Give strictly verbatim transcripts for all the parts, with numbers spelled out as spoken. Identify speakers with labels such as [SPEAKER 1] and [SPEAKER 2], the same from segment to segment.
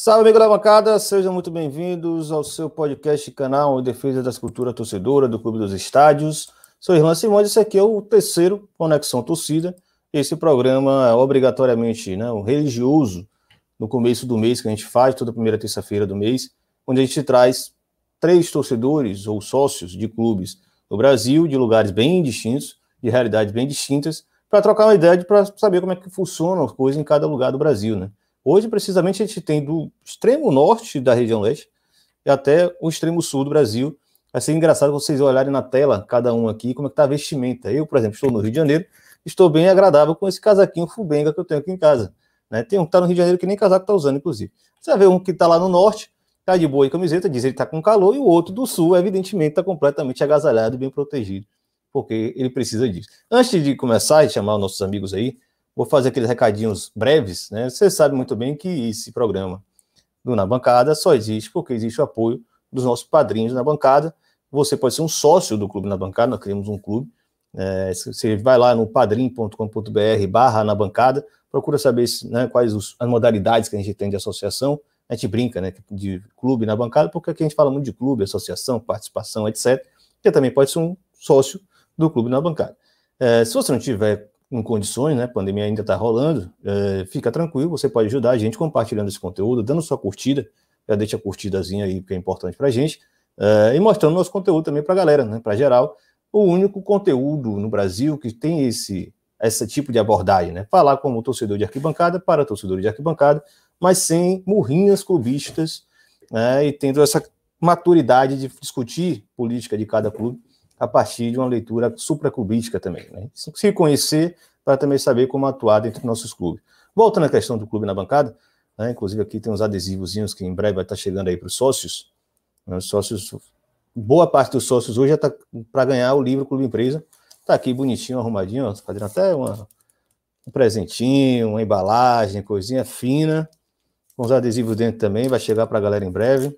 [SPEAKER 1] Salve, amigo da bancada, sejam muito bem-vindos ao seu podcast canal em defesa da cultura torcedora do Clube dos Estádios. Sou Irlan Simões, esse aqui é o terceiro Conexão Torcida. Esse programa é obrigatoriamente, né, um religioso no começo do mês, que a gente faz toda primeira terça-feira do mês, onde a gente traz três torcedores ou sócios de clubes do Brasil, de lugares bem distintos, de realidades bem distintas, para trocar uma ideia, para saber como é que funcionam as coisas em cada lugar do Brasil, né? Hoje, precisamente, a gente tem do extremo norte da região leste e até o extremo sul do Brasil. Vai ser engraçado vocês olharem na tela, cada um aqui, como é que está a vestimenta. Eu, por exemplo, estou no Rio de Janeiro, estou bem agradável com esse casaquinho fubenga que eu tenho aqui em casa. Né? Tem um que está no Rio de Janeiro que nem casaco está usando, inclusive. Você vai ver um que está lá no norte, está de boa e camiseta, diz que ele está com calor, e o outro do sul, evidentemente, está completamente agasalhado e bem protegido, porque ele precisa disso. Antes de começar e chamar os nossos amigos aí, vou fazer aqueles recadinhos breves, né? Você sabe muito bem que esse programa do Na Bancada só existe porque existe o apoio dos nossos padrinhos na bancada. Você pode ser um sócio do Clube Na Bancada, nós criamos um clube. É, você vai lá no padrim ponto com ponto br barra na bancada, procura saber, né, quais os, as modalidades que a gente tem de associação. A gente brinca, né, de clube na bancada, porque aqui a gente fala muito de clube, associação, participação, etcétera. Você também pode ser um sócio do Clube Na Bancada. É, se você não tiver em condições, né, a pandemia ainda está rolando, é, fica tranquilo, você pode ajudar a gente compartilhando esse conteúdo, dando sua curtida, já deixa a curtidazinha aí, que é importante para a gente, é, e mostrando nosso conteúdo também para a galera, né, para geral, o único conteúdo no Brasil que tem esse, esse tipo de abordagem, né, falar como torcedor de arquibancada para torcedor de arquibancada, mas sem murrinhas clubistas, né, e tendo essa maturidade de discutir política de cada clube, a partir de uma leitura supraclubística também, né? Se conhecer, para também saber como atuar dentro dos nossos clubes. Voltando à questão do Clube Na Bancada, né, inclusive aqui tem uns adesivozinhos que em breve vai estar chegando aí para os sócios. Os sócios, boa parte dos sócios hoje já está para ganhar o livro Clube Empresa. Está aqui bonitinho, arrumadinho, ó, fazendo até uma, um presentinho, uma embalagem, coisinha fina, com os adesivos dentro também, vai chegar para a galera em breve.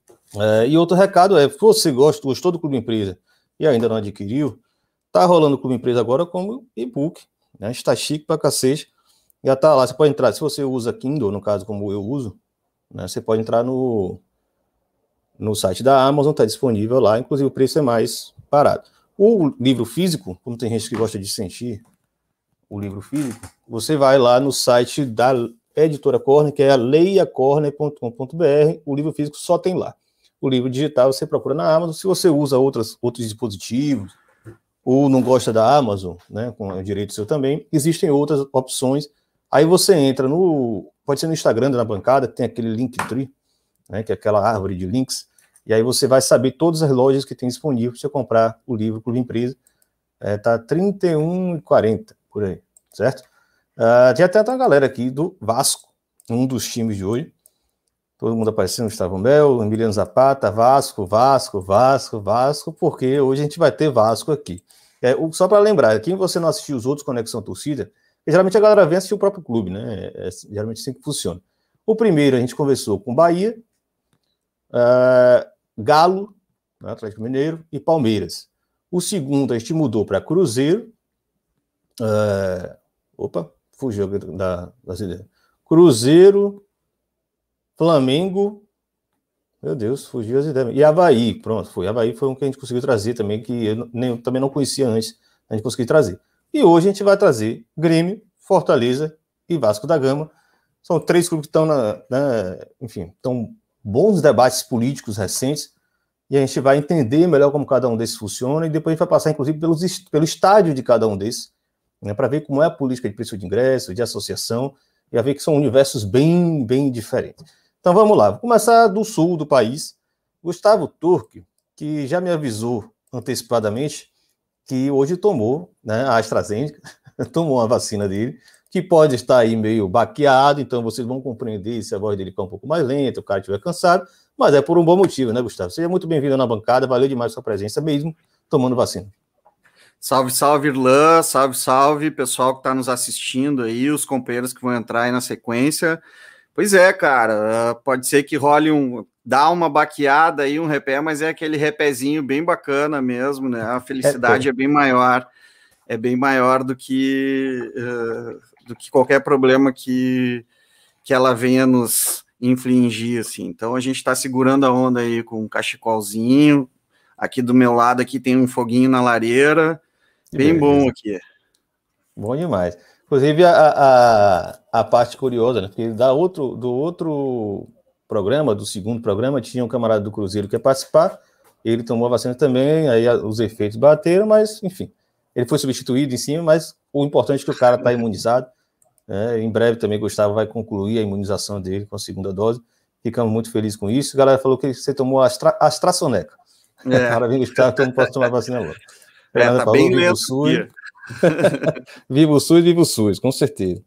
[SPEAKER 1] É, e outro recado é, se você gosta, gostou do Clube Empresa e ainda não adquiriu, tá rolando o Clube Empresa agora como e-book, né? Está chique pra cacete, já tá lá, você pode entrar, se você usa Kindle, no caso como eu uso, né, você pode entrar no, no site da Amazon, tá disponível lá, inclusive o preço é mais barato. O livro físico, como tem gente que gosta de sentir o livro físico, você vai lá no site da Editora Corner, que é a leia corner ponto com ponto br, o livro físico só tem lá. O livro digital você procura na Amazon. Se você usa outras, outros dispositivos ou não gosta da Amazon, né, com o direito seu também, existem outras opções. Aí você entra no... Pode ser no Instagram da Na Bancada, tem aquele Linktree, né, que é aquela árvore de links, e aí você vai saber todas as lojas que tem disponível para você comprar o livro Clube Empresa. É, tá trinta e um reais e quarenta centavos por aí, certo? Uh, tem até uma galera aqui do Vasco, um dos times de hoje. Todo mundo aparecendo, Gustavo Mel, Emiliano Zapata, Vasco, Vasco, Vasco, Vasco, porque hoje a gente vai ter Vasco aqui. É, só para lembrar, quem você não assistiu os outros Conexão Torcida, geralmente a galera vem assistir o próprio clube, né? É, é geralmente assim que funciona. O primeiro a gente conversou com Bahia, uh, Galo, né, Atlético Mineiro e Palmeiras. O segundo a gente mudou para Cruzeiro, uh, opa, fugiu da, das ideias. Cruzeiro, Flamengo, meu Deus, fugiu as ideias. E Avaí, pronto, foi. Avaí foi um que a gente conseguiu trazer também, que eu nem, também não conhecia antes, a gente conseguiu trazer. E hoje a gente vai trazer Grêmio, Fortaleza e Vasco da Gama. São três clubes que estão, na, na, enfim, estão bons debates políticos recentes, e a gente vai entender melhor como cada um desses funciona, e depois a gente vai passar, inclusive, pelos, pelo estádio de cada um desses, né, para ver como é a política de preço de ingresso, de associação, e a ver que são universos bem, bem diferentes. Então vamos lá, vou começar do sul do país. Gustavo Turque, que já me avisou antecipadamente que hoje tomou, né, a AstraZeneca, tomou a vacina dele, que pode estar aí meio baqueado, então vocês vão compreender se a voz dele ficar um pouco mais lenta, o cara estiver cansado, mas é por um bom motivo, né, Gustavo? Seja muito bem-vindo na bancada, valeu demais a sua presença mesmo, tomando vacina.
[SPEAKER 2] Salve, salve, Irlan, salve, salve, pessoal que está nos assistindo aí, os companheiros que vão entrar aí na sequência. Pois é, cara, pode ser que role um, dá uma baqueada aí, um repé, mas é aquele repézinho bem bacana mesmo, né? A felicidade é, é bem maior, é bem maior do que, uh, do que qualquer problema que, que ela venha nos infligir, assim. Então a gente está segurando a onda aí com um cachecolzinho. Aqui do meu lado aqui tem um foguinho na lareira, que bem beleza. Bom aqui.
[SPEAKER 1] Bom demais. Inclusive a, a, a parte curiosa, né? Porque da outro, do outro programa, do segundo programa, tinha um camarada do Cruzeiro que ia participar, ele tomou a vacina também, aí os efeitos bateram, mas enfim, ele foi substituído em cima, mas o importante é que o cara está imunizado. É, em breve também Gustavo vai concluir a imunização dele com a segunda dose. Ficamos muito felizes com isso. A galera falou que você tomou a Astra, AstraZeneca. É. Maravilha, Gustavo, então não posso tomar vacina agora.
[SPEAKER 2] É, tá falou, bem lento.
[SPEAKER 1] Viva o SUS, viva o SUS, com certeza.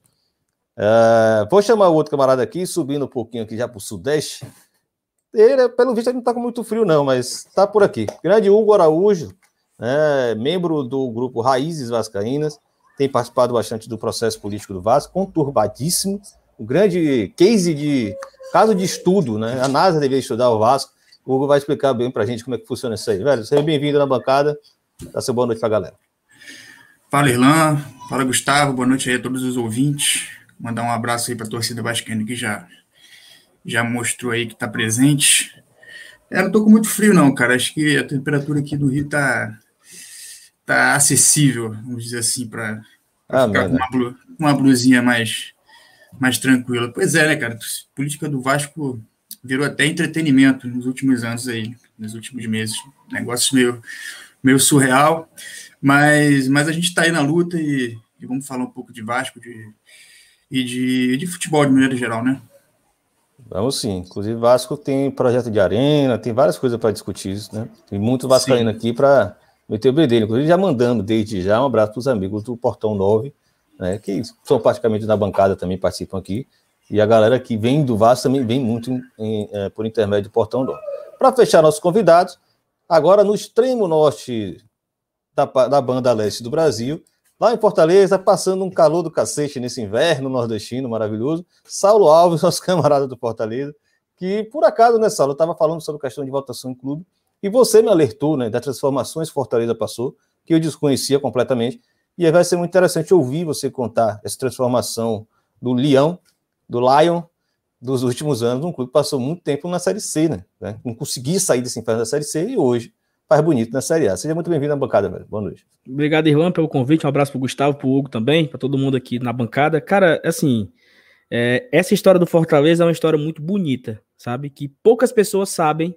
[SPEAKER 1] Uh, vou chamar o outro camarada aqui, subindo um pouquinho aqui já para o Sudeste. Ele, pelo visto, ele não está com muito frio, não, mas está por aqui. Grande Hugo Araújo, né, membro do grupo Raízes Vascaínas, tem participado bastante do processo político do Vasco, conturbadíssimo. Um grande case de caso de estudo, né? A NASA deveria estudar o Vasco. O Hugo vai explicar bem para a gente como é que funciona isso aí. Velho, seja bem-vindo na bancada. Dá seu boa noite para a galera.
[SPEAKER 3] Fala, Irlan. Fala, Gustavo. Boa noite aí a todos os ouvintes. Mandar um abraço aí para a torcida vascaína que já, já mostrou aí que está presente. Eu não tô com muito frio, não, cara. Acho que a temperatura aqui do Rio tá, tá acessível, vamos dizer assim, para ah, ficar com uma, blu, uma blusinha mais, mais tranquila. Pois é, né, cara? A política do Vasco virou até entretenimento nos últimos anos aí, nos últimos meses. Negócio meio, meio surreal. Mas, mas a gente está aí na luta e, e vamos falar um pouco de Vasco de, e de, de futebol de maneira geral, né?
[SPEAKER 1] Vamos sim. Inclusive, Vasco tem projeto de arena, tem várias coisas para discutir isso, né? Tem muito vascaíno aqui para meter o bedelho. Inclusive, já mandando desde já um abraço para os amigos do Portão nove, né? Que são praticamente da bancada também, participam aqui. E a galera que vem do Vasco também vem muito em, em, é, por intermédio do Portão nove. Para fechar nossos convidados, agora no extremo norte da, da banda leste do Brasil, lá em Fortaleza, passando um calor do cacete nesse inverno nordestino maravilhoso, Saulo Alves, nosso camarada do Fortaleza, que por acaso, né, Saulo, eu estava falando sobre questão de votação em clube, e você me alertou, né, das transformações que Fortaleza passou, que eu desconhecia completamente, e aí vai ser muito interessante ouvir você contar essa transformação do Leão, do Lion, dos últimos anos, um clube que passou muito tempo na Série C, né, né? Não conseguia sair desse inferno da Série C, e hoje faz bonito na Série A. Seja muito bem-vindo à bancada, velho. Boa noite.
[SPEAKER 4] Obrigado, Irlan, pelo convite. Um abraço pro Gustavo, pro Hugo também, para todo mundo aqui na bancada. Cara, assim, é, essa história do Fortaleza é uma história muito bonita, sabe? Que poucas pessoas sabem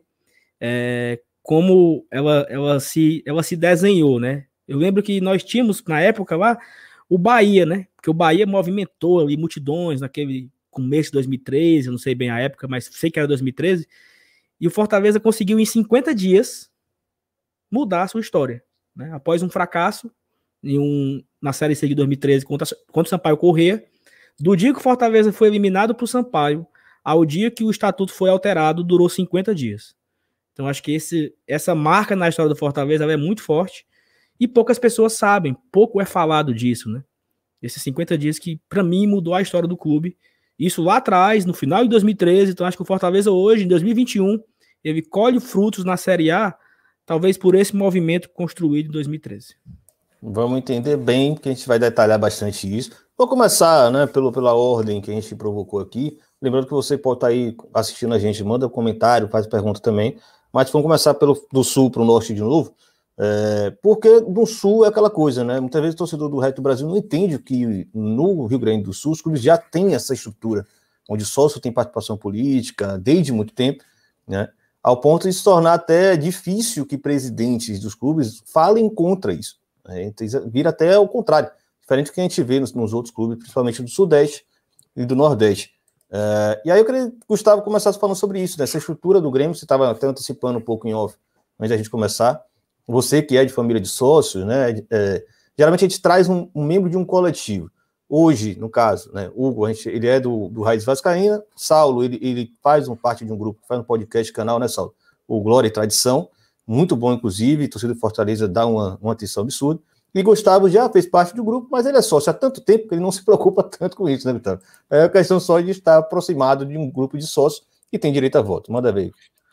[SPEAKER 4] é, como ela, ela, se, ela se desenhou, né? Eu lembro que nós tínhamos, na época lá, o Bahia, né? Porque o Bahia movimentou ali multidões naquele começo de dois mil e treze, eu não sei bem a época, mas sei que era dois mil e treze, e o Fortaleza conseguiu em cinquenta dias mudar a sua história, né? Após um fracasso em um, na Série C de dois mil e treze contra, contra o Sampaio Corrêa, do dia que o Fortaleza foi eliminado para o Sampaio ao dia que o estatuto foi alterado, durou cinquenta dias. Então acho que esse, essa marca na história do Fortaleza ela é muito forte e poucas pessoas sabem, pouco é falado disso, né? Esses cinquenta dias que para mim mudou a história do clube, isso lá atrás, no final de dois mil e treze, então acho que o Fortaleza hoje, em dois mil e vinte e um, ele colhe frutos na Série A, talvez por esse movimento construído em dois mil e treze.
[SPEAKER 1] Vamos entender bem, porque a gente vai detalhar bastante isso. Vou começar, né, pelo, pela ordem que a gente provocou aqui. Lembrando que você pode estar aí assistindo a gente, manda um comentário, faz pergunta também. Mas vamos começar pelo, do sul para o norte de novo. É, porque no sul é aquela coisa, né? Muitas vezes o torcedor do resto do Brasil não entende que no Rio Grande do Sul os clubes já têm essa estrutura, onde o sócio tem participação política desde muito tempo, né? Ao ponto de se tornar até difícil que presidentes dos clubes falem contra isso. Né? Vira até o contrário, diferente do que a gente vê nos, nos outros clubes, principalmente do Sudeste e do Nordeste. É, e aí eu queria que o Gustavo começasse falando sobre isso, né? Essa estrutura do Grêmio, você estava até antecipando um pouco em off, antes da gente começar. Você que é de família de sócios, né? É, geralmente a gente traz um, um membro de um coletivo. Hoje, no caso, né, Hugo, a gente, ele é do, do Raiz Vascaína, Saulo, ele, ele faz um, parte de um grupo, faz um podcast, canal, né, Saulo? O Glória e Tradição, muito bom, inclusive, torcida de Fortaleza dá uma, uma atenção absurda. E Gustavo já fez parte do grupo, mas ele é sócio há tanto tempo que ele não se preocupa tanto com isso, né, Gustavo? É a questão só de estar aproximado de um grupo de sócios que tem direito a voto. Manda ver.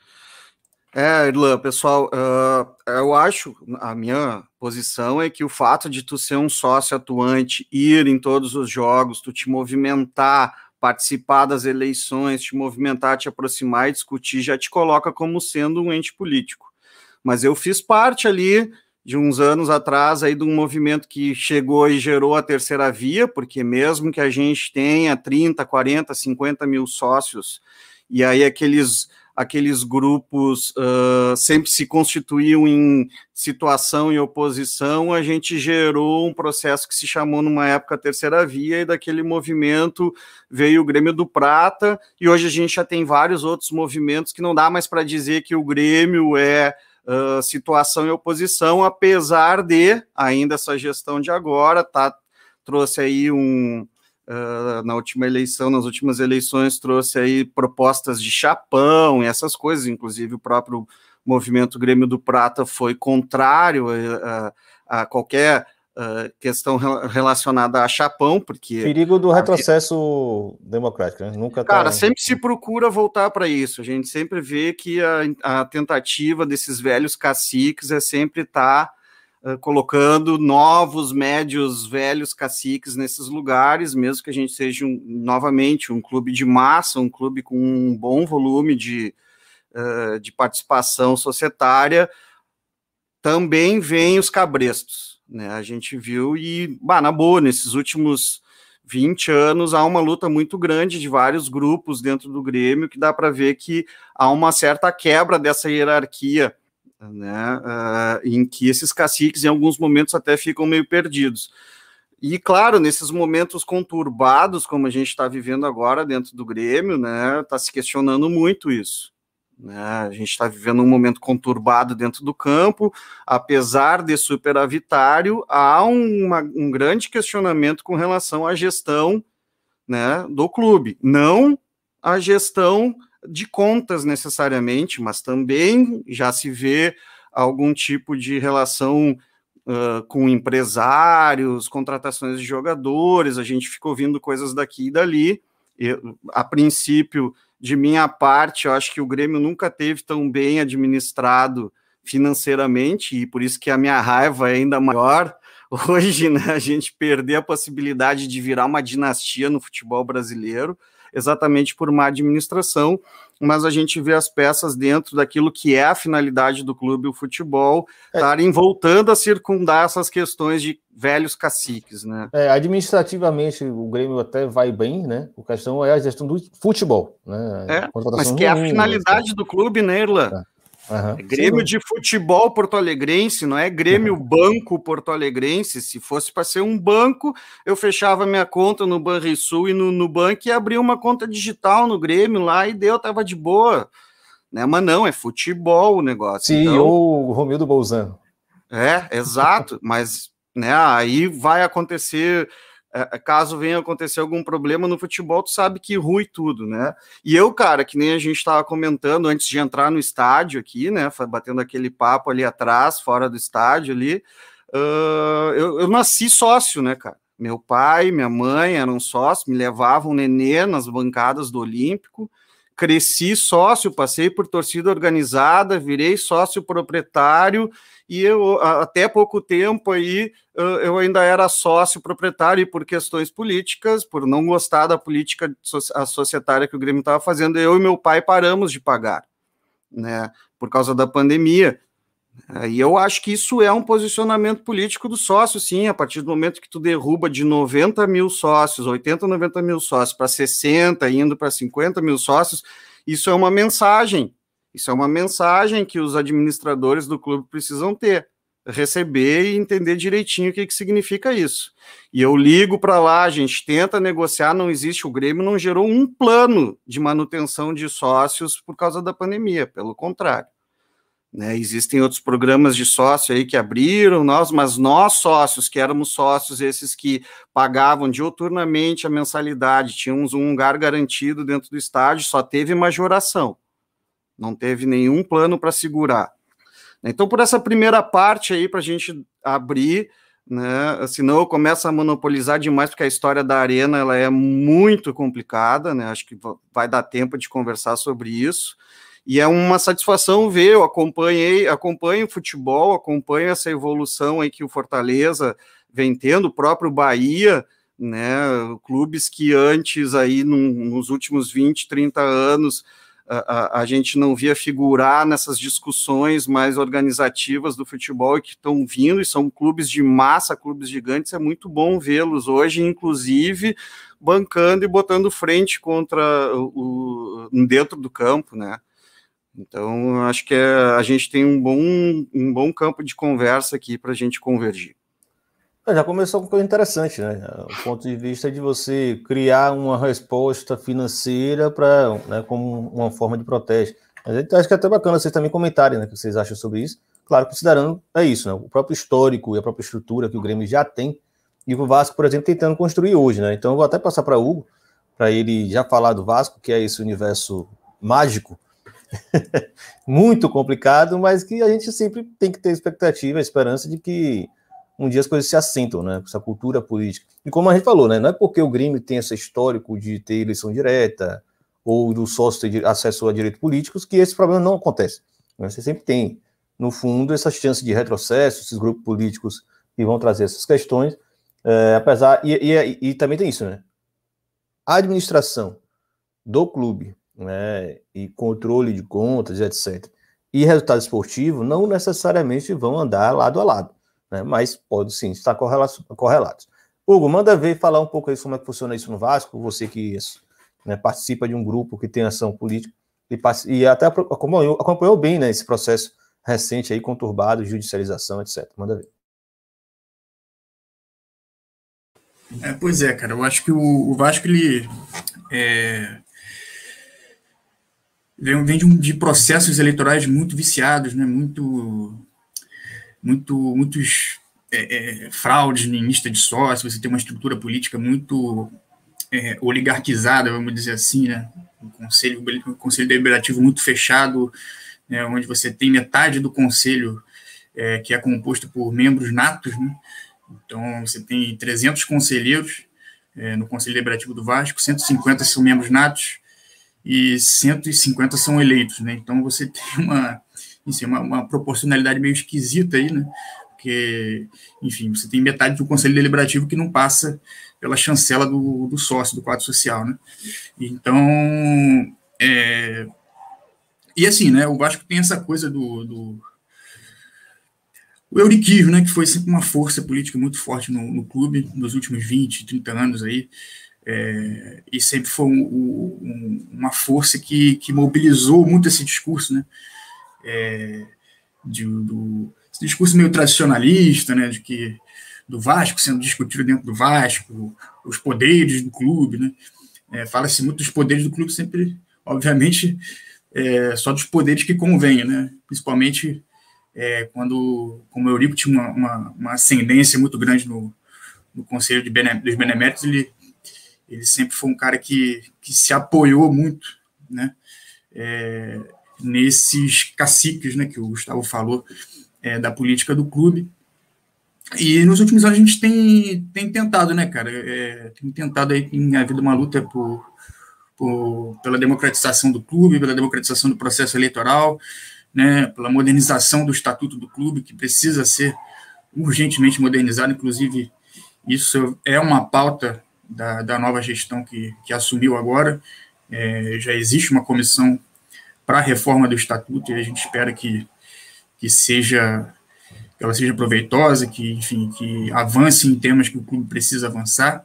[SPEAKER 2] É, Irlan, pessoal, uh, eu acho, a minha posição é que o fato de tu ser um sócio atuante, ir em todos os jogos, tu te movimentar participar das eleições, te movimentar, te aproximar e discutir, já te coloca como sendo um ente político. Mas eu fiz parte ali de uns anos atrás aí de um movimento que chegou e gerou a terceira via, porque mesmo que a gente tenha trinta, quarenta, cinquenta mil sócios, e aí aqueles, aqueles grupos uh, sempre se constituíam em situação e oposição, a gente gerou um processo que se chamou numa época terceira via, e daquele movimento veio o Grêmio do Prata, e hoje a gente já tem vários outros movimentos que não dá mais para dizer que o Grêmio é Uh, situação e oposição, apesar de ainda essa gestão de agora tá, trouxe aí um uh, na última eleição, nas últimas eleições trouxe aí propostas de chapão e essas coisas, inclusive o próprio movimento Grêmio do Prata foi contrário a, a, a qualquer uh, questão relacionada a chapão, porque...
[SPEAKER 1] Perigo do retrocesso a... democrático, né? Nunca
[SPEAKER 2] Cara,
[SPEAKER 1] tá...
[SPEAKER 2] sempre se procura voltar para isso, a gente sempre vê que a, a tentativa desses velhos caciques é sempre estar tá, uh, colocando novos, médios, velhos caciques nesses lugares, mesmo que a gente seja, um, novamente, um clube de massa, um clube com um bom volume de, uh, de participação societária, também vem os cabrestos, né? A gente viu e, bah, na boa, nesses últimos vinte anos há uma luta muito grande de vários grupos dentro do Grêmio, que dá para ver que há uma certa quebra dessa hierarquia, né? Uh, em que esses caciques, em alguns momentos, até ficam meio perdidos. E, claro, nesses momentos conturbados, como a gente está vivendo agora dentro do Grêmio, né, está se questionando muito isso. Né? A gente está vivendo um momento conturbado dentro do campo, apesar de superavitário, há uma, um grande questionamento com relação à gestão, né, do clube. Não a gestão de contas necessariamente, mas também já se vê algum tipo de relação uh, com empresários, contratações de jogadores, a gente fica ouvindo coisas daqui e dali. Eu, a princípio, de minha parte, eu acho que o Grêmio nunca teve tão bem administrado financeiramente, e por isso que a minha raiva é ainda maior hoje, né, a gente perder a possibilidade de virar uma dinastia no futebol brasileiro, exatamente por má administração, mas a gente vê as peças dentro daquilo que é a finalidade do clube, o futebol, estarem é. voltando a circundar essas questões de velhos caciques, né?
[SPEAKER 1] É, administrativamente o Grêmio até vai bem, né? A questão é a gestão do futebol, né?
[SPEAKER 2] É, mas que é a finalidade né? do clube, né, Irlan? É. Uhum. É Grêmio Sim. de futebol porto-alegrense, não é Grêmio uhum. banco porto-alegrense. Se fosse para ser um banco, eu fechava minha conta no Banrisul e no Nubank e abria uma conta digital no Grêmio lá e deu, tava de boa. Né? Mas não, é futebol o negócio.
[SPEAKER 1] Sim, então, o Romildo Bolzano.
[SPEAKER 2] É, exato, mas né, aí vai acontecer... caso venha acontecer algum problema no futebol, tu sabe que rui tudo, né? E eu, cara, que nem a gente estava comentando antes de entrar no estádio aqui, né? Batendo aquele papo ali atrás, fora do estádio ali, uh, eu, eu nasci sócio, né, cara? Meu pai, minha mãe eram sócios, me levavam nenê nas bancadas do Olímpico, cresci sócio, passei por torcida organizada, virei sócio proprietário, e eu, até pouco tempo aí, eu ainda era sócio proprietário, e por questões políticas, por não gostar da política societária que o Grêmio estava fazendo, eu e meu pai paramos de pagar, né, por causa da pandemia. E eu acho que isso é um posicionamento político do sócio, sim, a partir do momento que tu derruba de noventa mil sócios, oitenta, noventa mil sócios, para sessenta, indo para cinquenta mil sócios, isso é uma mensagem. Isso é uma mensagem que os administradores do clube precisam ter, receber e entender direitinho o que, que significa isso. E eu ligo para lá, a gente tenta negociar, não existe, o Grêmio não gerou um plano de manutenção de sócios por causa da pandemia, pelo contrário. Né, existem outros programas de sócio aí que abriram, nós, mas nós sócios, que éramos sócios, esses que pagavam diuturnamente a mensalidade, tínhamos um lugar garantido dentro do estádio, só teve majoração. Não teve nenhum plano para segurar. Então, por essa primeira parte aí, para a gente abrir, né, senão eu começo a monopolizar demais, porque a história da Arena ela é muito complicada, né, acho que vai dar tempo de conversar sobre isso, e é uma satisfação ver, eu acompanhei, acompanho o futebol, acompanho essa evolução aí que o Fortaleza vem tendo, o próprio Bahia, né? Clubes que antes, aí, num, nos últimos vinte, trinta anos, a, a, a gente não via figurar nessas discussões mais organizativas do futebol e que estão vindo, e são clubes de massa, clubes gigantes, é muito bom vê-los hoje, inclusive, bancando e botando frente contra o, o dentro do campo, né? Então, acho que é, a gente tem um bom, um bom campo de conversa aqui para a gente convergir.
[SPEAKER 1] Já começou com coisa interessante, né? O ponto de vista de você criar uma resposta financeira para, né, como uma forma de protesto. Mas então, acho que é até bacana vocês também comentarem, né, o que vocês acham sobre isso. Claro, considerando é isso, né? O próprio histórico e a própria estrutura que o Grêmio já tem e o Vasco, por exemplo, tentando construir hoje, né? Então, eu vou até passar para o Hugo, para ele já falar do Vasco, que é esse universo mágico, muito complicado, mas que a gente sempre tem que ter expectativa, a esperança de que um dia as coisas se assentam, né? Essa cultura política. E como a gente falou, né? Não é porque o Grêmio tem esse histórico de ter eleição direta ou do sócio ter acesso a direitos políticos que esse problema não acontece. Você sempre tem, no fundo, essas chances de retrocesso, esses grupos políticos que vão trazer essas questões, é, apesar... E, e, e também tem isso, né? A administração do clube, né, e controle de contas, etcétera, e resultado esportivo não necessariamente vão andar lado a lado, né, mas pode sim estar correlatos. Hugo, manda ver e falar um pouco aí como é que funciona isso no Vasco, você que né, participa de um grupo que tem ação política e, e até acompanhou, acompanhou bem, né, esse processo recente aí, conturbado, judicialização, etcétera. Manda ver.
[SPEAKER 3] É, pois é, cara, eu acho que o, o Vasco, ele é, vem, vem de, um, de processos eleitorais muito viciados, né, muito, muito, muitos é, é, fraudes em lista de sócios, você tem uma estrutura política muito é, oligarquizada, vamos dizer assim, né, um conselho, um conselho deliberativo muito fechado, né, onde você tem metade do conselho é, que é composto por membros natos, né. Então, você tem trezentos conselheiros é, no Conselho Deliberativo do Vasco, cento e cinquenta são membros natos e cento e cinquenta são eleitos, né? Então, você tem uma, assim, uma, uma proporcionalidade meio esquisita aí, né? Porque, enfim, você tem metade do Conselho Deliberativo que não passa pela chancela do, do sócio, do quadro social, né? Então, é... e assim, né? O Vasco tem essa coisa do... do o Euriquismo, né, que foi sempre uma força política muito forte no, no clube nos últimos vinte, trinta anos aí, é, e sempre foi um, um, uma força que, que mobilizou muito esse discurso, né, é, de, do, esse discurso meio tradicionalista, né, de que do Vasco sendo discutido dentro do Vasco, os poderes do clube, né, é, fala-se muito dos poderes do clube sempre, obviamente, é, só dos poderes que convêm, né, principalmente É, quando, como o Eurico tinha uma, uma, uma ascendência muito grande no, no Conselho de Bene, dos Beneméritos, ele, ele sempre foi um cara que, que se apoiou muito, né, é, nesses caciques, né, que o Gustavo falou, é, da política do clube. E nos últimos anos a gente tem, tem tentado, né, cara, é, tem tentado aí, tem havido uma luta por, por, pela democratização do clube, pela democratização do processo eleitoral, né, pela modernização do estatuto do clube, que precisa ser urgentemente modernizado. Inclusive, isso é uma pauta da, da nova gestão que, que assumiu agora. É, já existe uma comissão para a reforma do estatuto e a gente espera que, que, seja, que ela seja proveitosa, que, enfim, que avance em temas que o clube precisa avançar.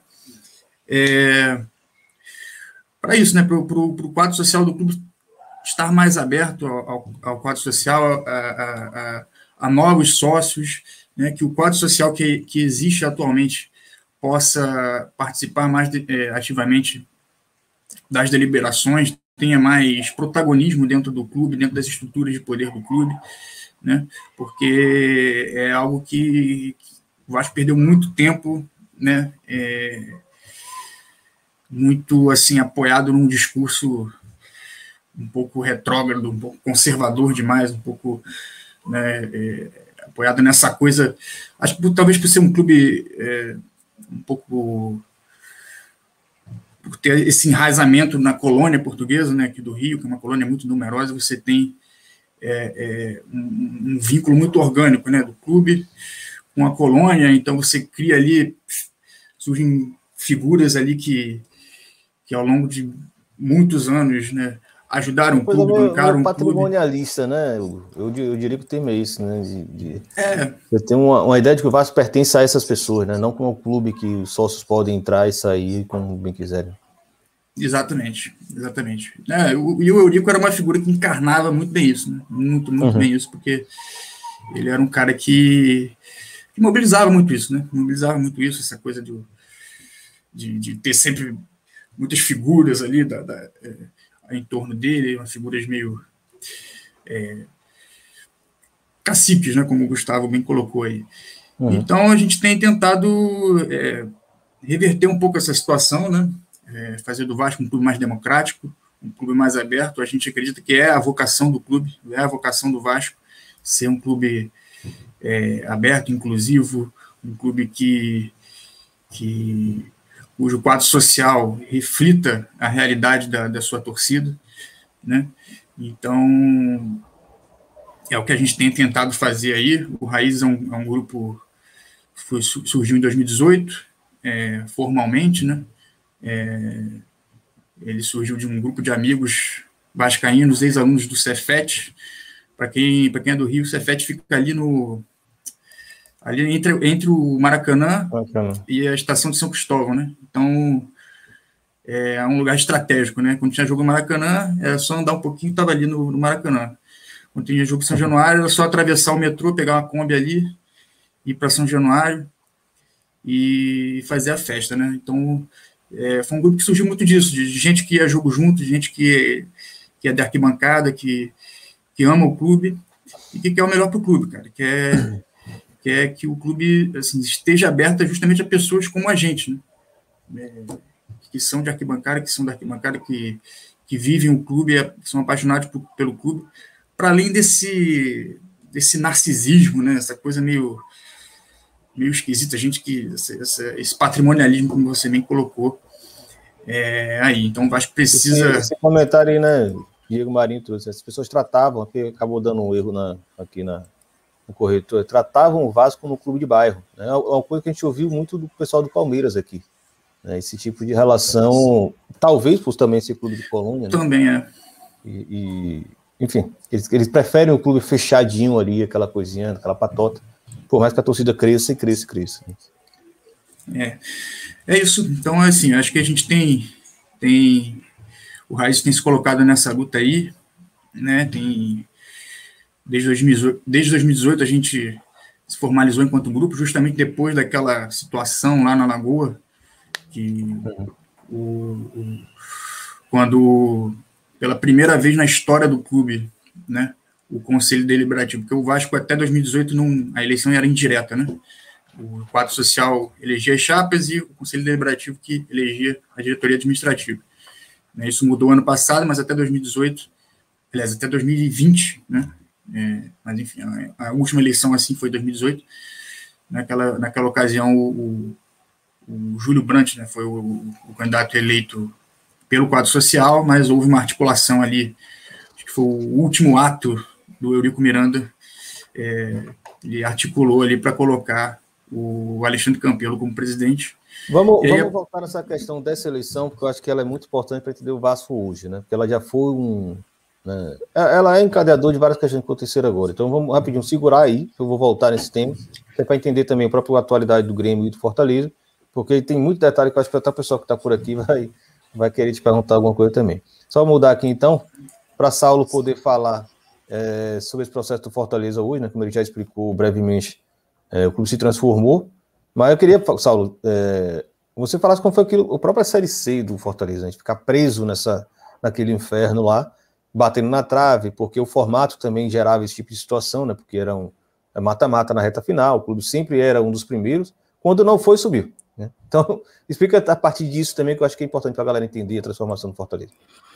[SPEAKER 3] É, para isso, né, para o quadro social do clube estar mais aberto ao, ao, ao quadro social, a, a, a, a novos sócios, né, que o quadro social que, que existe atualmente possa participar mais de, é, ativamente das deliberações, tenha mais protagonismo dentro do clube, dentro das estruturas de poder do clube, né, porque é algo que, que o Vasco perdeu muito tempo, né, é, muito assim, apoiado num discurso um pouco retrógrado, um pouco conservador demais, um pouco, né, é, apoiado nessa coisa, acho que talvez por ser um clube é, um pouco, por ter esse enraizamento na colônia portuguesa, né, aqui do Rio, que é uma colônia muito numerosa, você tem é, é, um, um vínculo muito orgânico, né, do clube com a colônia, então você cria ali, surgem figuras ali que, que ao longo de muitos anos, né, ajudaram o clube,
[SPEAKER 1] é
[SPEAKER 3] bancaram o
[SPEAKER 1] patrimonialista, clube. Né? Eu, eu, eu diria que o termo é isso, né? De, de,
[SPEAKER 3] é.
[SPEAKER 1] Você tem uma, uma ideia de que o Vasco pertence a essas pessoas, né? Não como um clube que os sócios podem entrar e sair como bem quiserem.
[SPEAKER 3] Exatamente, exatamente. É, o, e o Eurico era uma figura que encarnava muito bem isso, né? Muito, muito uhum. bem isso, porque ele era um cara que, que mobilizava muito isso, né? Mobilizava muito isso, essa coisa de, de, de ter sempre muitas figuras ali da, da, é, em torno dele, umas figuras meio é, caciques, né? Como o Gustavo bem colocou aí. Uhum. Então a gente tem tentado é, reverter um pouco essa situação, né? É, fazer do Vasco um clube mais democrático, um clube mais aberto. A gente acredita que é a vocação do clube, é a vocação do Vasco, ser um clube é, aberto, inclusivo, um clube que, que cujo quadro social reflita a realidade da, da sua torcida, né? Então, é o que a gente tem tentado fazer aí. O Raiz é um, é um grupo que foi, surgiu em dois mil e dezoito, é, formalmente, né? É, ele surgiu de um grupo de amigos vascaínos, ex-alunos do Cefet. Para quem, para quem é do Rio, o Cefet fica ali no ali entre, entre o Maracanã Bacana. E a estação de São Cristóvão, né? Então é um lugar estratégico, né? Quando tinha jogo no Maracanã, era só andar um pouquinho, estava ali no, no Maracanã. Quando tinha jogo em São Januário, era só atravessar o metrô, pegar uma Kombi ali, ir para São Januário e fazer a festa, né? Então É, foi um grupo que surgiu muito disso, de, de gente que ia jogo junto, de gente que, que é da arquibancada, que, que ama o clube e que quer o melhor para o clube, cara. Que é, que é que o clube assim, esteja aberto justamente a pessoas como a gente, né? É, que são de arquibancada, que são da arquibancada, que, que vivem o clube, que são apaixonados por, pelo clube, para além desse, desse narcisismo, né? Essa coisa meio... meio esquisito, a gente que esse, esse patrimonialismo, como você bem colocou, é, aí, então o Vasco precisa...
[SPEAKER 1] Esse, esse comentário aí, né, Diego Marinho trouxe, as pessoas tratavam, aqui acabou dando um erro na, aqui na, no corretor, tratavam o Vasco como um clube de bairro, né, é uma coisa que a gente ouviu muito do pessoal do Palmeiras aqui, né, esse tipo de relação, talvez por também ser clube de colônia, né?
[SPEAKER 3] Também é.
[SPEAKER 1] E, e, enfim, eles, eles preferem o clube fechadinho ali, aquela coisinha, aquela patota, por mais que a torcida cresça e cresça e cresça.
[SPEAKER 3] É, é isso. Então, assim, acho que a gente tem, tem o Raiz tem se colocado nessa luta aí, né? Tem, desde, dois mil e dezoito, desde dois mil e dezoito a gente se formalizou enquanto grupo, justamente depois daquela situação lá na Lagoa, que o, o, quando, pela primeira vez na história do clube, né? O Conselho Deliberativo, porque o Vasco até dois mil e dezoito não, a eleição era indireta, né? O quadro social elegia as chapas e o Conselho Deliberativo que elegia a diretoria administrativa. Isso mudou ano passado, mas até dois mil e dezoito, aliás, até dois mil e vinte, né? É, mas enfim, a, a última eleição assim foi em dois mil e dezoito. Naquela, naquela ocasião, o, o, o Júlio Brandt, né, foi o, o candidato eleito pelo quadro social, mas houve uma articulação ali, acho que foi o último ato do Eurico Miranda, é, ele articulou ali para colocar o Alexandre Campelo como presidente.
[SPEAKER 1] Vamos, aí, vamos voltar nessa questão dessa eleição, porque eu acho que ela é muito importante para entender o Vasco hoje, né? Porque ela já foi um... Né? Ela é encadeador de várias questões que aconteceram agora. Então vamos rapidinho segurar aí, eu vou voltar nesse tema, para entender também a própria atualidade do Grêmio e do Fortaleza, porque tem muito detalhe que eu acho que até o pessoal que está por aqui vai, vai querer te perguntar alguma coisa também. Só mudar aqui então, para Saulo poder falar É, sobre esse processo do Fortaleza hoje, né, como ele já explicou brevemente, é, o clube se transformou, mas eu queria, Saulo, é, você falasse como foi aquilo, a própria Série C do Fortaleza, a gente ficar preso nessa, naquele inferno lá, batendo na trave, porque o formato também gerava esse tipo de situação, né, porque era um mata-mata na reta final, o clube sempre era um dos primeiros, quando não foi, subiu. Né? Então, explica a partir disso também, que eu acho que é importante para a galera entender a transformação do Fortaleza.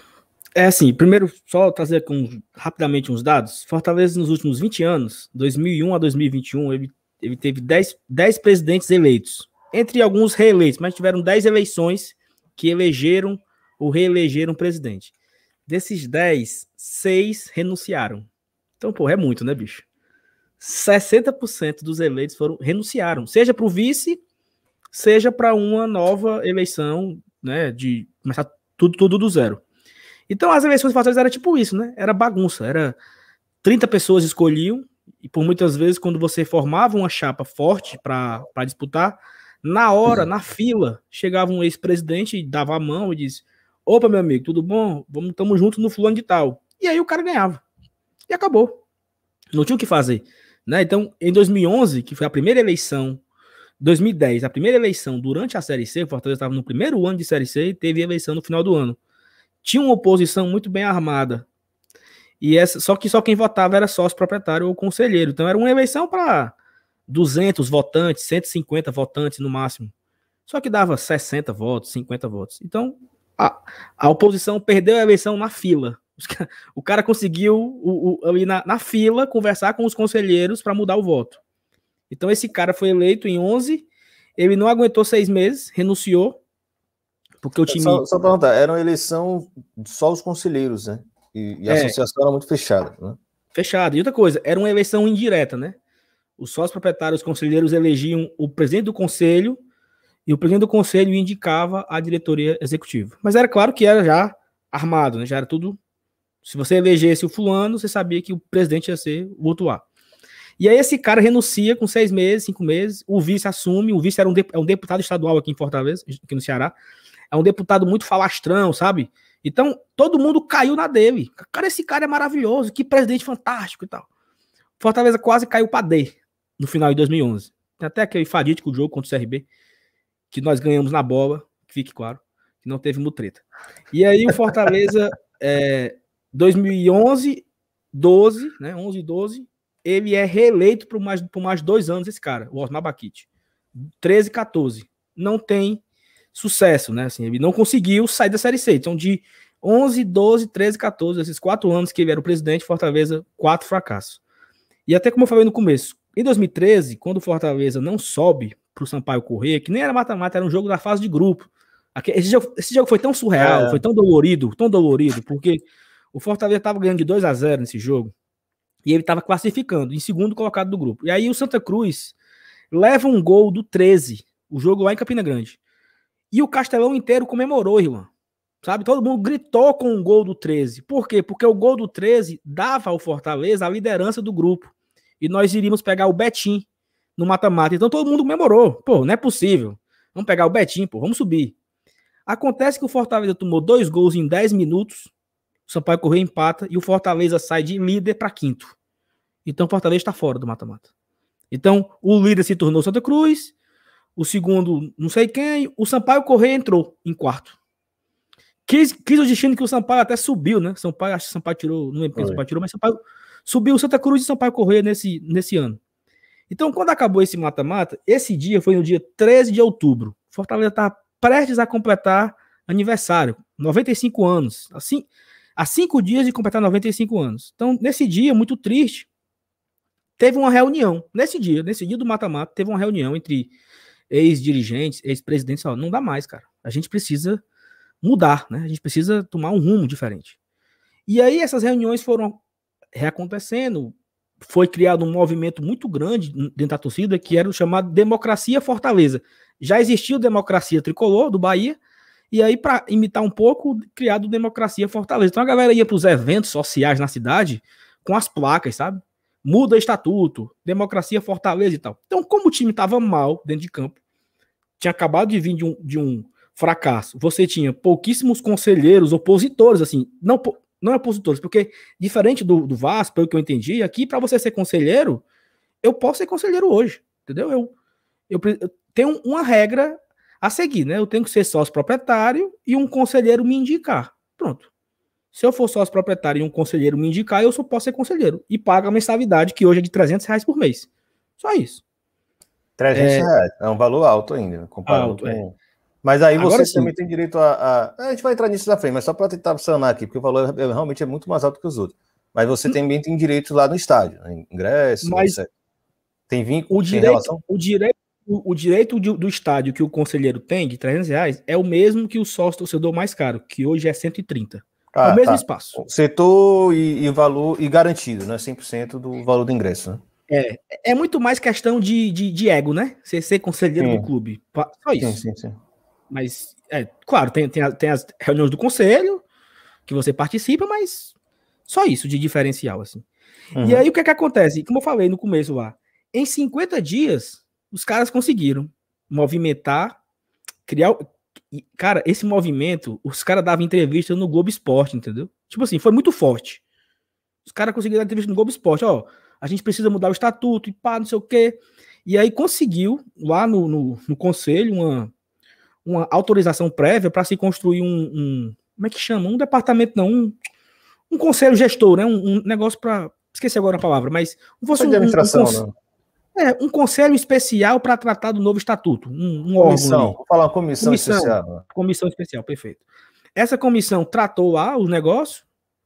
[SPEAKER 4] É assim, primeiro, só trazer aqui um, rapidamente uns dados. Fortaleza, nos últimos vinte anos, dois mil e um a dois mil e vinte e um, ele, ele teve dez, dez presidentes eleitos, entre alguns reeleitos, mas tiveram dez eleições que elegeram ou reelegeram presidente. Desses dez, seis renunciaram. Então, pô, é muito, né, bicho? sessenta por cento dos eleitos foram, renunciaram, seja para o vice seja para uma nova eleição, né, de começar tudo, tudo do zero. Então as eleições de Fortaleza era tipo isso, né? Era bagunça, era trinta pessoas escolhiam, e por muitas vezes quando você formava uma chapa forte para disputar, na hora, na fila, chegava um ex-presidente e dava a mão e disse: opa, meu amigo, tudo bom? Vamos, tamo juntos no fulano de tal. E aí o cara ganhava. E acabou. Não tinha o que fazer, né? Então, em dois mil e onze, que foi a primeira eleição, dois mil e dez, a primeira eleição durante a Série C, o Fortaleza estava no primeiro ano de Série C e teve eleição no final do ano. Tinha uma oposição muito bem armada. E essa, só que só quem votava era sócio proprietário ou conselheiro. Então era uma eleição para duzentos votantes, cento e cinquenta votantes no máximo. Só que dava sessenta votos, cinquenta votos. Então a, a oposição perdeu a eleição na fila. O cara conseguiu o, o, ali na, na fila conversar com os conselheiros para mudar o voto. Então esse cara foi eleito em onze, ele não aguentou seis meses, renunciou, porque o time...
[SPEAKER 1] Só, só perguntar, era uma eleição só os conselheiros, né? E, e a é, associação era muito fechada, né?
[SPEAKER 4] Fechada. E outra coisa, era uma eleição indireta, né? Os sócios proprietários, os conselheiros elegiam o presidente do conselho e o presidente do conselho indicava a diretoria executiva. Mas era claro que era já armado, né? Já era tudo... Se você elegesse o fulano, você sabia que o presidente ia ser o outro lá. E aí esse cara renuncia com seis meses, cinco meses, o vice assume, o vice era um, de, é um deputado estadual aqui em Fortaleza, aqui no Ceará, é um deputado muito falastrão, sabe? Então, todo mundo caiu na dele. Cara, esse cara é maravilhoso, que presidente fantástico e tal. Fortaleza quase caiu para D no final de dois mil e onze. Tem até aquele fatídico jogo contra o C R B, que nós ganhamos na bola, que fique claro, que não teve mutreta. E aí o Fortaleza, é, dois mil e onze, doze, né, onze, doze, ele é reeleito por mais, por mais dois anos, esse cara, o Osmar Baquite. treze, quatorze. Não tem sucesso, né? Assim, ele não conseguiu sair da Série C. Então, de onze, doze, treze, quatorze, esses quatro anos que ele era o presidente, Fortaleza, quatro fracassos. E até como eu falei no começo, em dois mil e treze, quando o Fortaleza não sobe pro Sampaio Corrêa, que nem era mata-mata, era um jogo da fase de grupo. Esse jogo, esse jogo foi tão surreal, é. foi tão dolorido, tão dolorido, porque o Fortaleza estava ganhando de dois a zero nesse jogo, e ele estava classificando em segundo colocado do grupo. E aí o Santa Cruz leva um gol do treze, o jogo lá em Campina Grande. E o Castelão inteiro comemorou, irmão. Sabe? Todo mundo gritou com o gol do treze. Por quê? Porque o gol do treze dava ao Fortaleza a liderança do grupo. E nós iríamos pegar o Betim no mata-mata. Então todo mundo comemorou. Pô, não é possível. Vamos pegar o Betim, pô, vamos subir. Acontece que o Fortaleza tomou dois gols em dez minutos. O Sampaio Corrêa empata e o Fortaleza sai de líder para quinto. Então o Fortaleza está fora do mata-mata. Então o líder se tornou Santa Cruz, o segundo não sei quem, o Sampaio Corrêa entrou em quarto. Quis, quis o destino que o Sampaio até subiu, né? Sampaio, acho que o Sampaio tirou, não lembro quem o Sampaio tirou, mas Sampaio subiu o Santa Cruz e Sampaio Corrêa nesse, nesse ano. Então quando acabou esse mata-mata, esse dia foi no dia treze de outubro. O Fortaleza estava prestes a completar aniversário, noventa e cinco anos. Assim, há cinco dias de completar noventa e cinco anos. Então, nesse dia, muito triste, teve uma reunião. Nesse dia, nesse dia do mata-mata, teve uma reunião entre ex-dirigentes, ex-presidentes. Não dá mais, cara. A gente precisa mudar, né? A gente precisa tomar um rumo diferente. E aí, essas reuniões foram reacontecendo. Foi criado um movimento muito grande dentro da torcida, que era o chamado Democracia Fortaleza. Já existiu Democracia Tricolor, do Bahia, e aí, para imitar um pouco, criado Democracia Fortaleza. Então a galera ia para os eventos sociais na cidade com as placas, sabe? Muda estatuto, Democracia Fortaleza e tal. Então, como o time estava mal dentro de campo, tinha acabado de vir de um, de um fracasso, você tinha pouquíssimos conselheiros opositores, assim, não, não opositores, porque diferente do, do Vasco, pelo que eu entendi, aqui para você ser conselheiro, eu posso ser conselheiro hoje, entendeu? Eu, eu, eu tenho uma regra a seguir, né? Eu tenho que ser sócio proprietário e um conselheiro me indicar. Pronto. Se eu for sócio proprietário e um conselheiro me indicar, eu só posso ser conselheiro. E paga a mensalidade, que hoje é de trezentos reais por mês. Só isso.
[SPEAKER 1] trezentos reais. É um valor alto ainda, comparado alto, com... É. Mas aí você Agora, também sim. tem direito a, a... A gente vai entrar nisso na frente, mas só para tentar funcionar aqui, porque o valor é, realmente é muito mais alto que os outros. Mas você hum. também tem direito lá no estádio, né? Ingresso,
[SPEAKER 4] mas
[SPEAKER 1] etcétera. Tem vínculo,
[SPEAKER 4] o direito, tem relação? O direito O, o direito de, do estádio que o conselheiro tem, de trezentos reais, é o mesmo que o sócio torcedor mais caro, que hoje é cento e trinta. Ah, é o mesmo tá. espaço.
[SPEAKER 1] Setor e, e valor e garantido, né? cem por cento do valor do ingresso, né?
[SPEAKER 4] É, é muito mais questão de, de, de ego, né? Você ser conselheiro
[SPEAKER 1] Sim.
[SPEAKER 4] do clube. Só isso.
[SPEAKER 1] Sim, sim, sim.
[SPEAKER 4] Mas, é, claro, tem, tem, tem as reuniões do conselho que você participa, mas só isso de diferencial, assim.
[SPEAKER 1] Uhum.
[SPEAKER 4] E aí, o que é que acontece? Como eu falei no começo lá, em cinquenta dias, os caras conseguiram movimentar, criar... Cara, esse movimento, os caras davam entrevista no Globo Esporte, entendeu? Tipo assim, foi muito forte. Os caras conseguiram dar entrevista no Globo Esporte, ó, a gente precisa mudar o estatuto e pá, não sei o quê. E aí conseguiu, lá no, no, no conselho, uma, uma autorização prévia para se construir um, um... Como é que chama? Um departamento, não, um, um conselho gestor, né? Um, um negócio para... Esqueci agora a palavra, mas...
[SPEAKER 1] Fosse um, de administração, um, um,
[SPEAKER 4] né? É, um conselho especial para tratar do novo estatuto. Um, um
[SPEAKER 1] comissão,
[SPEAKER 4] órgão ali.
[SPEAKER 1] Vou falar uma comissão, comissão especial. Né?
[SPEAKER 4] Comissão especial, perfeito. Essa comissão tratou lá os negócios,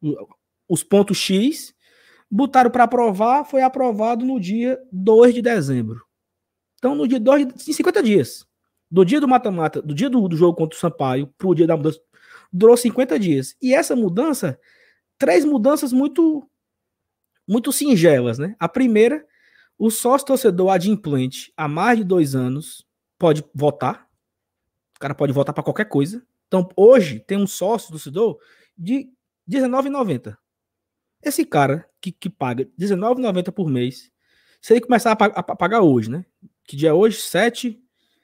[SPEAKER 4] os pontos X, botaram para aprovar, foi aprovado no dia dois de dezembro. Então, no dia dois, em cinquenta dias. Do dia do mata-mata, do dia do, do jogo contra o Sampaio, para o dia da mudança, durou cinquenta dias. E essa mudança, três mudanças muito, muito singelas, né? A primeira, o sócio-torcedor adimplente há mais de dois anos pode votar. O cara pode votar para qualquer coisa. Então, hoje, tem um sócio-torcedor de dezenove reais e noventa centavos. Esse cara que, que paga dezenove reais e noventa centavos por mês, se ele começar a, a, a pagar hoje, né? Que dia é hoje? sete,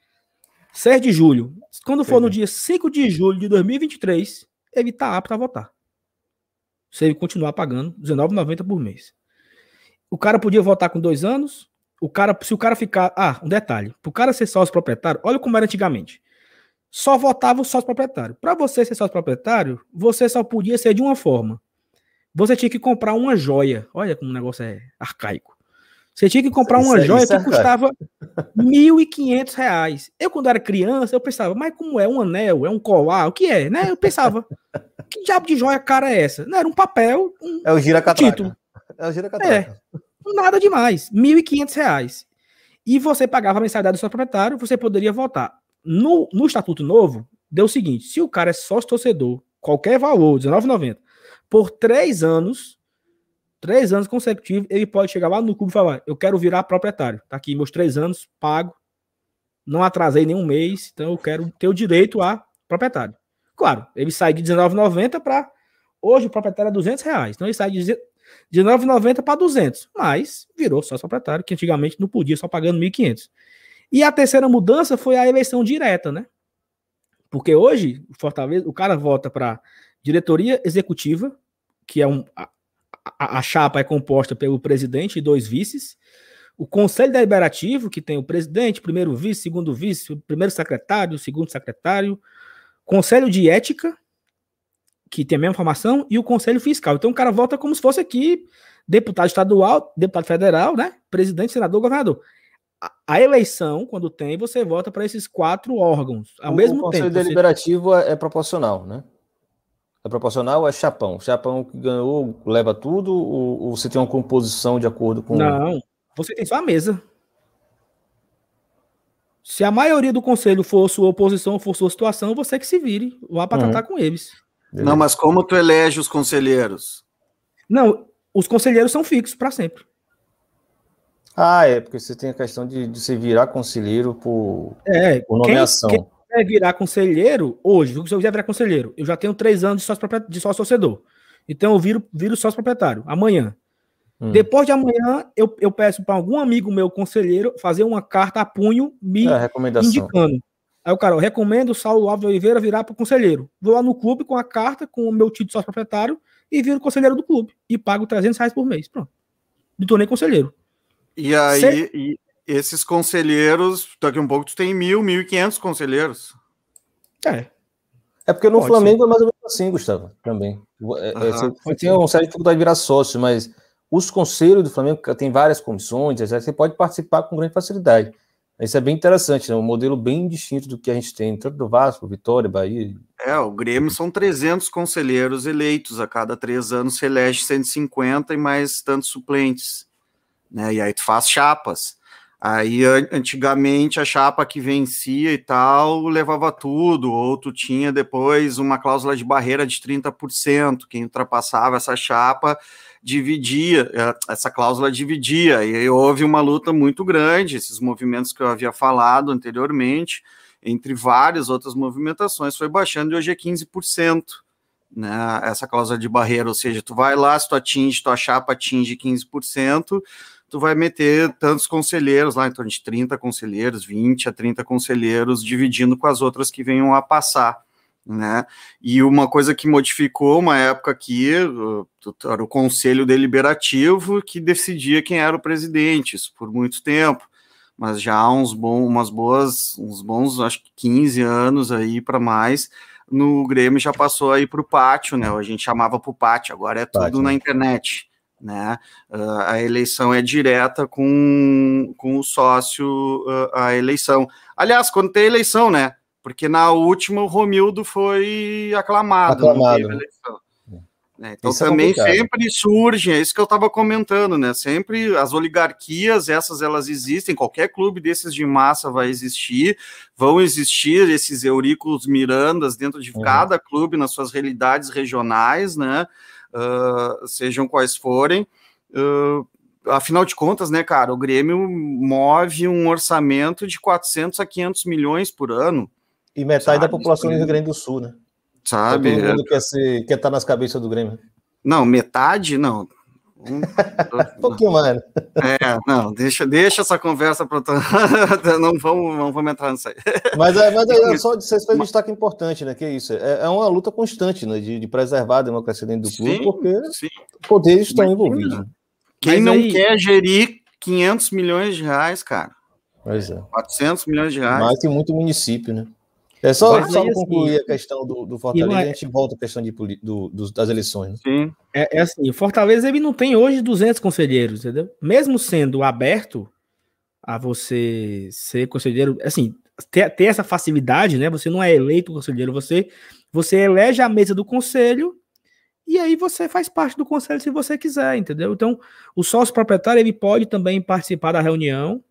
[SPEAKER 4] seis de julho. Quando for Sim. no dia cinco de julho de dois mil e vinte e três, ele tá apto a votar. Se ele continuar pagando dezenove reais e noventa centavos por mês. O cara podia votar com dois anos. O cara, se o cara ficar... Ah, um detalhe. Para o cara ser sócio proprietário, olha como era antigamente. Só votava o sócio proprietário. Para você ser sócio proprietário, você só podia ser de uma forma. Você tinha que comprar uma joia. Olha como o negócio é arcaico. Você tinha que comprar uma isso, joia isso que é custava mil e quinhentos reais. Eu, quando era criança, eu pensava, mas como é? Um anel? É um colar? O que é? Né? Eu pensava, que diabo de joia cara é essa? Não, era um papel, um,
[SPEAKER 1] é o gira-catraca.
[SPEAKER 4] Um título.
[SPEAKER 1] É o gira-catraca.
[SPEAKER 4] É, nada demais. mil e quinhentos reais. E você pagava a mensalidade do seu proprietário, você poderia votar. No, no Estatuto Novo, deu o seguinte, se o cara é sócio-torcedor, qualquer valor, dezenove reais e noventa centavos, por três anos, três anos consecutivos, ele pode chegar lá no clube e falar, eu quero virar proprietário. Tá aqui, meus três anos, pago, não atrasei nenhum mês, então eu quero ter o direito a proprietário. Claro, ele sai de dezenove reais e noventa centavos para, hoje o proprietário é duzentos reais, então ele sai de dezenove reais e noventa centavos para duzentos, mas virou sócio proprietário, que antigamente não podia, só pagando mil e quinhentos. E a terceira mudança foi a eleição direta, né? Porque hoje, o Fortaleza, o cara vota para diretoria executiva, que é um... A, a, a chapa é composta pelo presidente e dois vices. O conselho deliberativo, que tem o presidente, primeiro vice, segundo vice, primeiro secretário, segundo secretário. Conselho de ética, que tem a mesma formação, e o conselho fiscal. Então o cara vota como se fosse aqui deputado estadual, deputado federal, né? Presidente, senador, governador. A eleição, quando tem, você vota para esses quatro órgãos. Ao
[SPEAKER 1] o,
[SPEAKER 4] mesmo
[SPEAKER 1] o Conselho
[SPEAKER 4] tempo,
[SPEAKER 1] Deliberativo você... é proporcional, né? É proporcional ou é chapão? O chapão que ganhou leva tudo ou, ou você tem uma composição de acordo com...
[SPEAKER 4] Não, você tem só a mesa. Se a maioria do conselho for sua oposição ou for sua situação, você que se vire lá para uhum. tratar com eles.
[SPEAKER 2] Beleza. Não, mas como tu elege os conselheiros?
[SPEAKER 4] Não, os conselheiros são fixos para sempre.
[SPEAKER 1] Ah, é, porque você tem a questão de, de se virar conselheiro por,
[SPEAKER 4] é,
[SPEAKER 1] por nomeação.
[SPEAKER 4] Quem, quem quer virar conselheiro, hoje, se eu quiser virar conselheiro, eu já tenho três anos de sócio, de sócio torcedor. Então eu viro, viro sócio proprietário, amanhã. Hum. Depois de amanhã, eu, eu peço para algum amigo meu conselheiro fazer uma carta a punho me
[SPEAKER 1] é,
[SPEAKER 4] indicando. Aí o cara, eu recomendo o Saulo Alves Oliveira virar para o conselheiro. Vou lá no clube com a carta, com o meu título de sócio proprietário e viro conselheiro do clube. E pago trezentos reais por mês. Pronto. Me tornei conselheiro.
[SPEAKER 2] E aí, Cê... e esses conselheiros, daqui a um pouco tu tem mil, mil e quinhentos conselheiros.
[SPEAKER 4] É.
[SPEAKER 1] É porque no Pode Flamengo ser. É mais ou menos assim, Gustavo, também. É, uhum. Você, você tem uma série de dificuldade de virar sócio, mas os conselhos do Flamengo tem várias comissões, você pode participar com grande facilidade. Isso é bem interessante, né? Um modelo bem distinto do que a gente tem, tanto do Vasco, Vitória, Bahia.
[SPEAKER 2] É, o Grêmio são trezentos conselheiros eleitos, a cada três anos se elege cento e cinquenta e mais tantos suplentes. Né, e aí tu faz chapas. Aí, antigamente, a chapa que vencia e tal, levava tudo, ou tu tinha depois uma cláusula de barreira de trinta por cento, quem ultrapassava essa chapa dividia, essa cláusula dividia, e aí houve uma luta muito grande, esses movimentos que eu havia falado anteriormente, entre várias outras movimentações, foi baixando e hoje é quinze por cento, né, essa cláusula de barreira, ou seja, tu vai lá, se tu atinge, tua chapa atinge quinze por cento, tu vai meter tantos conselheiros lá, em torno de trinta conselheiros, vinte a trinta conselheiros, dividindo com as outras que venham a passar, né? E uma coisa que modificou uma época aqui, era o Conselho Deliberativo que decidia quem era o presidente, isso por muito tempo, mas já há uns bons, umas boas, uns bons, acho que quinze anos aí para mais, no Grêmio já passou aí para o pátio, né? A gente chamava para o pátio, agora é tudo pátio, na né? internet. Né? Uh, a eleição é direta com, com o sócio, uh, a eleição. Aliás, quando tem eleição, né? Porque na última o Romildo foi aclamado,
[SPEAKER 1] aclamado.
[SPEAKER 2] Não teve eleição. É, então isso também é sempre surge, é isso que eu estava comentando, né? Sempre as oligarquias, essas elas existem, qualquer clube desses de massa vai existir, vão existir esses Euricos Mirandas dentro de uhum. cada clube nas suas realidades regionais, né? Uh, sejam quais forem, uh, afinal de contas, né, cara, o Grêmio move um orçamento de quatrocentos a quinhentos milhões por ano.
[SPEAKER 1] E metade sabe, da população do Rio Grande do Sul, né?
[SPEAKER 2] Sabe?
[SPEAKER 1] Então, todo mundo quer, ser, quer estar nas cabeças do Grêmio.
[SPEAKER 2] Não, metade, não. Um,
[SPEAKER 1] um pouquinho mais.
[SPEAKER 2] É, não, deixa, deixa essa conversa para não vamos, não vamos entrar nisso aí.
[SPEAKER 1] Mas, é, mas é, só você fez um destaque importante, né? Que é isso. É, é uma luta constante, né? De, de preservar a democracia dentro do clube, sim, porque sim. poderes estão mas, envolvidos.
[SPEAKER 2] Quem
[SPEAKER 1] mas
[SPEAKER 2] não
[SPEAKER 1] aí...
[SPEAKER 2] quer gerir quinhentos milhões de reais, cara?
[SPEAKER 1] Pois é.
[SPEAKER 2] quatrocentos milhões de reais.
[SPEAKER 1] Mais que muito município, né? É só, só aí, concluir assim, a questão do, do Fortaleza, é... a gente volta à questão de, do, do, das eleições. Né?
[SPEAKER 2] Sim.
[SPEAKER 4] É, é assim, o Fortaleza ele não tem hoje duzentos conselheiros, entendeu? Mesmo sendo aberto a você ser conselheiro, assim, ter, ter essa facilidade, né? Você não é eleito conselheiro, você, você elege a mesa do conselho e aí você faz parte do conselho se você quiser, entendeu? Então, o sócio proprietário ele pode também participar da reunião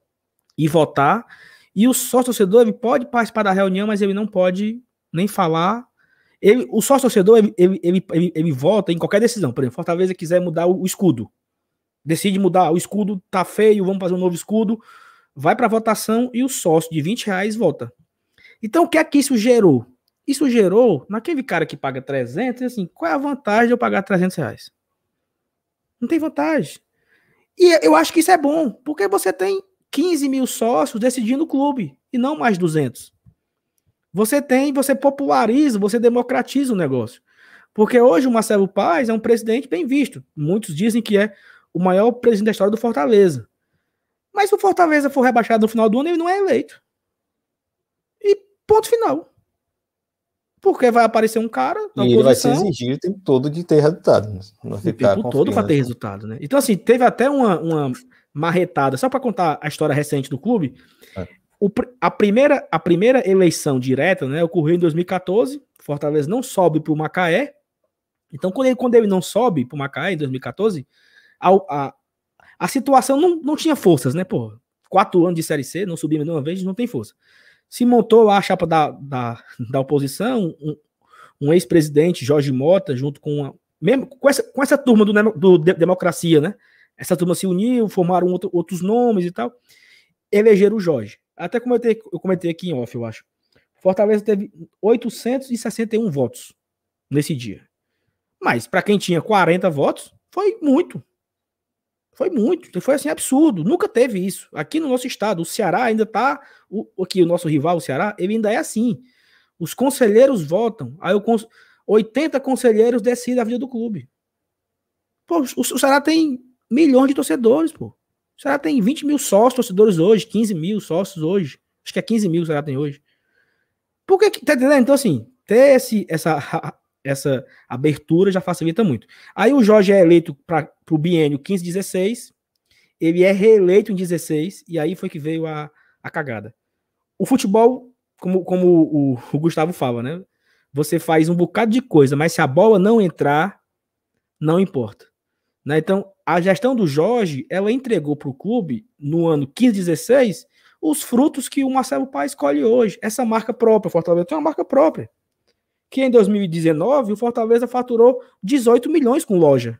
[SPEAKER 4] e votar. E o sócio-torcedor ele pode participar da reunião, mas ele não pode nem falar. Ele, o sócio-torcedor ele, ele, ele, ele, ele vota em qualquer decisão. Por exemplo, Fortaleza quiser mudar o, o escudo. Decide mudar, o escudo tá feio, vamos fazer um novo escudo. Vai para votação e o sócio de vinte reais vota. Então, o que é que isso gerou? Isso gerou, naquele cara que paga trezentos, assim, qual é a vantagem de eu pagar trezentos reais? Não tem vantagem. E eu acho que isso é bom, porque você tem quinze mil sócios decidindo o clube, e não mais duzentos. Você tem, você populariza, você democratiza o negócio. Porque hoje o Marcelo Paes é um presidente bem visto. Muitos dizem que é o maior presidente da história do Fortaleza. Mas se o Fortaleza for rebaixado no final do ano, ele não é eleito. E ponto final. Porque vai aparecer um cara
[SPEAKER 1] na e oposição, ele vai se exigir o tempo todo de ter resultado. Não ficar
[SPEAKER 4] o tempo todo para ter resultado, né? Então, assim, teve até uma... uma marretada, só para contar a história recente do clube, é. o, a, primeira, a primeira eleição direta, né, ocorreu em dois mil e quatorze, Fortaleza não sobe para o Macaé, então quando ele, quando ele não sobe para o Macaé em dois mil e quatorze, a, a, a situação não, não tinha forças, né, pô, quatro anos de Série C, não subimos nenhuma vez, não tem força. Se montou lá a chapa da, da, da oposição, um, um ex-presidente, Jorge Mota, junto com, uma, mesmo, com, essa, com essa turma do, do Democracia, né, essa turma se uniu, formaram outro, outros nomes e tal, elegeram o Jorge. Até comentei, eu comentei aqui em off, eu acho. Fortaleza teve oitocentos e sessenta e um votos nesse dia. Mas, para quem tinha quarenta votos, foi muito. Foi muito. Foi assim, absurdo. Nunca teve isso. Aqui no nosso estado, o Ceará ainda tá... O, aqui, o nosso rival, o Ceará, ele ainda é assim. Os conselheiros votam. Aí o, oitenta conselheiros decidem a vida do clube. Pô, o, o Ceará tem milhões de torcedores, pô. O Ceará tem vinte mil sócios torcedores hoje, quinze mil sócios hoje. Acho que é quinze mil o Ceará tem hoje. Por que, tá entendendo? Então, assim, ter esse, essa, essa abertura já facilita muito. Aí o Jorge é eleito para o biênio quinze dezesseis, ele é reeleito em dezesseis, e aí foi que veio a, a cagada. O futebol, como, como o, o Gustavo fala, né? Você faz um bocado de coisa, mas se a bola não entrar, não importa. Né? Então, a gestão do Jorge, ela entregou para o clube, no ano quinze, dezesseis, os frutos que o Marcelo Paes escolhe hoje. Essa marca própria, o Fortaleza tem uma marca própria. Que em dois mil e dezenove, o Fortaleza faturou dezoito milhões com loja.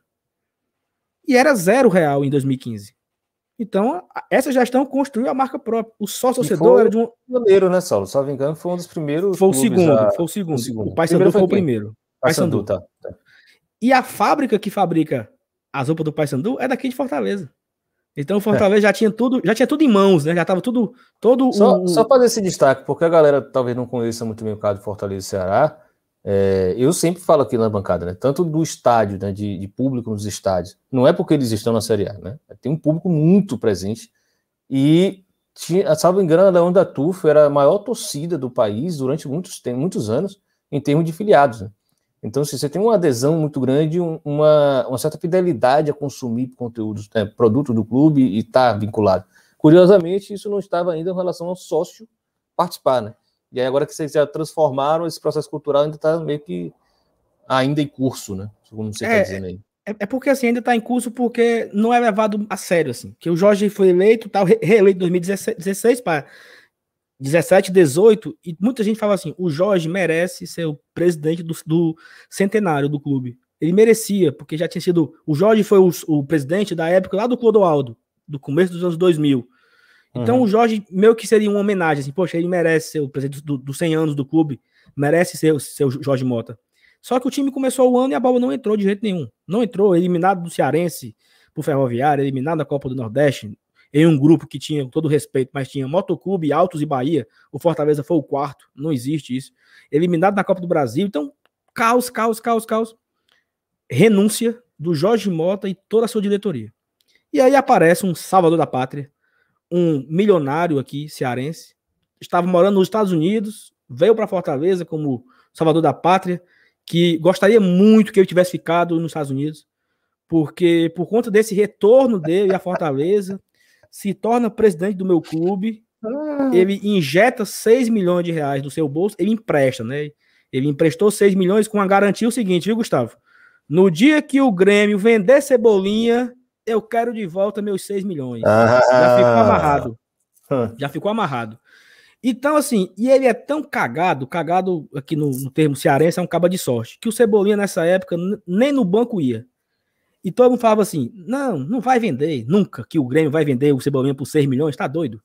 [SPEAKER 4] E era zero real em dois mil e quinze. Então, essa gestão construiu a marca própria. O sócio-torcedor era de um...
[SPEAKER 1] Pioneiro, né, Saulo? Só me engano, foi um dos primeiros.
[SPEAKER 4] Foi o segundo, a... foi o segundo. O, segundo. O Paysandu foi o primeiro.
[SPEAKER 1] Paysandu, tá, tá.
[SPEAKER 4] E a fábrica que fabrica as roupas do Paysandu é daqui de Fortaleza. Então o Fortaleza é. já tinha tudo, já tinha tudo em mãos, né? Já estava tudo, todo
[SPEAKER 1] só,
[SPEAKER 4] o...
[SPEAKER 1] Só fazer esse destaque, porque a galera talvez não conheça muito bem o caso de Fortaleza e Ceará. É, eu sempre falo aqui na bancada, né? Tanto do estádio, né? De, de público nos estádios. Não é porque eles estão na Série A, né? Tem um público muito presente. E, tinha, salvo engano, a Leão da Tufo era a maior torcida do país durante muitos, tem, muitos anos, em termos de filiados, né? Então, se você tem uma adesão muito grande, uma, uma certa fidelidade a consumir conteúdos, né, produto do clube e estar tá vinculado. Curiosamente, isso não estava ainda em relação ao sócio participar, né? E aí, agora que vocês já transformaram, esse processo cultural ainda está meio que ainda em curso, né? Como você está
[SPEAKER 4] é,
[SPEAKER 1] dizendo aí.
[SPEAKER 4] É, é porque assim, ainda está em curso porque não é levado a sério, assim. Que o Jorge foi eleito, tal, reeleito em dois mil e dezesseis para dezessete, dezoito, e muita gente fala assim, o Jorge merece ser o presidente do, do centenário do clube. Ele merecia, porque já tinha sido... O Jorge foi o, o presidente da época lá do Clodoaldo, do começo dos anos dois mil. Então uhum. o Jorge meio que seria uma homenagem, assim, poxa, ele merece ser o presidente dos do cem anos do clube, merece ser, ser o Jorge Mota. Só que o time começou o ano e a bola não entrou de jeito nenhum. Não entrou, eliminado do Cearense pro Ferroviário, eliminado da Copa do Nordeste, em um grupo que tinha, com todo respeito, mas tinha Motoclube, Altos e Bahia, o Fortaleza foi o quarto, não existe isso. Eliminado na Copa do Brasil, então, caos, caos, caos, caos. Renúncia do Jorge Mota e toda a sua diretoria. E aí aparece um salvador da pátria, um milionário aqui, cearense, estava morando nos Estados Unidos, veio para Fortaleza como salvador da pátria, que gostaria muito que ele tivesse ficado nos Estados Unidos, porque por conta desse retorno dele à Fortaleza, se torna presidente do meu clube, ah. ele injeta seis milhões de reais do seu bolso, ele empresta, né? Ele emprestou seis milhões com a garantia o seguinte, viu, Gustavo? No dia que o Grêmio vender Cebolinha, eu quero de volta meus seis milhões. Ah. Já ficou amarrado. Ah. Já ficou amarrado. Então, assim, e ele é tão cagado, cagado aqui no, no termo cearense, é um caba de sorte, que o Cebolinha nessa época nem no banco ia. E todo mundo falava assim, não, não vai vender, nunca que o Grêmio vai vender o Cebolinha por seis milhões, tá doido?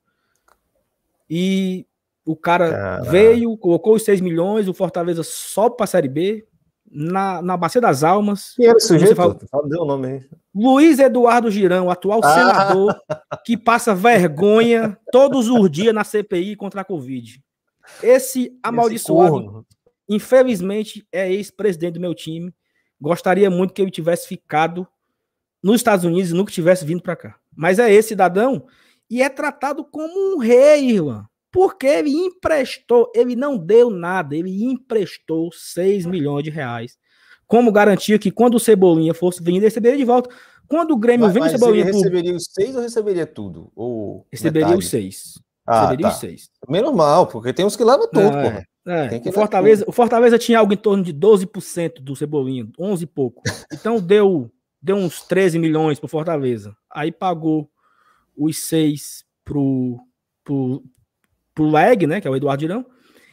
[SPEAKER 4] E o cara Caramba. veio, colocou os seis milhões, o Fortaleza sobe pra Série B, na, na Bacia das Almas.
[SPEAKER 1] Quem era o sujeito? Fala, fala, deu o nome aí.
[SPEAKER 4] Luiz Eduardo Girão, atual ah. senador, que passa vergonha todos os dias na C P I contra a Covid. Esse amaldiçoado, Esse infelizmente, é ex-presidente do meu time. Gostaria muito que ele tivesse ficado nos Estados Unidos e nunca tivesse vindo para cá. Mas é esse cidadão e é tratado como um rei, Irlan. Porque ele emprestou, ele não deu nada, ele emprestou seis milhões de reais. Como garantia que quando o Cebolinha fosse vir, ele receberia de volta. Quando o Grêmio vem o Cebolinha...
[SPEAKER 1] Ele receberia pro... os seis ou receberia tudo? Ou
[SPEAKER 4] receberia metade? Os seis.
[SPEAKER 1] Ah,
[SPEAKER 4] receberia
[SPEAKER 1] tá.
[SPEAKER 4] os seis.
[SPEAKER 1] Menos mal, porque tem uns que levam tudo,
[SPEAKER 4] é,
[SPEAKER 1] porra.
[SPEAKER 4] É. O, Fortaleza, o Fortaleza tinha algo em torno de doze por cento do Cebolinha, onze e pouco. Então deu, deu uns treze milhões pro Fortaleza. Aí pagou os seis pro, pro, pro Leg, né, que é o Eduardo Girão,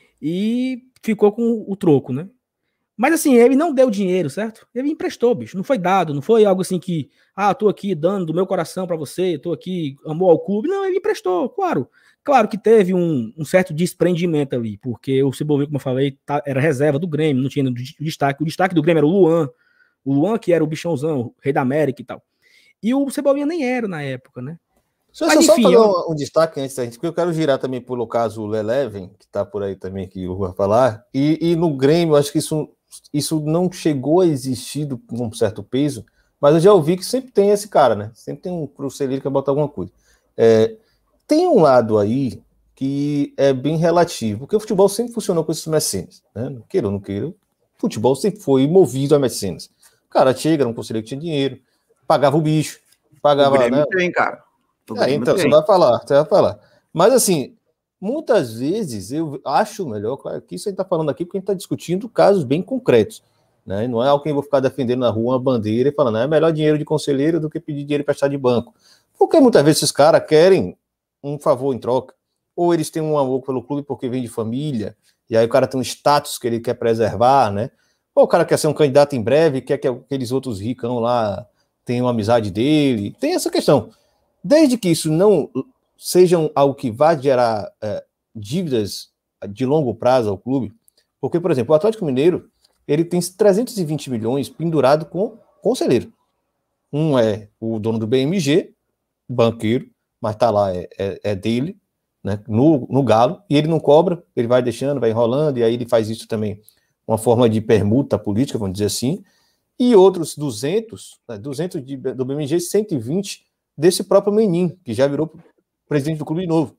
[SPEAKER 4] e ficou com o troco, né? Mas assim, ele não deu dinheiro, certo? Ele emprestou, bicho, não foi dado, não foi algo assim que, ah, tô aqui dando do meu coração para você, tô aqui, amor ao clube. Não, ele emprestou, claro. Claro que teve um, um certo desprendimento ali, porque o Cebolinha, como eu falei, tá, era reserva do Grêmio, não tinha destaque. O destaque do Grêmio era o Luan, o Luan que era o bichãozão, o rei da América e tal. E o Cebolinha nem era na época, né?
[SPEAKER 1] Deixa eu Mas, só enfim, fazer eu... um, um destaque antes da gente, porque eu quero girar também pelo caso Leleven, que tá por aí também, que eu vou falar, e, e no Grêmio, acho que isso, isso não chegou a existir com um certo peso, mas eu já ouvi que sempre tem esse cara, né? Sempre tem um conselheiro que vai botar alguma coisa. É, tem um lado aí que é bem relativo, porque o futebol sempre funcionou com esses mecenas, né? Não queira ou não queira, o futebol sempre foi movido a mecenas. O cara chega, era um conselheiro que tinha dinheiro, pagava o bicho, pagava...
[SPEAKER 2] O Grêmio
[SPEAKER 1] né?
[SPEAKER 2] tem, cara.
[SPEAKER 1] É, então, você vai falar, você vai falar. Mas assim, muitas vezes eu acho melhor, claro que isso a gente está falando aqui porque a gente está discutindo casos bem concretos. né? Não é alguém que vou ficar defendendo na rua uma bandeira e falando, é melhor dinheiro de conselheiro do que pedir dinheiro emprestado de banco. Porque muitas vezes esses caras querem um favor em troca, ou eles têm um amor pelo clube porque vem de família, e aí o cara tem um status que ele quer preservar, né? Ou o cara quer ser um candidato em breve, quer que aqueles outros ricão lá tenham amizade dele. Tem essa questão. Desde que isso não seja algo que vá gerar é, dívidas de longo prazo ao clube, porque, por exemplo, o Atlético Mineiro, ele tem trezentos e vinte milhões pendurado com conselheiro. Um é o dono do B M G, banqueiro, mas tá lá, é, é, é dele, né, no, no Galo, e ele não cobra, ele vai deixando, vai enrolando, e aí ele faz isso também, uma forma de permuta política, vamos dizer assim, e outros duzentos, né, duzentos de, do B M G, cento e vinte desse próprio Menin, que já virou presidente do clube de novo.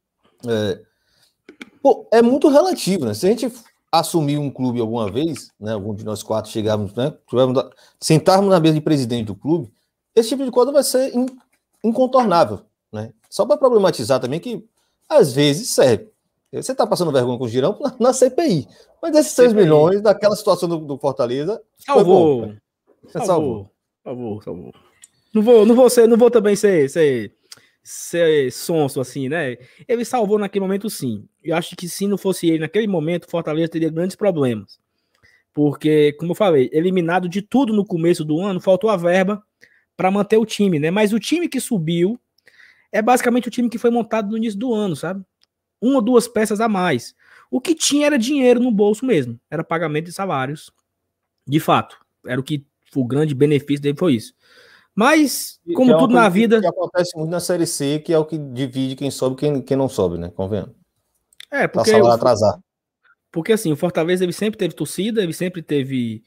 [SPEAKER 1] É, pô, é muito relativo, né? Se a gente assumir um clube alguma vez, né, algum de nós quatro chegarmos, né, sentarmos na mesa de presidente do clube, esse tipo de coisa vai ser in, incontornável, né? Só para problematizar também que, às vezes, serve. Você está passando vergonha com o Girão na C P I, mas esses seis milhões, daquela situação do, do Fortaleza,
[SPEAKER 4] salvou.
[SPEAKER 1] Bom,
[SPEAKER 4] salvou. Salvou. Salvou, salvou. Não vou, não vou, ser, não vou também ser, ser, ser sonso assim, né? Ele salvou naquele momento, sim. Eu acho que se não fosse ele naquele momento, o Fortaleza teria grandes problemas. Porque, como eu falei, eliminado de tudo no começo do ano, faltou a verba para manter o time, né? Mas o time que subiu é basicamente o time que foi montado no início do ano, sabe? Uma ou duas peças a mais. O que tinha era dinheiro no bolso mesmo. Era pagamento de salários. De fato. Era o que o grande benefício dele foi isso. Mas, como é tudo na vida...
[SPEAKER 1] Que, que acontece muito na Série C, que é o que divide quem sobe e quem, quem não sobe, né? Convenhamos.
[SPEAKER 4] É, porque...
[SPEAKER 1] Tá atrasar.
[SPEAKER 4] Porque, assim, o Fortaleza ele sempre teve torcida, ele sempre teve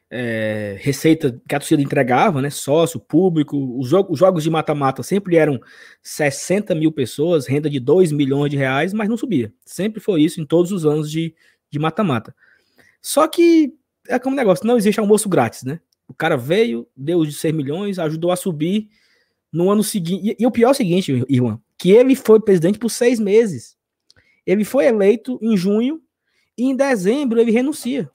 [SPEAKER 4] é, receita que a torcida entregava, né? Sócio, público. Os, jo- os jogos de mata-mata sempre eram sessenta mil pessoas, renda de dois milhões de reais, mas não subia. Sempre foi isso em todos os anos de de mata-mata. Só que é como negócio, não existe almoço grátis, né? O cara veio, deu os seis milhões, ajudou a subir no ano seguinte. E, e o pior é o seguinte, Irwan, que ele foi presidente por seis meses. Ele foi eleito em junho e em dezembro ele renuncia.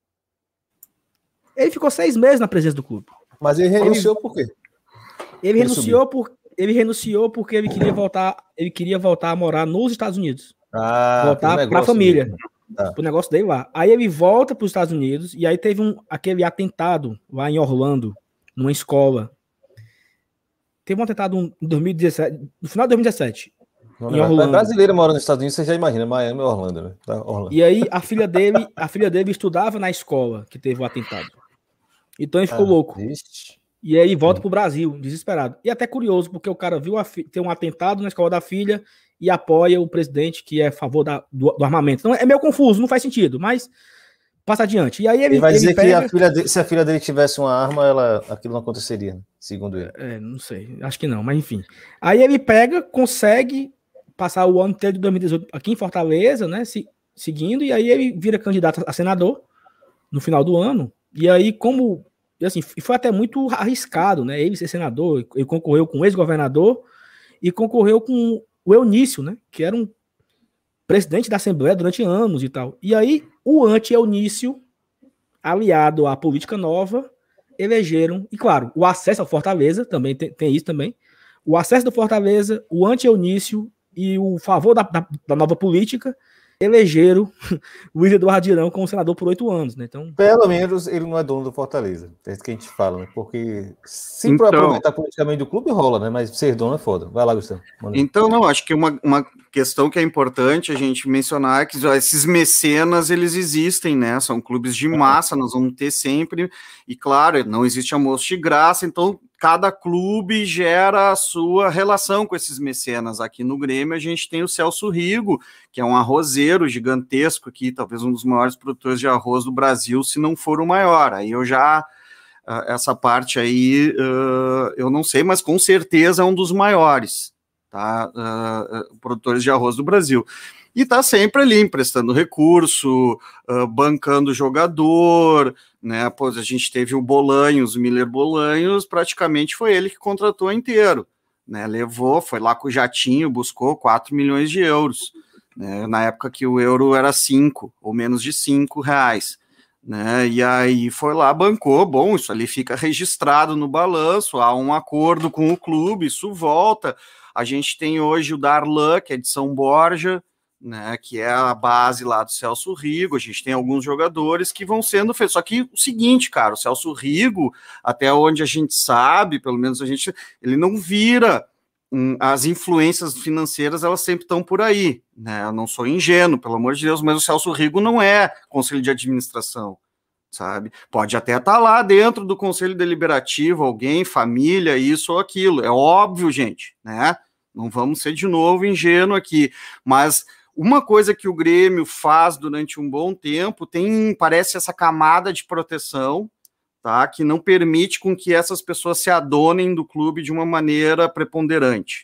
[SPEAKER 4] Ele ficou seis meses na presidência do clube.
[SPEAKER 1] Mas ele renunciou ele, por quê?
[SPEAKER 4] Ele, ele renunciou por, ele renunciou porque ele queria voltar, ele queria voltar a morar nos Estados Unidos.
[SPEAKER 1] Ah,
[SPEAKER 4] voltar para a família. Tá. O negócio dele lá. Aí ele volta para os Estados Unidos e aí teve um, aquele atentado lá em Orlando, numa escola. Teve um atentado em dois mil e dezessete, no final de dois mil e dezessete.
[SPEAKER 1] Não, em Orlando. Brasileira mora nos Estados Unidos, você já imagina, Miami ou Orlando, né? Tá, Orlando.
[SPEAKER 4] E aí a filha dele, a filha dele estudava na escola que teve o atentado. Então ele ficou ah, louco. Ixi. E aí volta hum. pro Brasil, desesperado. E até curioso, porque o cara viu a fi- ter um atentado na escola da filha e apoia o presidente que é a favor da, do, do armamento. Então é meio confuso, não faz sentido, mas passa adiante. E aí ele,
[SPEAKER 1] ele vai
[SPEAKER 4] ele
[SPEAKER 1] dizer
[SPEAKER 4] pega...
[SPEAKER 1] que a filha dele, se a filha dele tivesse uma arma, ela, aquilo não aconteceria, segundo ele.
[SPEAKER 4] É, não sei, acho que não, mas enfim. Aí ele pega, consegue passar o ano inteiro de dois mil e dezoito aqui em Fortaleza, né, se, seguindo, e aí ele vira candidato a senador no final do ano. E aí, como... E assim, foi até muito arriscado, né? Ele ser senador, ele concorreu com o ex-governador e concorreu com o Eunício, né? Que era um presidente da Assembleia durante anos e tal. E aí, o anti-Eunício, aliado à política nova, elegeram, e claro, o acesso ao Fortaleza, também tem, tem isso também, o acesso do Fortaleza, o anti-Eunício e o favor da, da, da nova política, elegeram Luiz Eduardo Girão como senador por oito anos, né? Então,
[SPEAKER 1] pelo menos ele não é dono do Fortaleza. É isso que a gente fala, né? Porque se então, aproveitar politicamente do clube, rola, né? Mas ser dono é foda. Vai lá, Gustavo. Manda.
[SPEAKER 2] Então, não, acho que uma, uma questão que é importante a gente mencionar é que esses mecenas, eles existem, né? São clubes de massa, nós vamos ter sempre. E, claro, não existe almoço de graça, então cada clube gera a sua relação com esses mecenas. Aqui no Grêmio a gente tem o Celso Rigo, que é um arrozeiro gigantesco aqui, talvez um dos maiores produtores de arroz do Brasil, se não for o maior. Aí eu já, essa parte aí, eu não sei, mas com certeza é um dos maiores, tá? Produtores de arroz do Brasil. E está sempre ali emprestando recurso, uh, bancando jogador, né? Pois a gente teve o Bolanhos, o Miller Bolanhos, praticamente foi ele que contratou inteiro, né? Levou, foi lá com o jatinho, buscou quatro milhões de euros, né? Na época que o euro era cinco ou menos de cinco reais, né? E aí foi lá, bancou, bom, isso ali fica registrado no balanço, há um acordo com o clube, isso volta. A gente tem hoje o Darlan, que é de São Borja, né, que é a base lá do Celso Rigo. A gente tem alguns jogadores que vão sendo feitos. Só que o seguinte, cara, o Celso Rigo, até onde a gente sabe, pelo menos a gente, ele não vira. Hum, as influências financeiras, elas sempre estão por aí, né? Eu não sou ingênuo, pelo amor de Deus, mas o Celso Rigo não é conselho de administração, sabe? Pode até estar lá dentro do conselho deliberativo, alguém, família, isso ou aquilo. É óbvio, gente, né? Não vamos ser de novo ingênuo aqui, mas uma coisa que o Grêmio faz durante um bom tempo tem, parece, essa camada de proteção, tá, que não permite com que essas pessoas se adonem do clube de uma maneira preponderante,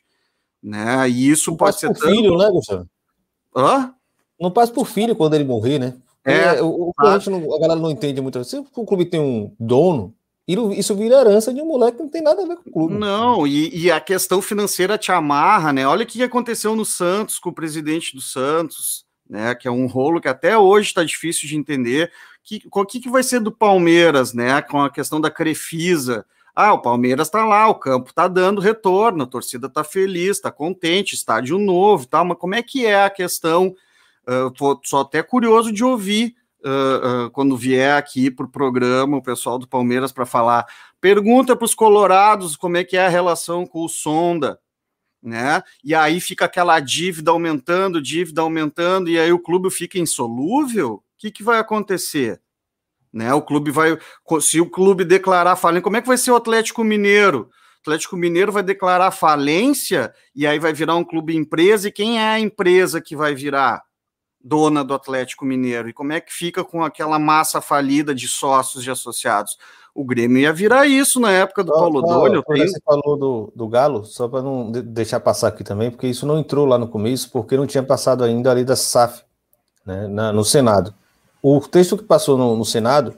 [SPEAKER 2] né? E isso
[SPEAKER 1] não
[SPEAKER 2] pode ser
[SPEAKER 1] por tanto... filho, né, Gustavo?
[SPEAKER 2] Hã?
[SPEAKER 1] Não passa por filho quando ele morrer, né?
[SPEAKER 2] É,
[SPEAKER 1] o, o que a, gente não, a galera não entende muito. Se o clube tem um dono, isso vira herança de um moleque que não tem nada a ver com o clube.
[SPEAKER 2] Não, e, e a questão financeira te amarra, né? Olha o que aconteceu no Santos com o presidente do Santos, né? Que é um rolo que até hoje está difícil de entender. Que, o que, que vai ser do Palmeiras, né? Com a questão da Crefisa. Ah, o Palmeiras está lá, o campo está dando retorno, a torcida está feliz, está contente, estádio novo e tal, mas como é que é a questão? Uh, tô, só até curioso de ouvir uh, uh, quando vier aqui para o programa o pessoal do Palmeiras para falar. Pergunta para os colorados como é que é a relação com o Sonda, né? E aí fica aquela dívida aumentando, dívida aumentando, e aí o clube fica insolúvel. O que, que vai acontecer? Né, o clube vai, se o clube declarar falência, como é que vai ser o Atlético Mineiro? O Atlético Mineiro vai declarar falência e aí vai virar um clube empresa, e quem é a empresa que vai virar dona do Atlético Mineiro? E como é que fica com aquela massa falida de sócios e associados? O Grêmio ia virar isso na época do Paulo Dolho.
[SPEAKER 1] Tenho... Você falou do, do Galo, só para não deixar passar aqui também, porque isso não entrou lá no começo, porque não tinha passado ainda ali da S A F, né, na, no Senado. O texto que passou no, no Senado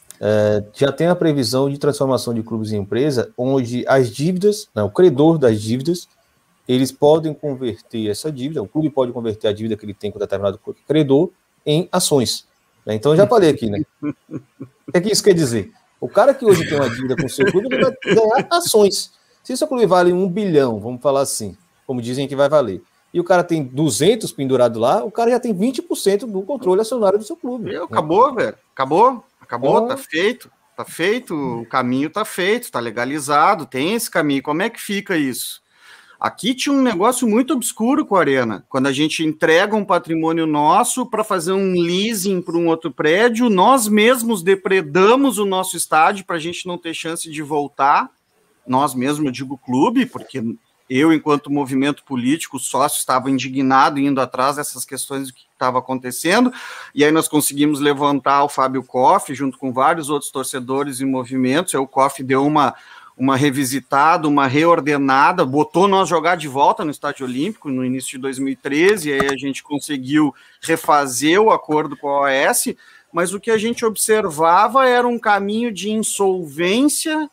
[SPEAKER 1] é, já tem a previsão de transformação de clubes em empresa, onde as dívidas, né, o credor das dívidas, eles podem converter essa dívida, o clube pode converter a dívida que ele tem com determinado credor em ações. Né? Então, eu já falei aqui, né? O que, é que isso quer dizer? O cara que hoje tem uma dívida com o seu clube, ele vai ganhar ações. Se o seu clube vale um bilhão, vamos falar assim, como dizem que vai valer, e o cara tem duzentos pendurados lá, o cara já tem vinte por cento do controle acionário do seu clube.
[SPEAKER 2] Meu, acabou, né? velho. Acabou. Acabou, então... tá feito. Tá feito, o caminho tá feito, tá legalizado, tem esse caminho. Como é que fica isso? Aqui tinha um negócio muito obscuro com a Arena. Quando a gente entrega um patrimônio nosso para fazer um leasing para um outro prédio, nós mesmos depredamos o nosso estádio para a gente não ter chance de voltar. Nós mesmos, eu digo clube, porque... eu, enquanto movimento político, sócio, estava indignado indo atrás dessas questões do que estava acontecendo, e aí nós conseguimos levantar o Fábio Koff, junto com vários outros torcedores e movimentos. Aí o Koff deu uma, uma revisitada, uma reordenada, botou nós jogar de volta no Estádio Olímpico no início de dois mil e treze, e aí a gente conseguiu refazer o acordo com a O A S, mas o que a gente observava era um caminho de insolvência,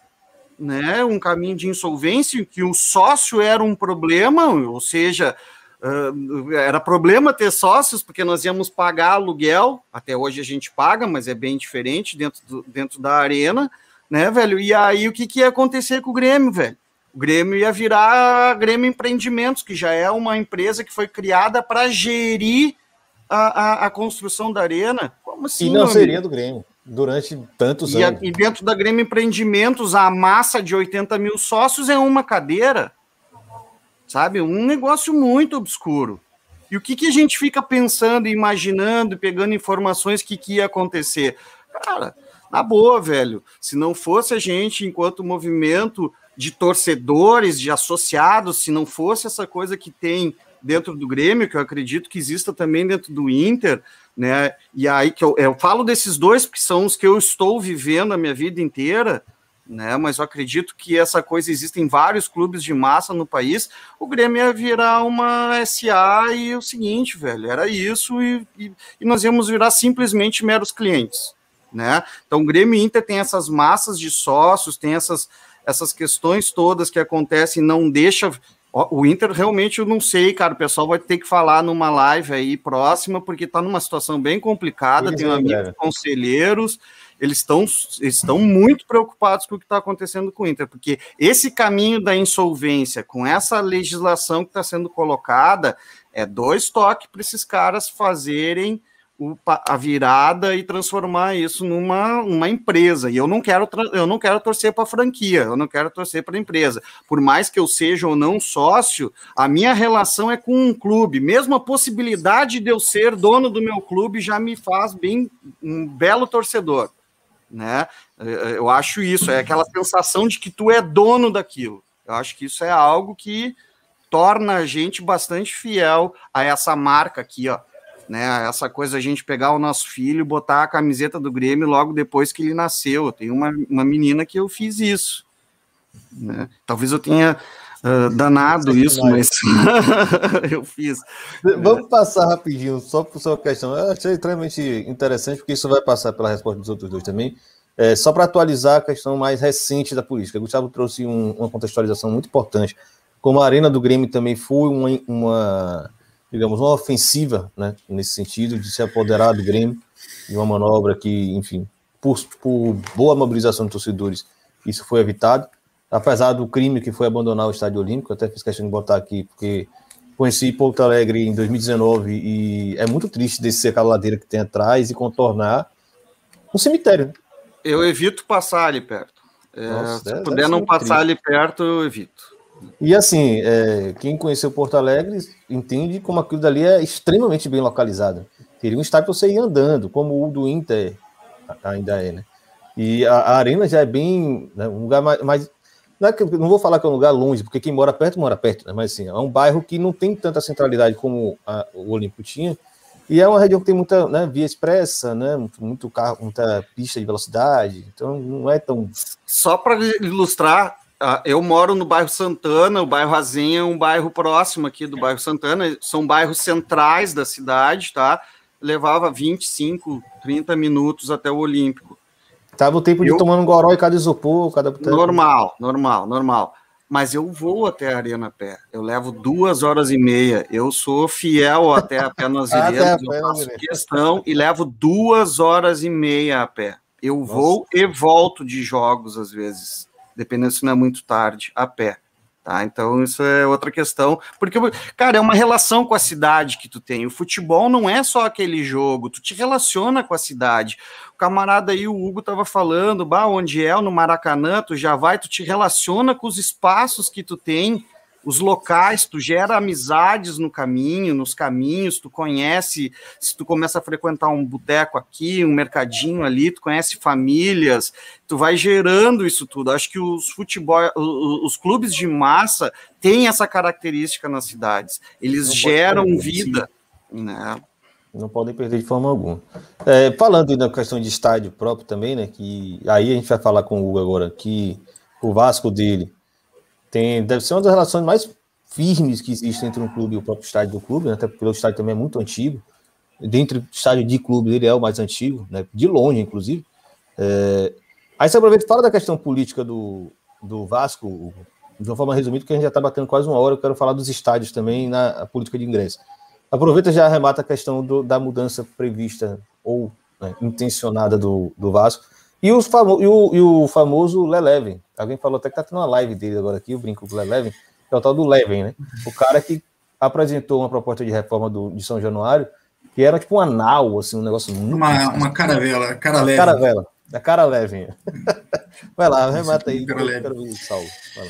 [SPEAKER 2] né, um caminho de insolvência, que o sócio era um problema, ou seja, uh, era problema ter sócios, porque nós íamos pagar aluguel, até hoje a gente paga, mas é bem diferente dentro, do, dentro da Arena, né, velho, e aí o que, que ia acontecer com o Grêmio, velho? O Grêmio ia virar Grêmio Empreendimentos, que já é uma empresa que foi criada para gerir a, a, a construção da Arena. Como assim,
[SPEAKER 1] e não seria amigo? do Grêmio. Durante tantos
[SPEAKER 2] e
[SPEAKER 1] anos.
[SPEAKER 2] A, e dentro da Grêmio Empreendimentos, a massa de oitenta mil sócios é uma cadeira. Sabe? Um negócio muito obscuro. E o que, que a gente fica pensando, imaginando, pegando informações que, que ia acontecer? Cara, na boa, velho. Se não fosse a gente, enquanto movimento de torcedores, de associados, se não fosse essa coisa que tem dentro do Grêmio, que eu acredito que exista também dentro do Inter, né? E aí que eu, eu falo desses dois, porque são os que eu estou vivendo a minha vida inteira, né? Mas eu acredito que essa coisa existe em vários clubes de massa no país. O Grêmio ia virar uma S A e o seguinte, velho, era isso, e, e, e nós íamos virar simplesmente meros clientes, né? Então o Grêmio e Inter tem essas massas de sócios, tem essas, essas questões todas que acontecem, não deixa O Inter, realmente, eu não sei, cara, o pessoal vai ter que falar numa live aí próxima, porque tá numa situação bem complicada, eles tem um amigos breve. conselheiros, eles estão eles estão muito preocupados com o que está acontecendo com o Inter, porque esse caminho da insolvência, com essa legislação que está sendo colocada, é dois toques para esses caras fazerem o, a virada e transformar isso numa uma empresa. E eu não quero, eu não quero torcer para a franquia, eu não quero torcer para a empresa. Por mais que eu seja ou não sócio, a minha relação é com um clube. Mesmo a possibilidade de eu ser dono do meu clube já me faz bem um belo torcedor, né? Eu acho isso, é aquela sensação de que tu é dono daquilo. Eu acho que isso é algo que torna a gente bastante fiel a essa marca aqui, ó. Né, essa coisa, a gente pegar o nosso filho e botar a camiseta do Grêmio logo depois que ele nasceu. Eu tenho uma, uma menina que eu fiz isso. Né? Talvez eu tenha uh, danado isso, mas eu fiz.
[SPEAKER 1] Vamos passar rapidinho, só por sua questão. Eu achei extremamente interessante, porque isso vai passar pela resposta dos outros dois também. É, só para atualizar a questão mais recente da política. O Gustavo trouxe um, uma contextualização muito importante. Como a Arena do Grêmio também foi uma... uma digamos, uma ofensiva, né, nesse sentido, de se apoderar do Grêmio, de uma manobra que, enfim, por, por boa mobilização de torcedores, isso foi evitado, apesar do crime que foi abandonar o Estádio Olímpico. Eu até fiz questão de botar aqui, porque conheci Porto Alegre em dois mil e dezenove, e é muito triste descer aquela ladeira que tem atrás e contornar um cemitério.
[SPEAKER 2] Eu evito passar ali perto. É, Nossa, se é, puder não passar triste. ali perto, eu evito.
[SPEAKER 1] E assim, é, quem conheceu Porto Alegre entende como aquilo dali é extremamente bem localizado. Teria um estádio para você ir andando, como o do Inter ainda é, né? E a, a arena já é bem, né, um lugar mais... mais não, é que, não vou falar que é um lugar longe, porque quem mora perto, mora perto, né? Mas assim, é um bairro que não tem tanta centralidade como a, o Olímpico tinha, e é uma região que tem muita, né, via expressa, né, muito, muito carro, muita pista de velocidade, então não é tão...
[SPEAKER 2] Só para ilustrar, eu moro no bairro Santana, o bairro Azenha é um bairro próximo aqui do bairro Santana, são bairros centrais da cidade, tá? Levava vinte e cinco, trinta minutos até o Olímpico.
[SPEAKER 1] Tava o tempo eu... de tomando um goró e cada isopor, cada...
[SPEAKER 2] Normal, normal, normal. Mas eu vou até a Arena a pé, eu levo duas horas e meia, eu sou fiel até a pé nas Ilhas, eu faço questão e levo duas horas e meia a pé. Eu Nossa. vou e volto de jogos às vezes, dependendo se não é muito tarde, a pé, tá? Então isso é outra questão, porque, cara, é uma relação com a cidade que tu tem. O futebol não é só aquele jogo, tu te relaciona com a cidade. O camarada aí, o Hugo tava falando, bah, onde é, no Maracanã, tu já vai, tu te relaciona com os espaços que tu tem, os locais, tu gera amizades no caminho, nos caminhos, tu conhece, se tu começa a frequentar um boteco aqui, um mercadinho ali, tu conhece famílias, tu vai gerando isso tudo. Acho que os futebol, os clubes de massa têm essa característica nas cidades, eles Não geram perder, vida, né?
[SPEAKER 1] Não podem perder de forma alguma. É, falando na questão de estádio próprio também, né, que aí a gente vai falar com o Hugo agora, que o Vasco dele Tem, deve ser uma das relações mais firmes que existe entre um clube e o próprio estádio do clube, né? Até porque o estádio também é muito antigo. Dentre o estádio de clube, ele é o mais antigo, né? De longe, inclusive. É... Aí você aproveita e fala da questão política do, do Vasco, de uma forma resumida, porque a gente já está batendo quase uma hora. Eu quero falar dos estádios também na política de ingresso. Aproveita e já arremata a questão do, da mudança prevista ou né, intencionada do, do Vasco. E, os famo- e, o, e o famoso Leleven. Alguém falou até que tá tendo uma live dele agora aqui, eu brinco com o Leleven, que é o tal do Leven, né? O cara que apresentou uma proposta de reforma do, de São Januário, que era tipo uma nau, assim, um negócio muito...
[SPEAKER 3] Uma, uma caravela, cara leve.
[SPEAKER 1] Caravela, da cara leve. Vai lá, remata aí,
[SPEAKER 3] cara
[SPEAKER 1] eu
[SPEAKER 3] leve.
[SPEAKER 1] quero ver o Saulo.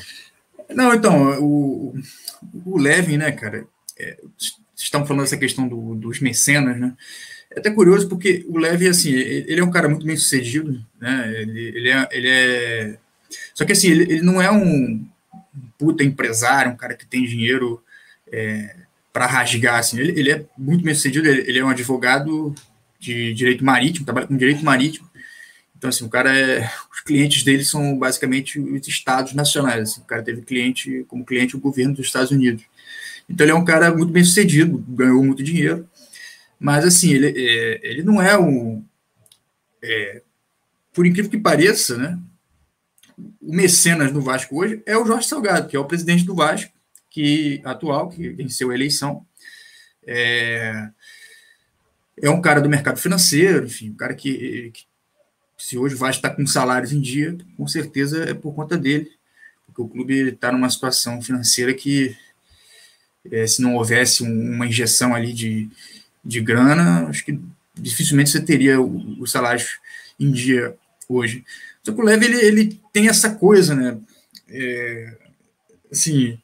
[SPEAKER 3] Não, então, o, o Leven, né, cara, é, vocês estão falando dessa questão do, dos mecenas, né? É até curioso porque o Levy, assim, ele é um cara muito bem sucedido, né? Ele, ele, é, ele é... Só que, assim, ele, ele não é um puta empresário, um cara que tem dinheiro é, para rasgar, assim. Ele, ele é muito bem sucedido, ele, ele é um advogado de direito marítimo, trabalha com direito marítimo. Então, assim, o cara é... Os clientes dele são, basicamente, os estados nacionais. Assim. O cara teve cliente, como cliente o governo dos Estados Unidos. Então, ele é um cara muito bem sucedido, ganhou muito dinheiro. Mas, assim, ele, é, ele não é um... É, por incrível que pareça, né? O mecenas no Vasco hoje é o Jorge Salgado, que é o presidente do Vasco, que, atual, que venceu a eleição. É, é um cara do mercado financeiro, enfim, um cara que, que se hoje o Vasco está com salários em dia, com certeza é por conta dele, porque o clube está numa situação financeira que, é, se não houvesse um, uma injeção ali de, de grana, acho que dificilmente você teria os salários em dia hoje. Só que o Leve, ele, ele tem essa coisa, né? É, assim,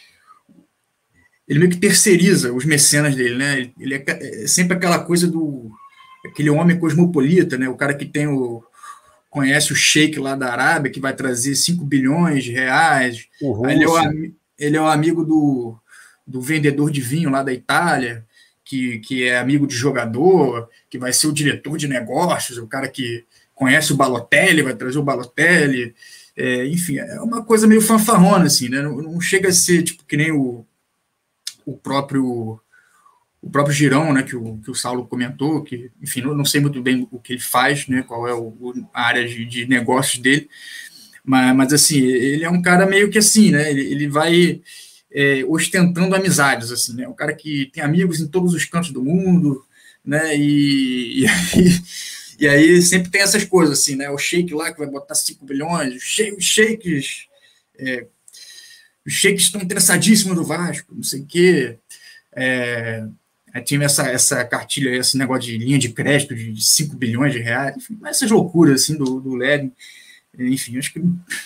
[SPEAKER 3] ele meio que terceiriza os mecenas dele, né? Ele é, é sempre aquela coisa do... aquele homem cosmopolita, né? O cara que tem o... conhece o sheik lá da Arábia, que vai trazer cinco bilhões de reais. Ele é, o, ele é o amigo do, do vendedor de vinho lá da Itália, que, que é amigo de jogador, que vai ser o diretor de negócios, o cara que conhece o Balotelli, vai trazer o Balotelli. É, enfim, é uma coisa meio fanfarrona, assim, né? Não, não chega a ser tipo que nem o, o próprio o próprio Girão, né, que o, que o Saulo comentou, que, enfim, não, não sei muito bem o que ele faz, né, qual é o, a área de, de negócios dele, mas, mas, assim, ele é um cara meio que assim, né, ele, ele vai é, ostentando amizades, assim, né, um cara que tem amigos em todos os cantos do mundo, né, e, e aí... E aí sempre tem essas coisas, assim, né? O sheik lá que vai botar cinco bilhões, os sheiks, é, os sheiks estão interessadíssimos no Vasco, não sei o quê. É, tinha essa, essa cartilha, esse negócio de linha de crédito de cinco bilhões de reais, enfim, essas loucuras, assim, do, do Leve. Enfim, acho que...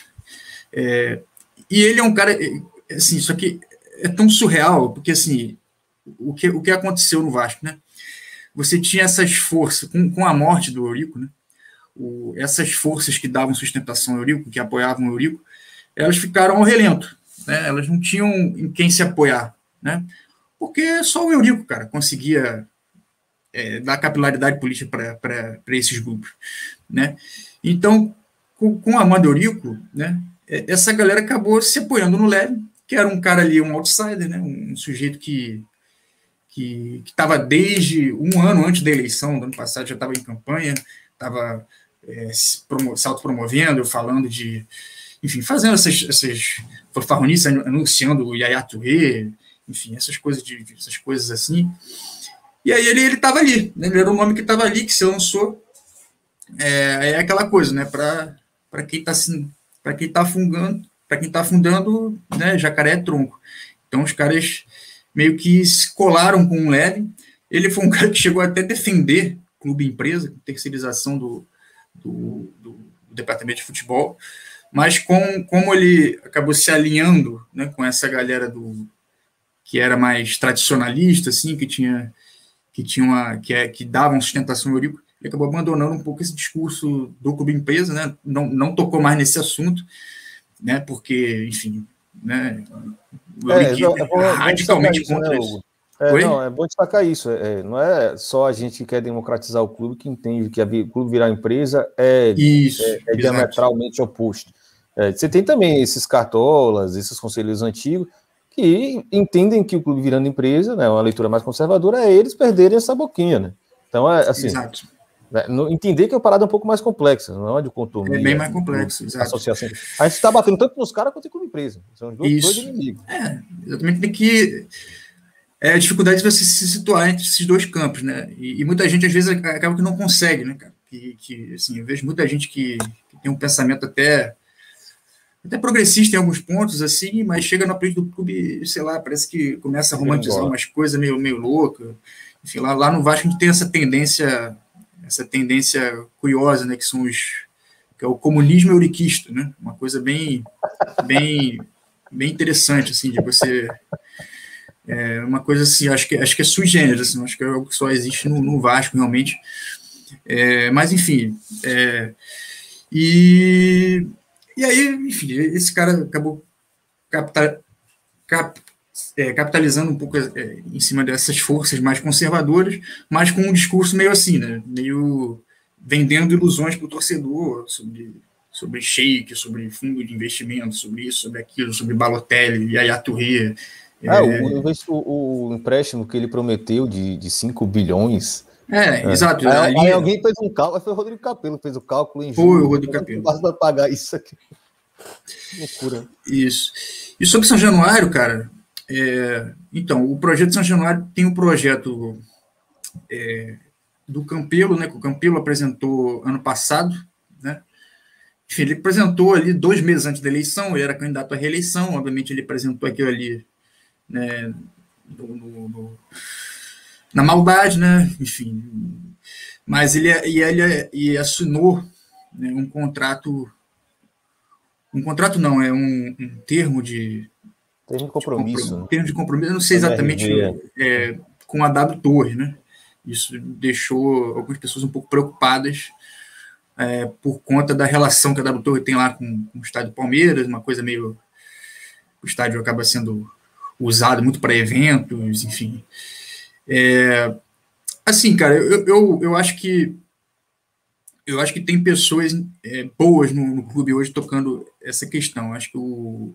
[SPEAKER 3] É, e ele é um cara, assim, só que é tão surreal, porque, assim, o que, o que aconteceu no Vasco, né? Você tinha essas forças, com, com a morte do Eurico, né? O, essas forças que davam sustentação ao Eurico, que apoiavam o Eurico, elas ficaram ao relento, né? Elas não tinham em quem se apoiar, né? Porque só o Eurico, cara, conseguia é, dar capilaridade política para esses grupos, né? Então, com, com a morte do Eurico, né, essa galera acabou se apoiando no Leve, que era um cara ali, um outsider, né? Um, um sujeito que que estava desde um ano antes da eleição, do ano passado, já estava em campanha, estava é, se, se autopromovendo, falando de, enfim, fazendo essas, essas fanfarronices, anunciando o Yaya Touré, enfim, essas coisas, de, essas coisas assim. E aí ele estava ali, né? Ele era o nome que estava ali, que se lançou. É, é aquela coisa, né? Para quem está assim, para quem está afundando, para quem está afundando, né? Jacaré é tronco. Então os caras meio que se colaram com o Leve. Ele foi um cara que chegou até a defender clube empresa, terceirização do, do, do, do departamento de futebol, mas com, como ele acabou se alinhando, né, com essa galera do, que era mais tradicionalista, assim, que tinha que, tinha uma, que, é, que davam sustentação ao Eurico, ele acabou abandonando um pouco esse discurso do clube empresa, né, não, não tocou mais nesse assunto, né, porque, enfim, né,
[SPEAKER 1] é, não, é bom,
[SPEAKER 3] radicalmente
[SPEAKER 1] isso,
[SPEAKER 3] contra
[SPEAKER 1] né,
[SPEAKER 3] isso.
[SPEAKER 1] É, não, é bom destacar isso. É, não é só a gente que quer democratizar o clube que entende que o clube virar empresa é,
[SPEAKER 3] isso,
[SPEAKER 1] é, é diametralmente oposto. É, você tem também esses cartolas, esses conselheiros antigos, que entendem que o clube virando empresa, né, uma leitura mais conservadora, é eles perderem essa boquinha. Né? Então, é assim,
[SPEAKER 3] exato.
[SPEAKER 1] É, entender que é uma parada um pouco mais complexa, não é uma dicotomia.
[SPEAKER 3] É bem mais complexo, exato.
[SPEAKER 1] Associação. A gente está batendo tanto nos caras quanto em clube empresa. São dois, dois inimigos.
[SPEAKER 3] É, exatamente, tem que... É a dificuldade de você se situar entre esses dois campos, né? E, e muita gente, às vezes, acaba que não consegue, né, cara? Que, que, assim, eu vejo muita gente que, que tem um pensamento até, até progressista em alguns pontos, assim, mas chega na frente do clube, sei lá, parece que começa a romantizar umas coisas meio, meio loucas. Enfim, lá, lá no Vasco a gente tem essa tendência, essa tendência curiosa, né? Que são os... que é o comunismo euriquista, né? Uma coisa bem, bem, bem interessante, assim, de você... É uma coisa assim, acho que, acho que é sui generis, assim, acho que é algo que só existe no, no Vasco, realmente. É, mas, enfim. É, e, e aí, enfim, esse cara acabou capta, cap, é, capitalizando um pouco é, em cima dessas forças mais conservadoras, mas com um discurso meio assim, né? Meio vendendo ilusões para o torcedor sobre, sobre sheik, sobre fundo de investimento, sobre isso, sobre aquilo, sobre Balotelli, Yaya Touré.
[SPEAKER 1] Ah, é... o, o, o empréstimo que ele prometeu de, de cinco bilhões.
[SPEAKER 3] É, é. exato.
[SPEAKER 1] Aí, ali... aí alguém fez um cálculo, foi o Rodrigo Capello que fez o cálculo em
[SPEAKER 3] Foi
[SPEAKER 1] julho,
[SPEAKER 3] o Rodrigo Capello.
[SPEAKER 1] Basta pagar isso aqui. Que loucura.
[SPEAKER 3] Isso. E sobre São Januário, cara, É, então, o projeto São Januário tem um projeto é, do Campelo, né, que o Campelo apresentou ano passado, né? Enfim, ele apresentou ali dois meses antes da eleição, ele era candidato à reeleição, obviamente ele apresentou aquilo ali, né, no, no, no, na maldade, né, enfim, mas ele, e ele, ele assinou, né, um contrato, um contrato não, é um, um termo de...
[SPEAKER 1] Termo de compromisso.
[SPEAKER 3] De, termo de compromisso, eu não sei exatamente, é, com a W Torre, né, isso deixou algumas pessoas um pouco preocupadas, É, por conta da relação que a W Torre tem lá com, com o estádio Palmeiras, uma coisa meio... O estádio acaba sendo usado muito para eventos, enfim. É, assim, cara, eu, eu, eu acho que eu acho que tem pessoas é, boas no, no clube hoje tocando essa questão. Acho que o,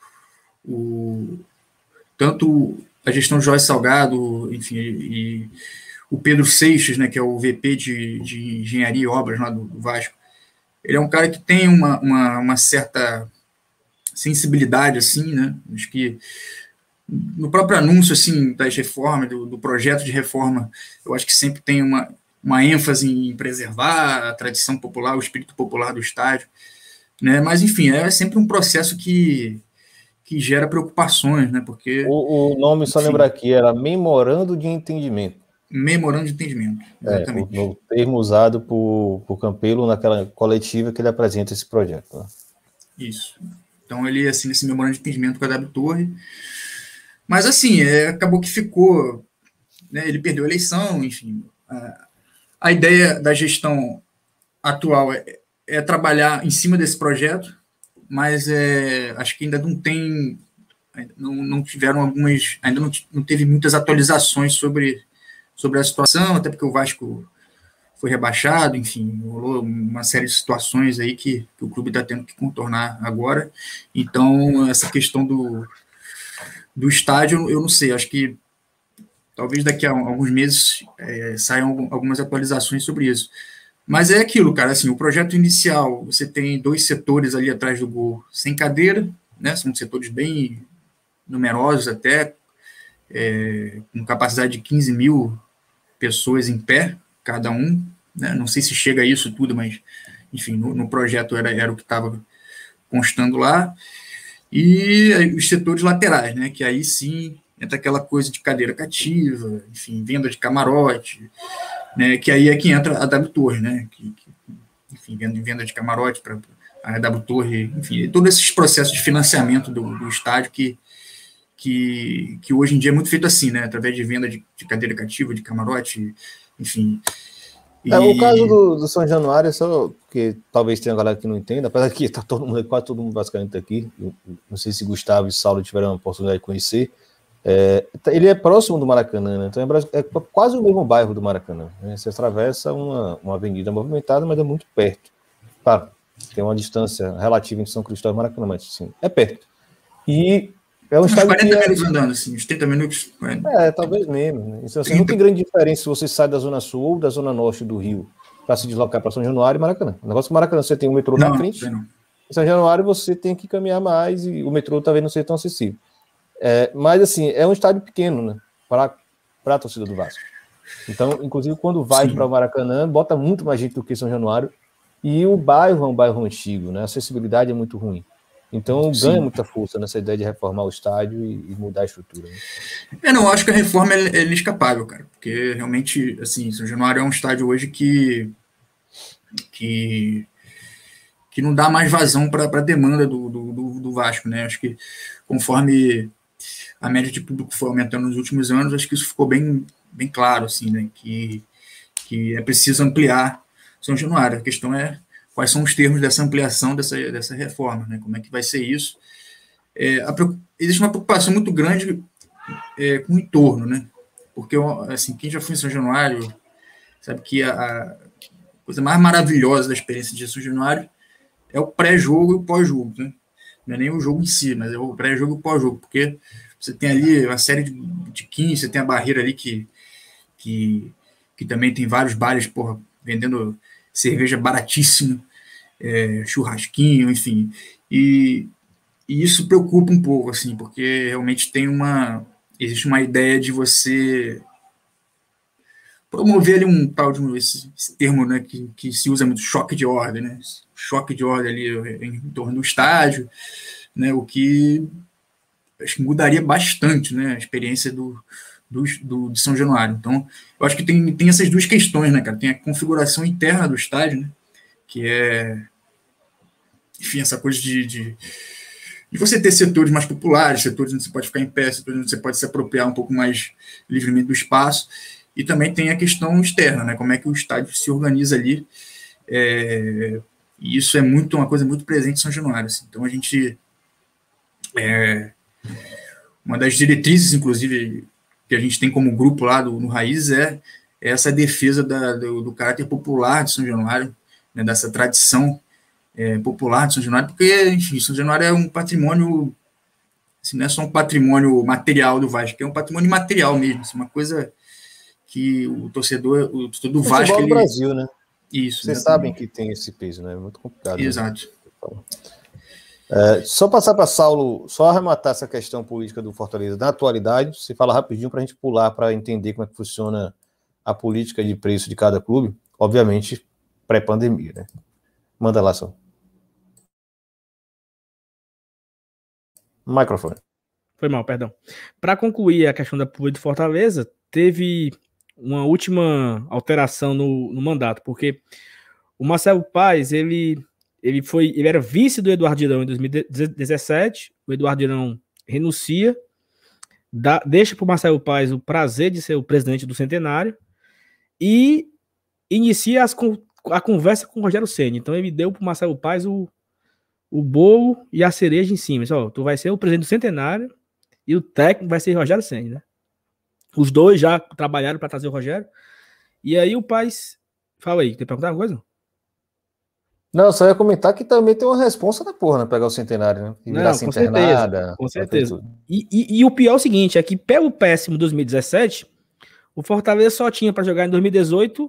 [SPEAKER 3] o tanto a gestão de Jorge Salgado, enfim, e o Pedro Seixas, né, que é o V P de, de Engenharia e Obras lá do, do Vasco, ele é um cara que tem uma, uma, uma certa sensibilidade, assim, né, acho que no próprio anúncio, assim, das reformas, do, do projeto de reforma, eu acho que sempre tem uma, uma ênfase em preservar a tradição popular, o espírito popular do estádio, né, mas, enfim, é sempre um processo que, que gera preocupações, né, porque...
[SPEAKER 1] O, o nome, só lembrar aqui, era Memorando de Entendimento.
[SPEAKER 3] Memorando de Entendimento, exatamente.
[SPEAKER 1] É, o, o termo usado por, por Campelo naquela coletiva que ele apresenta esse projeto. Né?
[SPEAKER 3] Isso. Então ele assina esse memorando de entendimento com a W Torre. Mas assim, é, acabou que ficou... Né, ele perdeu a eleição, enfim. A, a ideia da gestão atual é, é trabalhar em cima desse projeto, mas é, acho que ainda não tem... Não, não tiveram algumas... Ainda não, não teve muitas atualizações sobre... sobre a situação, até porque o Vasco foi rebaixado, enfim, rolou uma série de situações aí que, que o clube está tendo que contornar agora. Então, essa questão do, do estádio, eu não sei, acho que talvez daqui a alguns meses é, saiam algumas atualizações sobre isso. Mas é aquilo, cara, assim, o projeto inicial, você tem dois setores ali atrás do gol sem cadeira, né, são setores bem numerosos até, é, com capacidade de quinze mil pessoas em pé, cada um, né? Não sei se chega a isso tudo, mas, enfim, no, no projeto era, era o que estava constando lá, e os setores laterais, né? Que aí sim entra aquela coisa de cadeira cativa, enfim, venda de camarote, né? Que aí é que entra a W Torre, né? Que, que, enfim, venda, venda de camarote para a W Torre, enfim, todos esses processos de financiamento do, do estádio que Que, que hoje em dia é muito feito assim, né? Através de venda de, de cadeira cativa, de camarote, enfim.
[SPEAKER 1] E... É, o caso do, do São Januário, é só que talvez tenha galera que não entenda, apesar que tá todo mundo, quase todo mundo basicamente aqui, eu, não sei se Gustavo e Saulo tiveram a oportunidade de conhecer, é, ele é próximo do Maracanã, né? Então é, é quase o mesmo bairro do Maracanã, né? Você atravessa uma, uma avenida movimentada, mas é muito perto. Claro, tem uma distância relativa entre São Cristóvão e Maracanã, mas sim, é perto. E é um estádio
[SPEAKER 3] quarenta
[SPEAKER 1] que
[SPEAKER 3] minutos andando, assim, uns trinta minutos. quarenta.
[SPEAKER 1] É, talvez mesmo. Né? Então, assim, não tem grande diferença se você sai da Zona Sul ou da Zona Norte do Rio para se deslocar para São Januário e Maracanã. O negócio do Maracanã, você tem o metrô
[SPEAKER 3] não,
[SPEAKER 1] na frente.
[SPEAKER 3] Não.
[SPEAKER 1] Em São Januário, você tem que caminhar mais e o metrô talvez não seja tão acessível. É, mas, assim, é um estádio pequeno, né? Para a torcida do Vasco. Então, inclusive, quando vai para o Maracanã, bota muito mais gente do que São Januário. E o bairro é um bairro antigo, né? A acessibilidade é muito ruim. Então, ganha Sim. muita força nessa ideia de reformar o estádio e, e mudar a estrutura. Né?
[SPEAKER 3] Eu não acho que a reforma é, é inescapável, cara, porque realmente, assim, São Januário é um estádio hoje que que, que não dá mais vazão para a demanda do, do, do Vasco, né? Acho que conforme a média de público foi aumentando nos últimos anos, acho que isso ficou bem, bem claro, assim, né? Que, que é preciso ampliar São Januário. A questão é quais são os termos dessa ampliação, dessa, dessa reforma, né? Como é que vai ser isso? É, a, existe uma preocupação muito grande é, com o entorno, né? Porque, assim, quem já foi em São Januário sabe que a, a coisa mais maravilhosa da experiência de São Januário é o pré-jogo e o pós-jogo, né? Não é nem o jogo em si, mas é o pré-jogo e o pós-jogo, porque você tem ali uma série de, de quinze, você tem a barreira ali que, que, que também tem vários bares, porra, vendendo cerveja baratíssima, é, churrasquinho, enfim. E, e isso preocupa um pouco, assim, porque realmente tem uma, existe uma ideia de você promover ali um tal de, esse, esse termo, né, que, que se usa muito, choque de ordem, né, choque de ordem ali em torno do estádio, né, o que acho que mudaria bastante, né, a experiência do, do, do, de São Januário. Então, eu acho que tem, tem essas duas questões, né, cara, tem a configuração interna do estádio, né, que é, enfim, essa coisa de, de, de você ter setores mais populares, setores onde você pode ficar em pé, setores onde você pode se apropriar um pouco mais livremente do espaço, e também tem a questão externa, né, como é que o estádio se organiza ali, é, e isso é muito uma coisa muito presente em São Januário, assim. Então a gente, é, uma das diretrizes, inclusive, que a gente tem como grupo lá do, no Raiz é, é essa defesa da, do, do caráter popular de São Januário, né, dessa tradição é, popular de São Januário, porque, enfim, São Januário é um patrimônio, assim, não é só um patrimônio material do Vasco, é um patrimônio imaterial mesmo, assim, uma coisa que o torcedor, o torcedor do Vasco...
[SPEAKER 1] Futebol
[SPEAKER 3] ele...
[SPEAKER 1] do Brasil, né?
[SPEAKER 3] Isso.
[SPEAKER 1] Vocês sabem que tem esse peso, né? É muito complicado.
[SPEAKER 3] Exato.
[SPEAKER 1] Né? É, só passar para Saulo, só arrematar essa questão política do Fortaleza na atualidade, você fala rapidinho para a gente pular para entender como é que funciona a política de preço de cada clube, obviamente pré-pandemia, né? Manda lá, Saulo. Microfone.
[SPEAKER 4] Foi mal, perdão. Para concluir a questão da política de Fortaleza, teve uma última alteração no, no mandato, porque o Marcelo Paes, ele, ele, foi, ele era vice do Eduardo Girão em dois mil e dezessete, o Eduardo Girão renuncia, dá, deixa para o Marcelo Paes o prazer de ser o presidente do Centenário e inicia as, a conversa com o Rogério Ceni. Então ele deu para o Marcelo Paes o, o bolo e a cereja em cima. Ó, tu vai ser o presidente do Centenário e o técnico vai ser o Rogério Ceni, né? Os dois já trabalharam para trazer o Rogério. E aí o Paes... Fala aí, quer perguntar alguma coisa?
[SPEAKER 1] Não, só ia comentar que também tem uma responsa da porra, né? Pegar o Centenário, né? E virar
[SPEAKER 4] Não, com certeza. Com certeza. E, e, e o pior é o seguinte, é que pelo péssimo dois mil e dezessete, o Fortaleza só tinha para jogar em dois mil e dezoito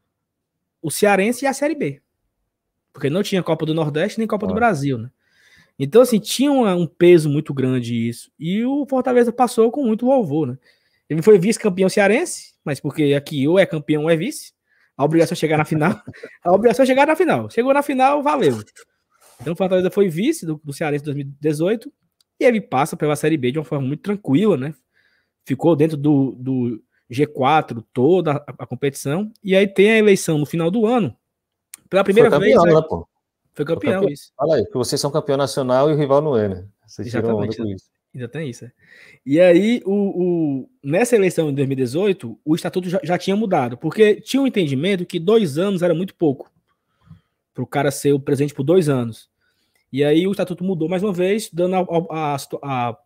[SPEAKER 4] o Cearense e a Série B. Porque não tinha Copa do Nordeste nem Copa ah. do Brasil, né? Então, assim, tinha um, um peso muito grande isso. E o Fortaleza passou com muito louvor, né? Ele foi vice-campeão cearense, mas porque aqui ou é campeão ou é vice. A obrigação é chegar na final. A obrigação é chegar na final. Chegou na final, valeu. Então o Fortaleza foi vice do, do Cearense em dois mil e dezoito e ele passa pela Série B de uma forma muito tranquila, né? Ficou dentro do, do G quatro toda a, a competição. E aí tem a eleição no final do ano. Pela primeira
[SPEAKER 1] foi campeão,
[SPEAKER 4] vez...
[SPEAKER 1] Né, pô?
[SPEAKER 4] Foi campeão, foi campeão, isso.
[SPEAKER 1] Fala aí, porque vocês são campeão nacional e o rival não é, né? Vocês tiram onda com isso.
[SPEAKER 4] Ainda tem isso. É. E aí, o, o, nessa eleição em dois mil e dezoito, o estatuto já, já tinha mudado, porque tinha um entendimento que dois anos era muito pouco para o cara ser o presidente por dois anos. E aí o estatuto mudou mais uma vez, dando a, a, a,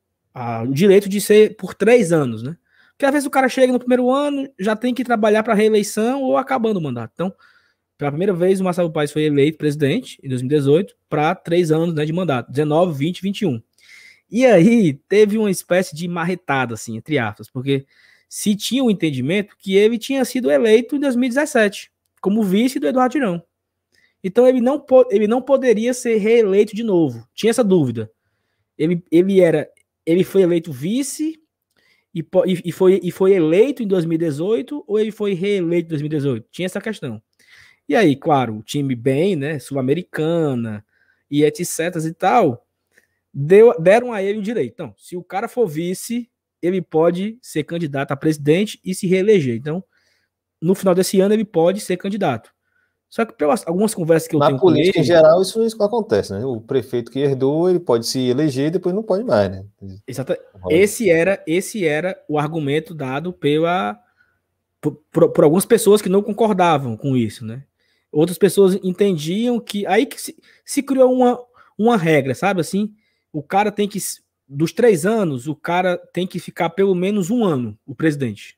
[SPEAKER 4] a, o direito de ser por três anos, né? Porque às vezes o cara chega no primeiro ano, já tem que trabalhar para reeleição ou acabando o mandato. Então, pela primeira vez, o Marcelo Paes foi eleito presidente em dois mil e dezoito para três anos, né, de mandato, dezenove, vinte, vinte e um. E aí teve uma espécie de marretada, assim, entre aspas, porque se tinha um entendimento que ele tinha sido eleito em dois mil e dezessete, como vice do Eduardo Girão. Então ele não, ele não poderia ser reeleito de novo. Tinha essa dúvida. Ele, ele, era, ele foi eleito vice e, e, foi, e foi eleito em dois mil e dezoito ou ele foi reeleito em dois mil e dezoito? Tinha essa questão. E aí, claro, o time bem, né, Sul-Americana e etc e tal... Deu, deram a ele o direito. Então, se o cara for vice, ele pode ser candidato a presidente e se reeleger. Então, no final desse ano, ele pode ser candidato. Só que pelas algumas conversas que eu
[SPEAKER 1] Na
[SPEAKER 4] tenho
[SPEAKER 1] com ele... Na política, em geral, isso, isso acontece, né? O prefeito que herdou, ele pode se eleger e depois não pode mais, né?
[SPEAKER 4] Exatamente. Esse era, esse era o argumento dado pela, por, por, por algumas pessoas que não concordavam com isso, né? Outras pessoas entendiam que... Aí que se, se criou uma, uma regra, sabe assim? O cara tem que, dos três anos, o cara tem que ficar pelo menos um ano, o presidente.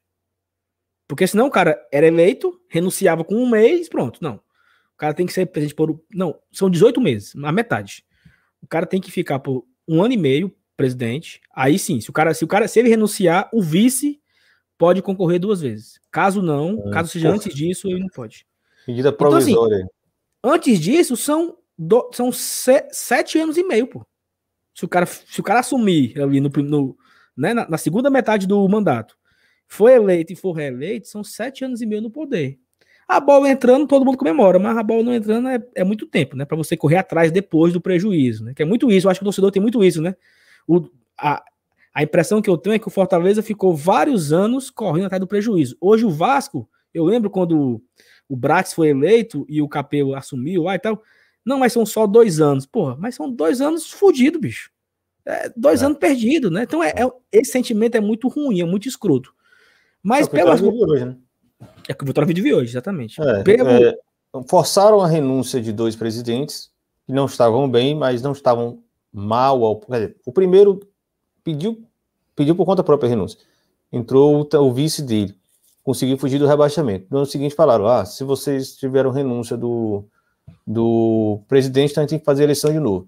[SPEAKER 4] Porque senão o cara era eleito, renunciava com um mês, pronto, não. O cara tem que ser presidente por... Não, são dezoito meses, a metade. O cara tem que ficar por um ano e meio, presidente, aí sim, se o cara, se o cara, se ele renunciar, o vice pode concorrer duas vezes. Caso não, hum, caso seja porra. antes disso, ele não pode.
[SPEAKER 1] Medida provisória.
[SPEAKER 4] Então, assim, antes disso, são, do, são se, sete anos e meio, pô. Se o cara, se o cara assumir ali no, no, né, na, na segunda metade do mandato, foi eleito e for reeleito, são sete anos e meio no poder. A bola entrando, todo mundo comemora, mas a bola não entrando é, é muito tempo, né? Para você correr atrás depois do prejuízo, né? Que é muito isso, eu acho que o torcedor tem muito isso, né? O, a, a impressão que eu tenho é que o Fortaleza ficou vários anos correndo atrás do prejuízo. Hoje o Vasco, eu lembro quando o Brax foi eleito e o Capello assumiu lá e tal, não, mas são só dois anos. Porra, mas são dois anos fodidos, bicho. É, dois é. anos perdidos, né? Então é, é, esse sentimento é muito ruim, é muito escroto. Mas
[SPEAKER 1] é
[SPEAKER 4] pelo...
[SPEAKER 1] hoje, né?
[SPEAKER 4] É que o Vitória vive hoje, exatamente.
[SPEAKER 1] É,
[SPEAKER 4] pelo...
[SPEAKER 1] é, forçaram a renúncia de dois presidentes que não estavam bem, mas não estavam mal. Ao... O primeiro pediu, pediu por conta própria a renúncia. Entrou o, o vice dele. Conseguiu fugir do rebaixamento. No ano seguinte falaram, ah, se vocês tiveram renúncia do, do presidente, então a gente tem que fazer eleição de novo.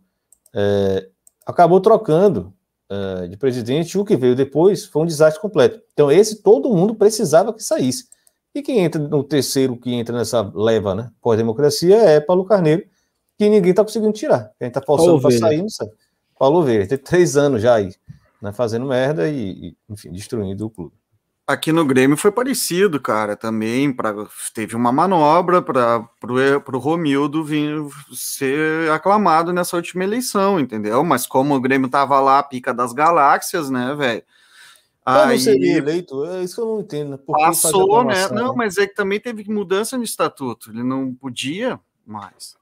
[SPEAKER 1] É, acabou trocando é, de presidente, e o que veio depois foi um desastre completo. Então esse todo mundo precisava que saísse. E quem entra no terceiro, que entra nessa leva, né, pós-democracia, é Paulo Carneiro, que ninguém está conseguindo tirar. A gente está forçando para sair, não sabe. Paulo Verde, tem três anos já aí, né, fazendo merda e, e, enfim, destruindo o clube.
[SPEAKER 2] Aqui no Grêmio foi parecido, cara, também. Pra, teve uma manobra para o Romildo vir ser aclamado nessa última eleição, entendeu? Mas como o Grêmio tava lá, pica das galáxias, né, velho?
[SPEAKER 1] Aí não seria eleito, é isso que eu não entendo. Né?
[SPEAKER 2] Passou, né? Não, mas é que também teve mudança no estatuto, ele não podia mais,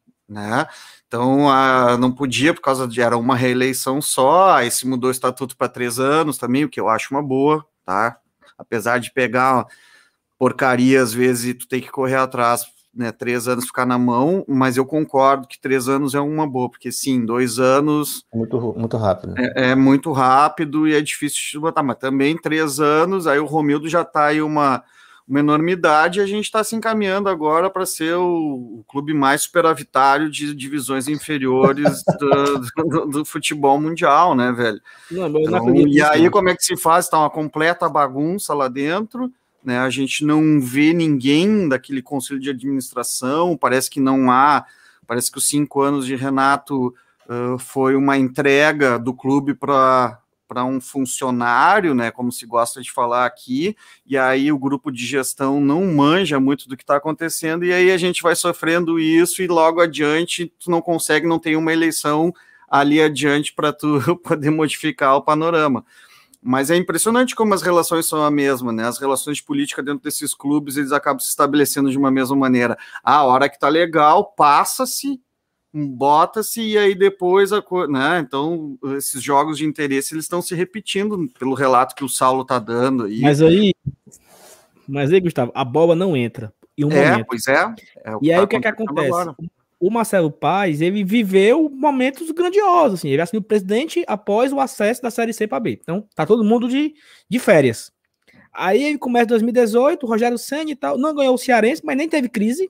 [SPEAKER 2] né? Então, a, não podia por causa de era uma reeleição só, aí se mudou o estatuto para três anos também, o que eu acho uma boa, tá? Apesar de pegar porcaria às vezes e tu tem que correr atrás, né? Três anos ficar na mão, mas eu concordo que três anos é uma boa, porque sim, dois anos
[SPEAKER 1] muito, muito rápido.
[SPEAKER 2] É, é muito rápido e é difícil de botar, mas também três anos, aí o Romildo já está aí uma, uma enormidade e a gente está se encaminhando agora para ser o, o clube mais superavitário de divisões inferiores do, do, do futebol mundial, né, velho? Não, então, e aí como é que se faz? Está uma completa bagunça lá dentro, né? A gente não vê ninguém daquele conselho de administração, parece que não há, parece que os cinco anos de Renato uh, foi uma entrega do clube para para um funcionário, né, como se gosta de falar aqui, e aí o grupo de gestão não manja muito do que está acontecendo, e aí a gente vai sofrendo isso, e logo adiante tu não consegue, não tem uma eleição ali adiante para tu poder modificar o panorama. Mas é impressionante como as relações são a mesma, né? As relações de política dentro desses clubes, eles acabam se estabelecendo de uma mesma maneira. A hora que tá legal, passa-se, bota-se, e aí depois, a co... né? Então, esses jogos de interesse, eles estão se repetindo, pelo relato que o Saulo tá dando aí.
[SPEAKER 4] Mas aí, mas aí, Gustavo, a bola não entra. Em um
[SPEAKER 2] é,
[SPEAKER 4] momento.
[SPEAKER 2] pois é. é
[SPEAKER 4] e aí, tá o que é que acontece? Agora. O Marcelo Paes, ele viveu momentos grandiosos, assim, ele assumiu presidente após o acesso da Série C para B. Então, tá todo mundo de, de férias. Aí ele começa em dois mil e dezoito, o Rogério Ceni e tal, não ganhou o Cearense, mas nem teve crise.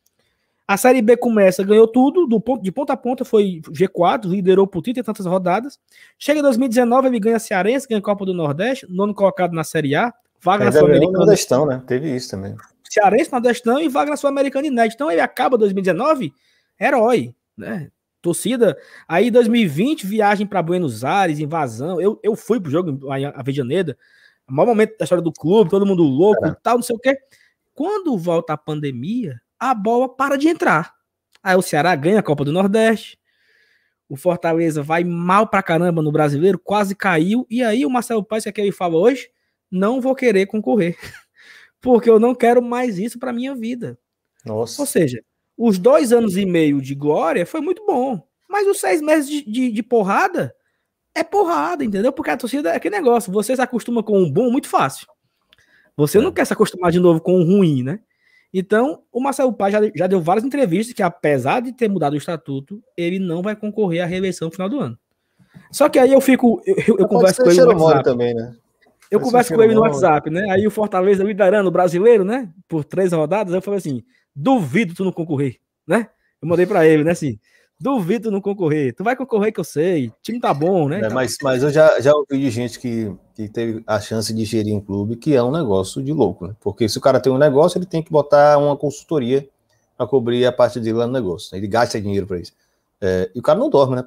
[SPEAKER 4] A Série B começa, ganhou tudo, do ponto, de ponta a ponta, foi G quatro, liderou por trinta e tantas rodadas. Chega em dois mil e dezenove, ele ganha Cearense, ganha Copa do Nordeste, nono colocado na Série A, vaga na Sul-Americana.
[SPEAKER 1] Nordestão, né? Teve isso também.
[SPEAKER 4] Cearense, Nordestão e vaga na Sul-Americana inédita. Então ele acaba dois mil e dezenove... herói, né? Torcida. Aí, em dois mil e vinte, viagem para Buenos Aires, invasão. Eu, eu fui pro jogo em Avejaneda, o maior momento da história do clube, todo mundo louco e tal, não sei o quê. Quando volta a pandemia, a bola para de entrar. Aí o Ceará ganha a Copa do Nordeste, o Fortaleza vai mal pra caramba no Brasileiro, quase caiu, e aí o Marcelo Paes, que é que ele fala hoje, não vou querer concorrer, porque eu não quero mais isso pra minha vida.
[SPEAKER 1] Nossa.
[SPEAKER 4] Ou seja, os dois anos e meio de glória foi muito bom. Mas os seis meses de, de, de porrada é porrada, entendeu? Porque a torcida é aquele negócio. Você se acostuma com o bom muito fácil. Você é. não quer se acostumar de novo com o ruim, né? Então, o Marcelo Paes já, já deu várias entrevistas que, apesar de ter mudado o estatuto, ele não vai concorrer à reeleição no final do ano. Só que aí eu fico... Eu, eu, eu converso com ele no WhatsApp.
[SPEAKER 1] Também, né?
[SPEAKER 4] Eu converso com ele no WhatsApp, né? Aí o Fortaleza liderando o brasileiro, né? Por três rodadas, eu falei assim... Duvido tu não concorrer, né? Eu mandei pra ele, né, assim, duvido tu não concorrer. Tu vai concorrer que eu sei, o time tá bom, né?
[SPEAKER 1] É, mas, mas eu já, já ouvi de gente que, que teve a chance de gerir um clube, que é um negócio de louco, né? Porque se o cara tem um negócio, ele tem que botar uma consultoria pra cobrir a parte dele lá no negócio, né? Ele gasta dinheiro pra isso. É, e o cara não dorme, né, pô?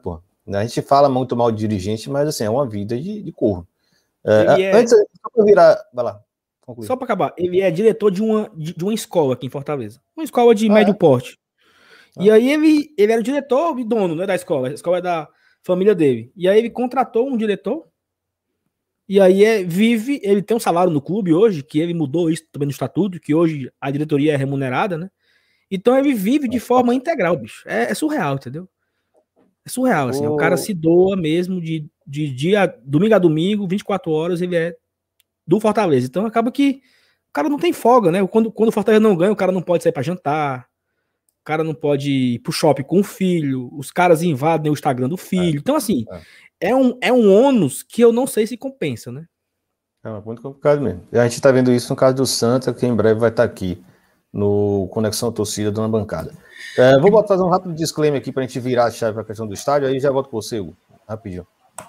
[SPEAKER 1] A gente fala muito mal de dirigente, mas assim, é uma vida de, de corno. É,
[SPEAKER 4] é...
[SPEAKER 1] Antes, só para virar. Vai lá. Concluir.
[SPEAKER 4] Só para acabar, ele é diretor de uma, de, de uma escola aqui em Fortaleza. Uma escola de ah, médio é? porte. Ah. E aí ele, ele era o diretor e dono, né, da escola. A escola é da família dele. E aí ele contratou um diretor. E aí é, vive, ele tem um salário no clube hoje, que ele mudou isso também no estatuto, que hoje a diretoria é remunerada, né? Então ele vive de forma integral, bicho. É, é surreal, entendeu? É surreal, assim. Oh. O cara se doa mesmo de, de dia, domingo a domingo, vinte e quatro horas, ele é do Fortaleza. Então acaba que o cara não tem folga, né? Quando, quando o Fortaleza não ganha, o cara não pode sair pra jantar, o cara não pode ir pro shopping com o filho, os caras invadem o Instagram do filho. É. Então, assim... É. É um, é um ônus que eu não sei se compensa, né?
[SPEAKER 1] É muito complicado mesmo. E a gente está vendo isso no caso do Santa, que em breve vai estar aqui no Conexão Torcida, Dona Bancada. É, vou fazer um rápido disclaimer aqui para a gente virar a chave para a questão do estádio, aí já volto com você, Hugo. Rapidinho.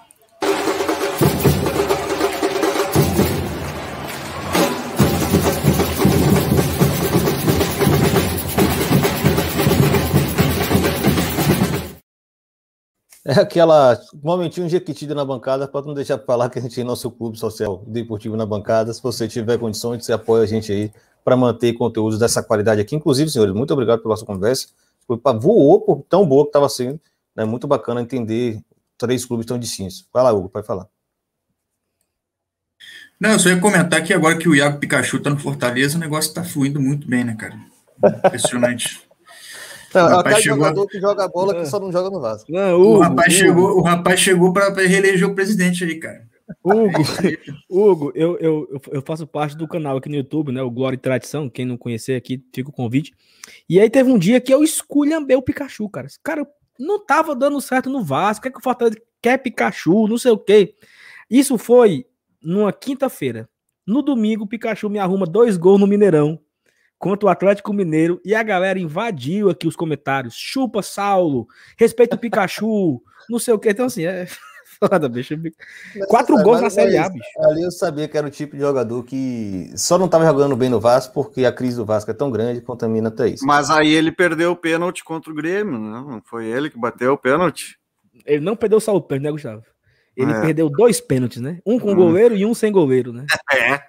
[SPEAKER 1] É aquela momentinho jequitida na bancada para não deixar de falar que a gente tem nosso clube social deportivo na bancada. Se você tiver condições, você apoia a gente aí para manter conteúdos dessa qualidade aqui. Inclusive, senhores, muito obrigado pela sua conversa. Voou por tão boa que estava sendo. É muito bacana entender três clubes tão distintos. Vai lá, Hugo, pode falar.
[SPEAKER 3] Não, eu só ia comentar que agora que o Iago Pikachu está no Fortaleza, o negócio está fluindo muito bem, né, cara? Impressionante.
[SPEAKER 1] Não, o rapaz chegou... jogador que joga bola que só não joga no Vasco.
[SPEAKER 3] Não, Hugo, o rapaz Hugo. chegou, o rapaz chegou para reeleger o presidente aí, cara.
[SPEAKER 4] Hugo, Hugo eu, eu, eu faço parte do canal aqui no YouTube, né? O Glória e Tradição. Quem não conhecer aqui, fica o convite. E aí teve um dia que eu esculhambei o Pikachu, cara. Cara, não tava dando certo no Vasco. Quer que o Fortaleza quer Pikachu, não sei o quê. Isso foi numa quinta-feira. No domingo, o Pikachu me arruma dois gols no Mineirão contra o Atlético Mineiro, e a galera invadiu aqui os comentários. Chupa, Saulo, respeita o Pikachu, não sei o que. Então, assim, é foda, bicho. Quatro
[SPEAKER 1] sabe,
[SPEAKER 4] gols na Série A, bicho.
[SPEAKER 1] Ali eu sabia que era o tipo de jogador que só não estava jogando bem no Vasco, porque a crise do Vasco é tão grande que contamina até isso.
[SPEAKER 2] Mas aí ele perdeu o pênalti contra o Grêmio, né? Não foi ele que bateu o pênalti?
[SPEAKER 4] Ele não perdeu só o pênalti, né, Gustavo? Ele é. perdeu dois pênaltis, né? Um com hum. goleiro e um sem goleiro, né?
[SPEAKER 2] É.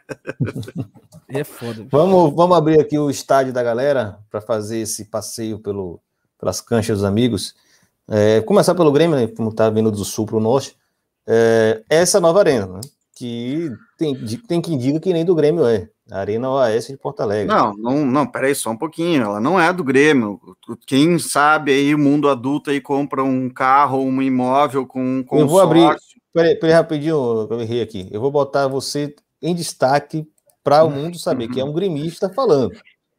[SPEAKER 4] É foda.
[SPEAKER 1] Vamos, vamos abrir aqui o estádio da galera para fazer esse passeio pelo, pelas canchas dos amigos. É, começar pelo Grêmio, né? Como está vindo do sul para o norte. É, essa nova arena, né? Que tem, tem quem diga que nem do Grêmio é. A Arena O A S de Porto Alegre.
[SPEAKER 2] Não, não, não, peraí, só um pouquinho. Ela não é do Grêmio. Quem sabe aí, o mundo adulto aí compra um carro, um imóvel com um consórcio.
[SPEAKER 1] Eu vou abrir. Peraí, peraí rapidinho, eu errei aqui. Eu vou botar você em destaque para o mundo saber que é um gremista falando.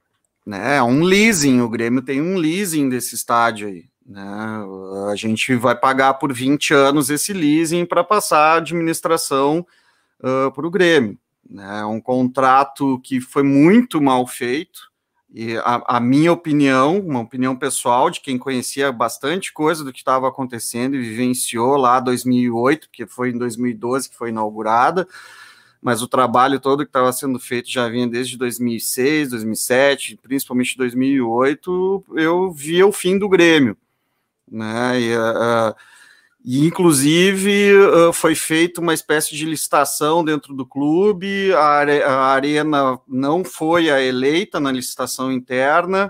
[SPEAKER 2] É um leasing, o Grêmio tem um leasing desse estádio aí. Né? A gente vai pagar por vinte anos esse leasing para passar a administração uh, para o Grêmio. É um contrato que foi muito mal feito, e a, a minha opinião, uma opinião pessoal de quem conhecia bastante coisa do que estava acontecendo e vivenciou lá em dois mil e oito, porque foi em dois mil e doze que foi inaugurada, mas o trabalho todo que estava sendo feito já vinha desde dois mil e seis, dois mil e sete, principalmente dois mil e oito, eu via o fim do Grêmio, né, e uh, E, inclusive, foi feita uma espécie de licitação dentro do clube, a, are, a Arena não foi a eleita na licitação interna,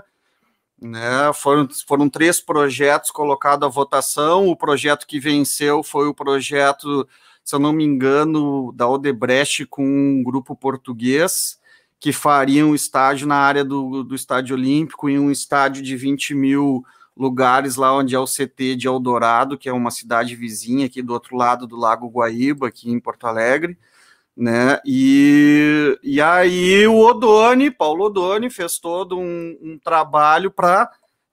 [SPEAKER 2] né? Foram, foram três projetos colocados à votação, o projeto que venceu foi o projeto, se eu não me engano, da Odebrecht com um grupo português, que faria um estádio na área do, do Estádio Olímpico, em um estádio de vinte mil lugares lá onde é o C T de Eldorado, que é uma cidade vizinha aqui do outro lado do Lago Guaíba, aqui em Porto Alegre, né, e, e aí o Odoni, Paulo Odoni, fez todo um, um trabalho para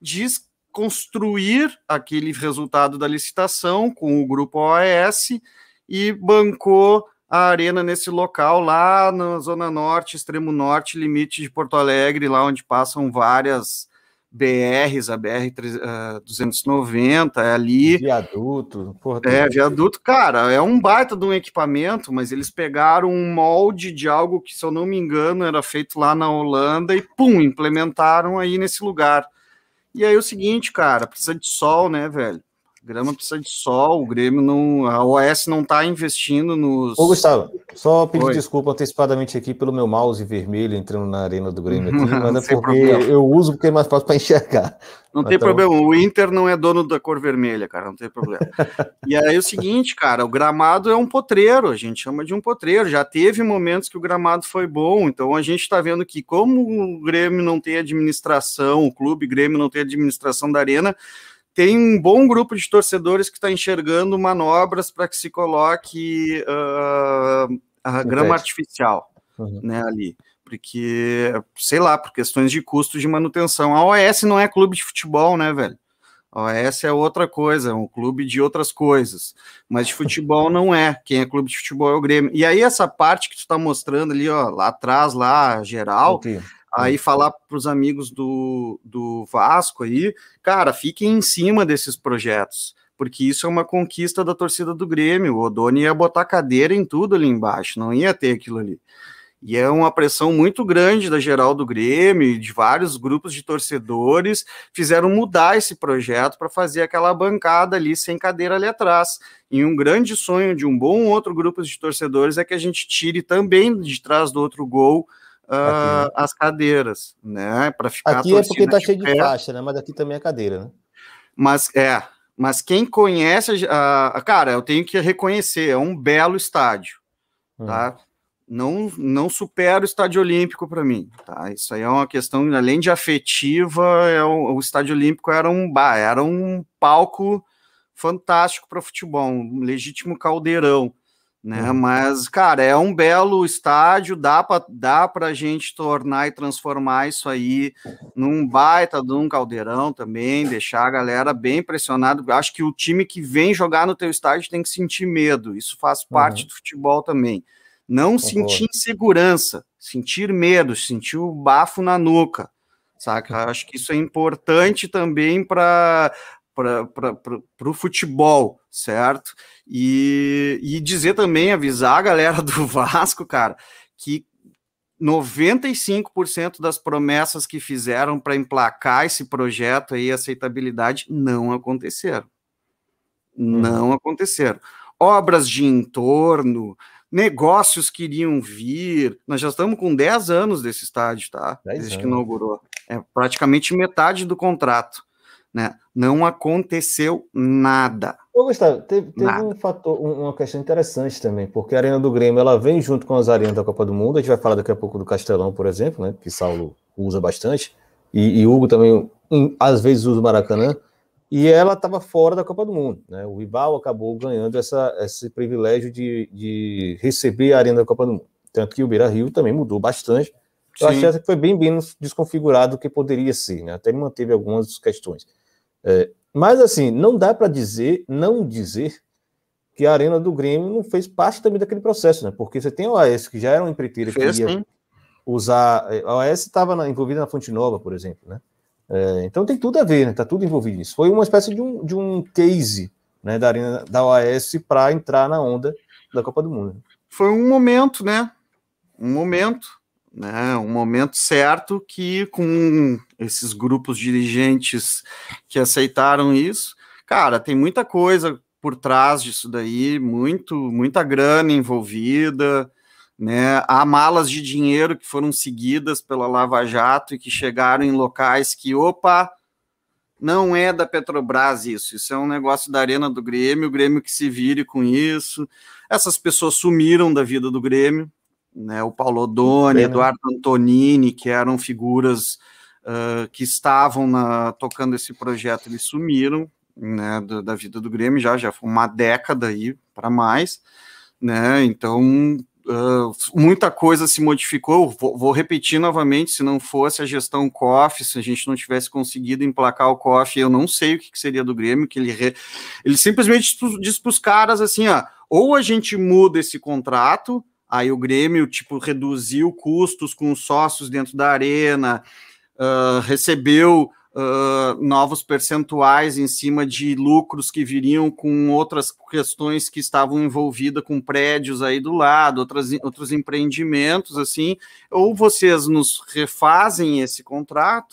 [SPEAKER 2] desconstruir aquele resultado da licitação com o grupo O A S e bancou a arena nesse local lá na Zona Norte, extremo norte, limite de Porto Alegre, lá onde passam várias B Rs, a B R duzentos e noventa, é ali...
[SPEAKER 1] Viaduto. Porra,
[SPEAKER 2] é, viaduto, cara, é um baita de um equipamento, mas eles pegaram um molde de algo que, se eu não me engano, era feito lá na Holanda e, pum, implementaram aí nesse lugar. E aí o seguinte, cara, precisa de sol, né, velho? Grama precisa de sol, o Grêmio não... A O S não está investindo nos...
[SPEAKER 1] Ô, Gustavo, só pedir
[SPEAKER 2] Oi.
[SPEAKER 1] desculpa antecipadamente aqui pelo meu mouse vermelho entrando na arena do Grêmio aqui, mas é
[SPEAKER 2] Sem
[SPEAKER 1] porque
[SPEAKER 2] problema.
[SPEAKER 1] eu uso porque é mais fácil para enxergar.
[SPEAKER 2] Não tem
[SPEAKER 1] Então-
[SPEAKER 2] problema, o Inter não é dono da cor vermelha, cara, não tem problema. E aí é o seguinte, cara, o gramado é um potreiro, a gente chama de um potreiro, já teve momentos que o gramado foi bom, então a gente está vendo que como o Grêmio não tem administração, o clube Grêmio não tem administração da arena, tem um bom grupo de torcedores que está enxergando manobras para que se coloque uh, a grama artificial, uhum. né, ali. Porque, sei lá, por questões de custos de manutenção. A O S não é clube de futebol, né, velho? A O S é outra coisa, é um clube de outras coisas. Mas de futebol não é. Quem é clube de futebol é o Grêmio. E aí essa parte que tu tá mostrando ali, ó, lá atrás, lá, geral... Okay. Aí falar para os amigos do, do Vasco aí, cara, fiquem em cima desses projetos, porque isso é uma conquista da torcida do Grêmio. O Odoni ia botar cadeira em tudo ali embaixo, não ia ter aquilo ali. E é uma pressão muito grande da geral do Grêmio e de vários grupos de torcedores fizeram mudar esse projeto para fazer aquela bancada ali sem cadeira ali atrás. E um grande sonho de um bom outro grupo de torcedores é que a gente tire também de trás do outro gol Uh, aqui, as cadeiras, né, para ficar
[SPEAKER 1] aqui é porque tá cheio de faixa, né, mas aqui também é cadeira, né?
[SPEAKER 2] Mas é, mas quem conhece, uh, cara, eu tenho que reconhecer, é um belo estádio, hum. tá? Não, não supera o Estádio Olímpico para mim, tá? Isso aí é uma questão, além de afetiva, é o, o Estádio Olímpico era um bar, era um palco fantástico para futebol, um legítimo caldeirão. Né? Uhum. Mas, cara, é um belo estádio, dá para dá a gente tornar e transformar isso aí num baita de um caldeirão também, deixar a galera bem pressionada. Acho que o time que vem jogar no teu estádio tem que sentir medo, isso faz parte uhum. do futebol também. Não uhum. sentir insegurança, sentir medo, sentir o bafo na nuca, saca? Acho que isso é importante também para... para o futebol, certo? E, e dizer também, avisar a galera do Vasco, cara, que noventa e cinco por cento das promessas que fizeram para emplacar esse projeto aí, aceitabilidade, não aconteceram. Não hum. aconteceram. Obras de entorno, negócios que iriam vir, nós já estamos com dez anos desse estádio, tá? Desde que inaugurou. É praticamente metade do contrato. Né? Não aconteceu nada.
[SPEAKER 1] Ô, Gustavo, teve, teve nada. um fator, uma questão interessante também, porque a Arena do Grêmio ela vem junto com as arenas da Copa do Mundo. A gente vai falar daqui a pouco do Castelão, por exemplo, né? Que Saulo usa bastante, e, e Hugo também um, às vezes usa o Maracanã, e ela estava fora da Copa do Mundo, né? O Ibal acabou ganhando essa, esse privilégio de, de receber a Arena da Copa do Mundo. Tanto que o Beira-Rio também mudou bastante. Eu Sim. achei que foi bem menos desconfigurado do que poderia ser, né? Até ele manteve algumas questões. É, mas assim, não dá para dizer, não dizer que a Arena do Grêmio não fez parte também daquele processo, né? Porque você tem a O A S, que já era uma empreiteira que ia sim. usar. A O A S estava envolvida na Fonte Nova, por exemplo, né? É, então tem tudo a ver, né? Tá tudo envolvido nisso. Foi uma espécie de um, de um case, né, da Arena da O A S para entrar na onda da Copa do Mundo.
[SPEAKER 2] Foi um momento, né? Um momento. Né, um momento certo que com esses grupos dirigentes que aceitaram isso, cara, tem muita coisa por trás disso daí, muito, muita grana envolvida, né, há malas de dinheiro que foram seguidas pela Lava Jato e que chegaram em locais que, opa, não é da Petrobras isso, isso é um negócio da Arena do Grêmio, o Grêmio que se vire com isso, essas pessoas sumiram da vida do Grêmio, né, o Paulo Odoni, é, né? Eduardo Antonini, que eram figuras uh, que estavam na, tocando esse projeto, eles sumiram, né, da, da vida do Grêmio, já, já foi uma década aí para mais, né, então uh, muita coisa se modificou, vou, vou repetir novamente, se não fosse a gestão C O F, se a gente não tivesse conseguido emplacar o C O F, eu não sei o que, que seria do Grêmio, que ele, re, ele simplesmente disse para os caras assim, ó, ou a gente muda esse contrato. Aí o Grêmio, tipo, reduziu custos com os sócios dentro da arena, uh, recebeu uh, novos percentuais em cima de lucros que viriam com outras questões que estavam envolvidas com prédios aí do lado, outras, outros empreendimentos, assim, ou vocês nos refazem esse contrato,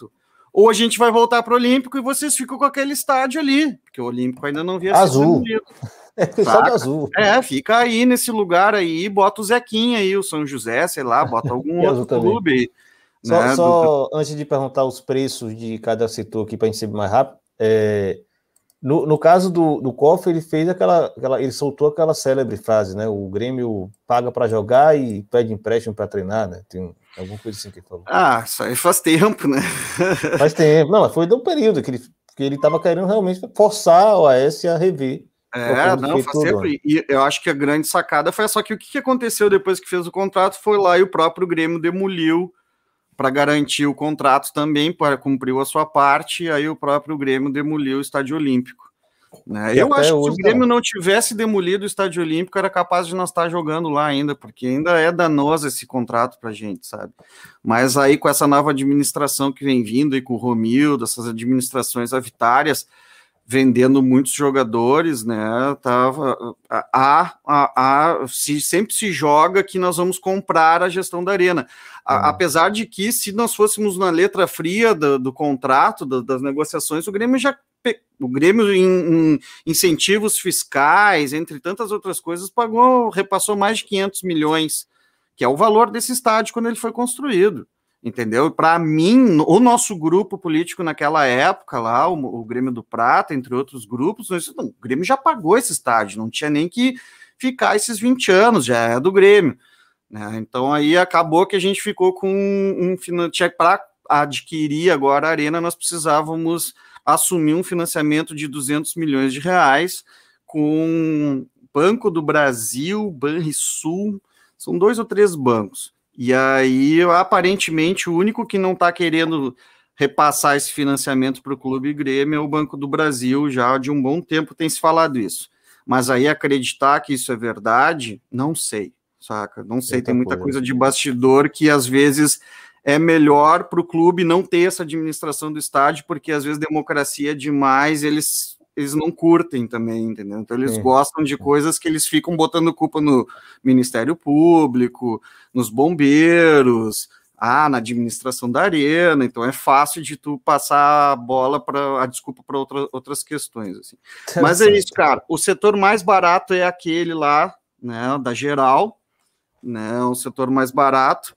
[SPEAKER 2] ou a gente vai voltar para o Olímpico e vocês ficam com aquele estádio ali, porque o Olímpico ainda não via
[SPEAKER 1] azul. É, só do azul.
[SPEAKER 2] É, fica aí nesse lugar aí, bota o Zequinha aí, o São José, sei lá, bota algum outro clube aí.
[SPEAKER 1] Só,
[SPEAKER 2] né,
[SPEAKER 1] só
[SPEAKER 2] do...
[SPEAKER 1] antes de perguntar os preços de cada setor aqui para a gente ser mais rápido, é, no, no caso do, do C O F, ele fez aquela, aquela, ele soltou aquela célebre frase, né? O Grêmio paga para jogar e pede empréstimo para treinar, né? Tem alguma coisa assim que ele falou.
[SPEAKER 2] Ah, isso aí faz tempo, né?
[SPEAKER 1] Faz tempo. Não, foi de um período que ele que ele estava querendo realmente forçar a O A S a rever.
[SPEAKER 2] É, não, faz tempo. E eu acho que a grande sacada foi só que o que aconteceu depois que fez o contrato foi lá e o próprio Grêmio demoliu para garantir o contrato também, para cumpriu a sua parte, e aí o próprio Grêmio demoliu o Estádio Olímpico. Né? Eu acho que se o Grêmio não. não tivesse demolido o Estádio Olímpico, era capaz de nós estar jogando lá ainda, porque ainda é danoso esse contrato para a gente, sabe? Mas aí com essa nova administração que vem vindo, e com o Romildo, essas administrações avitárias, vendendo muitos jogadores, né? Tava, a, a, a, a, se, sempre se joga que nós vamos comprar a gestão da Arena. A, uhum. Apesar de que, se nós fôssemos na letra fria do, do contrato, do, das negociações, o Grêmio já. O Grêmio, em, em incentivos fiscais, entre tantas outras coisas, pagou, repassou mais de quinhentos milhões, que é o valor desse estádio quando ele foi construído. Entendeu? Para mim, o nosso grupo político naquela época lá, o, o Grêmio do Prata, entre outros grupos, nós, não, o Grêmio já pagou esse estádio, não tinha nem que ficar esses vinte anos, já é do Grêmio. Né? Então aí acabou que a gente ficou com um financiamento para adquirir agora a Arena, nós precisávamos assumir um financiamento de duzentos milhões de reais com Banco do Brasil, Banrisul, são dois ou três bancos. E aí, aparentemente, o único que não está querendo repassar esse financiamento para o Clube Grêmio é o Banco do Brasil, já de um bom tempo tem se falado isso. Mas aí, acreditar que isso é verdade, não sei, saca? Não sei, tem muita coisa de bastidor que, às vezes, é melhor para o clube não ter essa administração do estádio, porque, às vezes, democracia é demais, eles... eles não curtem também, entendeu? Então eles é. gostam de coisas que eles ficam botando culpa no Ministério Público, nos bombeiros, ah, na administração da Arena, então é fácil de tu passar a bola para a desculpa para outra, outras questões, assim. Mas é isso, cara, o setor mais barato é aquele lá, né, da Geral, né, o setor mais barato.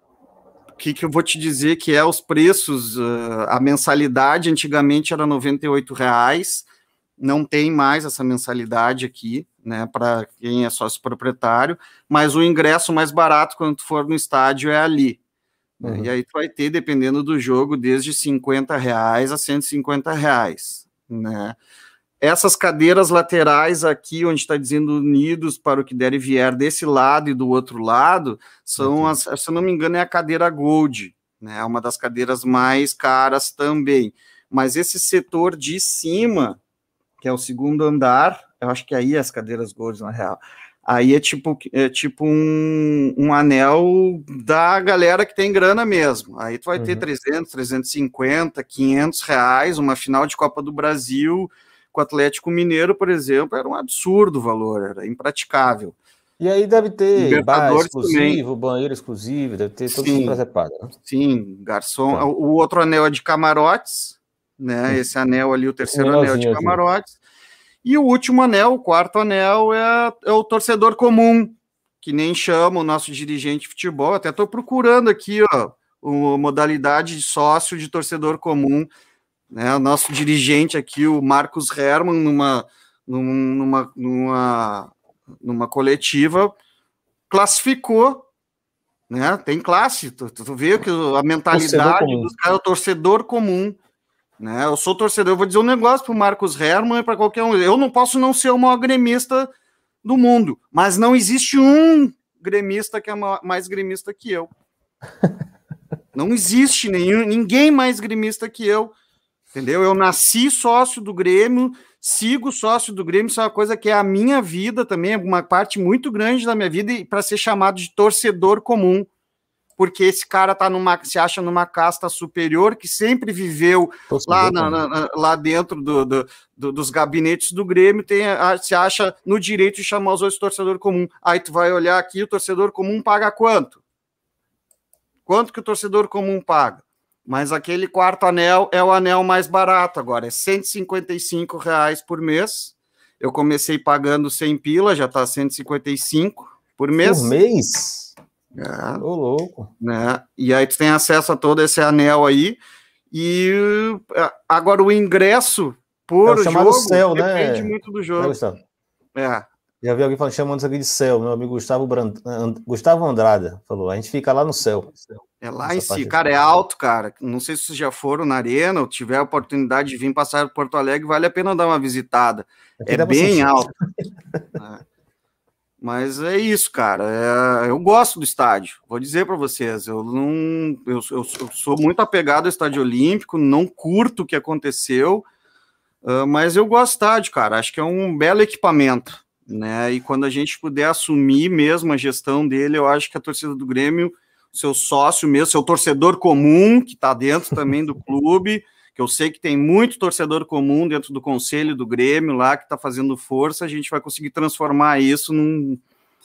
[SPEAKER 2] O que, que eu vou te dizer que é os preços, uh, a mensalidade antigamente era noventa e oito reais, não tem mais essa mensalidade aqui, né, para quem é sócio proprietário, mas o ingresso mais barato quando tu for no estádio é ali. Uhum. Né, e aí tu vai ter, dependendo do jogo, desde cinquenta reais a cento e cinquenta reais. Né. Essas cadeiras laterais aqui, onde está dizendo unidos para o que der e vier desse lado e do outro lado, são, uhum. as, se eu não me engano, é a cadeira Gold, né, uma das cadeiras mais caras também. Mas esse setor de cima, que é o segundo andar, eu acho que aí é as cadeiras Gold, na real, aí é tipo, é tipo um, um anel da galera que tem grana mesmo, aí tu vai uhum. ter trezentos, trezentos e cinquenta, quinhentos reais, uma final de Copa do Brasil com o Atlético Mineiro, por exemplo, era um absurdo o valor, era impraticável.
[SPEAKER 1] E aí deve ter bar exclusivo, também. Banheiro exclusivo, deve ter tudo isso preservado. Né?
[SPEAKER 2] Sim, garçom, tá. O outro anel é de camarotes, né, esse anel ali, o terceiro anel de camarotes, assim. E o último anel, o quarto anel, é, é o torcedor comum, que nem chama o nosso dirigente de futebol, até estou procurando aqui, ó, a modalidade de sócio de torcedor comum, né, o nosso dirigente aqui, o Marcos Herman, numa, numa, numa, numa coletiva, classificou, né, tem classe, tu, tu vê que a mentalidade dos caras é o torcedor comum. Né, eu sou torcedor, eu vou dizer um negócio para o Marcos Herman e para qualquer um. Eu não posso não ser o maior gremista do mundo, mas não existe um gremista que é mais gremista que eu. Não existe nenhum, ninguém mais gremista que eu. Entendeu? Eu nasci sócio do Grêmio, sigo sócio do Grêmio, isso é uma coisa que é a minha vida também, é uma parte muito grande da minha vida, e para ser chamado de torcedor comum. Porque esse cara tá numa, se acha numa casta superior, que sempre viveu lá, na, na, lá dentro do, do, do, dos gabinetes do Grêmio, tem, se acha no direito de chamar os outros torcedor comum. Aí tu vai olhar aqui, o torcedor comum paga quanto? Quanto que o torcedor comum paga? Mas aquele quarto anel é o anel mais barato agora, é cento e cinquenta e cinco reais por mês. Eu comecei pagando cem pila, já está cento e cinquenta e cinco por mês.
[SPEAKER 1] Por mês?
[SPEAKER 2] É.
[SPEAKER 1] Ô, louco.
[SPEAKER 2] Né? E aí tu tem acesso a todo esse anel aí. E agora o ingresso por
[SPEAKER 1] é o chamado
[SPEAKER 2] jogo
[SPEAKER 1] céu,
[SPEAKER 2] depende
[SPEAKER 1] né?
[SPEAKER 2] muito do jogo.
[SPEAKER 1] É,
[SPEAKER 2] é.
[SPEAKER 1] Já vi alguém falando, chamando isso aqui de céu. Meu amigo Gustavo, Brand... Gustavo Andrada falou, a gente fica lá no céu.
[SPEAKER 2] É lá em si, cara, é alto, cara. Não sei se vocês já foram na arena ou tiver a oportunidade de vir passar por Porto Alegre, vale a pena dar uma visitada. Aqui é bem alto. é. Mas é isso, cara. É... Eu gosto do estádio. Vou dizer para vocês, eu não, eu, eu, eu sou muito apegado ao Estádio Olímpico, não curto o que aconteceu, uh, mas eu gosto do estádio, cara. Acho que é um belo equipamento, né? E quando a gente puder assumir mesmo a gestão dele, eu acho que a torcida do Grêmio, seu sócio mesmo, seu torcedor comum, que está dentro também do clube, que eu sei que tem muito torcedor comum dentro do conselho do Grêmio lá, que está fazendo força, a gente vai conseguir transformar isso num,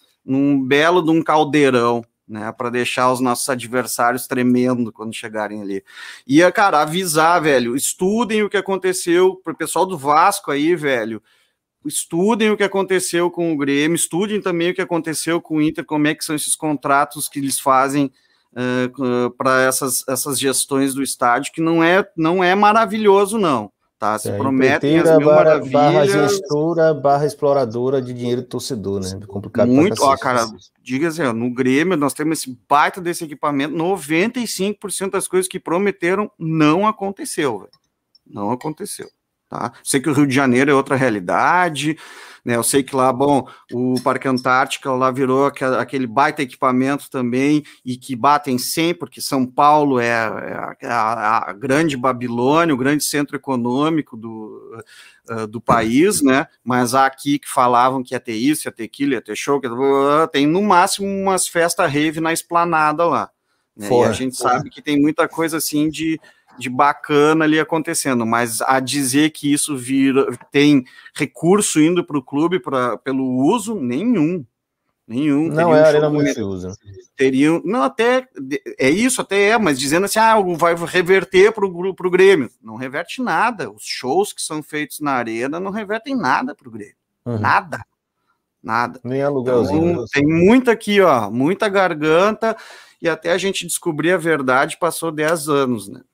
[SPEAKER 2] num belo de um caldeirão, né, para deixar os nossos adversários tremendo quando chegarem ali. E, cara, avisar, velho, estudem o que aconteceu, pro pessoal do Vasco aí, velho, estudem o que aconteceu com o Grêmio, estudem também o que aconteceu com o Inter, como é que são esses contratos que eles fazem uh, uh, para essas, essas gestões do estádio, que não é, não é maravilhoso, não. Tá? Se é, prometem as mil
[SPEAKER 1] barra,
[SPEAKER 2] maravilhas...
[SPEAKER 1] Barra gestora, barra exploradora de dinheiro do torcedor, né? Complicado.
[SPEAKER 2] Muito, ó, cara, diga assim, ó, no Grêmio nós temos esse baita desse equipamento, noventa e cinco por cento das coisas que prometeram não aconteceu, velho. Não aconteceu. Tá? Sei que o Rio de Janeiro é outra realidade, né? Eu sei que lá, bom, o Parque Antártica lá virou aquele baita equipamento também, e que batem sempre, porque São Paulo é, é a, a grande Babilônia, o grande centro econômico do, uh, do país, né? Mas há aqui que falavam que ia ter isso, ia ter aquilo, ia ter show, que... tem no máximo umas festas rave na esplanada lá. Né? E a gente sabe que tem muita coisa assim de de bacana ali acontecendo, mas a dizer que isso vira, tem recurso indo para o clube pra, pelo uso, nenhum. Nenhum.
[SPEAKER 1] Não é arena multiuso.
[SPEAKER 2] Teriam, não, até, é isso, até é, mas dizendo assim, ah, vai reverter para o Grêmio. Não reverte nada. Os shows que são feitos na arena não revertem nada para o Grêmio. Uhum. Nada. Nada.
[SPEAKER 1] Nem aluguelzinho.
[SPEAKER 2] Então, tem muita aqui, ó, muita garganta, e até a gente descobrir a verdade passou dez anos, né?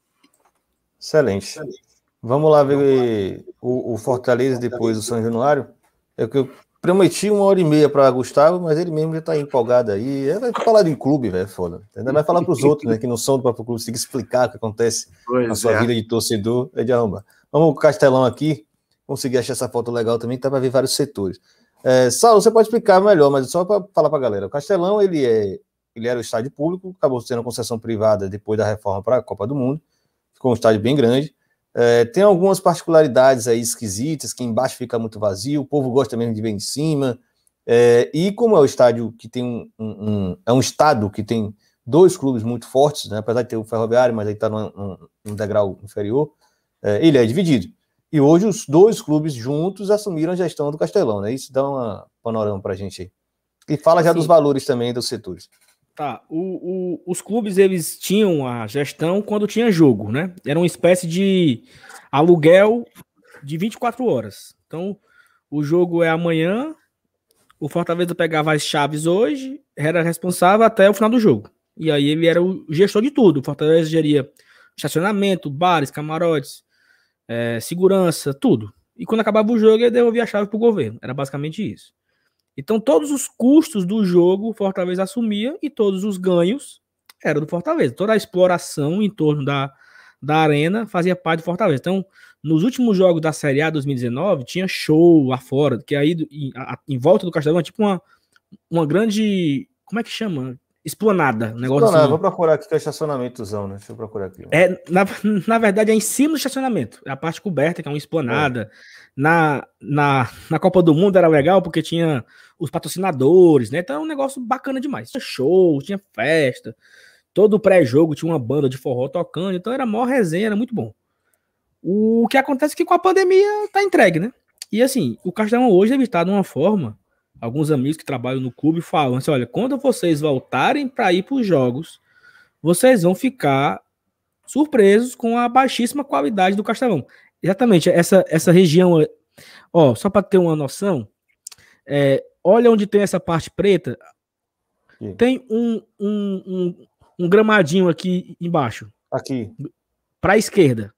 [SPEAKER 1] Excelente. Vamos lá ver o, o Fortaleza depois do São Januário. É que eu prometi uma hora e meia para Gustavo, mas ele mesmo já está empolgado aí. É, vai falar de clube, velho, foda. Ainda vai falar para os outros, né, que não são do próprio clube, tem que explicar o que acontece pois na sua é. vida de torcedor. É de arrombar. Vamos pro Castelão aqui. Consegui achar essa foto legal também, tá para ver vários setores. É, Saulo, você pode explicar melhor, mas só para falar para a galera. O Castelão, ele, é, ele era o estádio público, acabou sendo concessão privada depois da reforma para a Copa do Mundo. Ficou um estádio bem grande. É, tem algumas particularidades aí esquisitas, que embaixo fica muito vazio, o povo gosta mesmo de ver em cima. É, e como é o estádio que tem um, um, um... É um estado que tem dois clubes muito fortes, né, apesar de ter o Ferroviário, mas aí está num, num degrau inferior, é, ele é dividido. E hoje os dois clubes juntos assumiram a gestão do Castelão, né? Isso dá um panorama para a gente aí. E fala já Sim. dos valores também dos setores.
[SPEAKER 4] Tá, o, o, os clubes, eles tinham a gestão quando tinha jogo, né? Era uma espécie de aluguel de vinte e quatro horas. Então, o jogo é amanhã, o Fortaleza pegava as chaves hoje, era responsável até o final do jogo. E aí ele era o gestor de tudo. O Fortaleza geria estacionamento, bares, camarotes, é, segurança, tudo. E quando acabava o jogo, ele devolvia a chave para o governo. Era basicamente isso. Então, todos os custos do jogo o Fortaleza assumia e todos os ganhos eram do Fortaleza. Toda a exploração em torno da, da arena fazia parte do Fortaleza. Então, nos últimos jogos da Série A dois mil e dezenove, tinha show lá fora, que aí em, a, em volta do Castelão é tipo uma, uma grande... Como é que chama? Esplanada. Um negócio
[SPEAKER 1] Esplanada,
[SPEAKER 4] assim.
[SPEAKER 1] Vou procurar aqui que é estacionamentozão, né? Deixa eu procurar aqui.
[SPEAKER 4] É, na, na verdade, é em cima do estacionamento. É a parte coberta, que é uma esplanada. É. Na, na, na Copa do Mundo era legal porque tinha os patrocinadores, né? Então é um negócio bacana demais. Tinha show, tinha festa, todo pré-jogo tinha uma banda de forró tocando, então era a maior resenha, era muito bom. O que acontece é que com a pandemia tá entregue, né? E assim, o Castelão hoje deve estar de uma forma, alguns amigos que trabalham no clube falam assim, olha, quando vocês voltarem para ir para os jogos, vocês vão ficar surpresos com a baixíssima qualidade do Castelão. Exatamente, essa, essa região, ó, só para ter uma noção, é, olha onde tem essa parte preta, Sim. tem um, um, um, um gramadinho aqui embaixo.
[SPEAKER 1] Aqui.
[SPEAKER 4] Para a esquerda.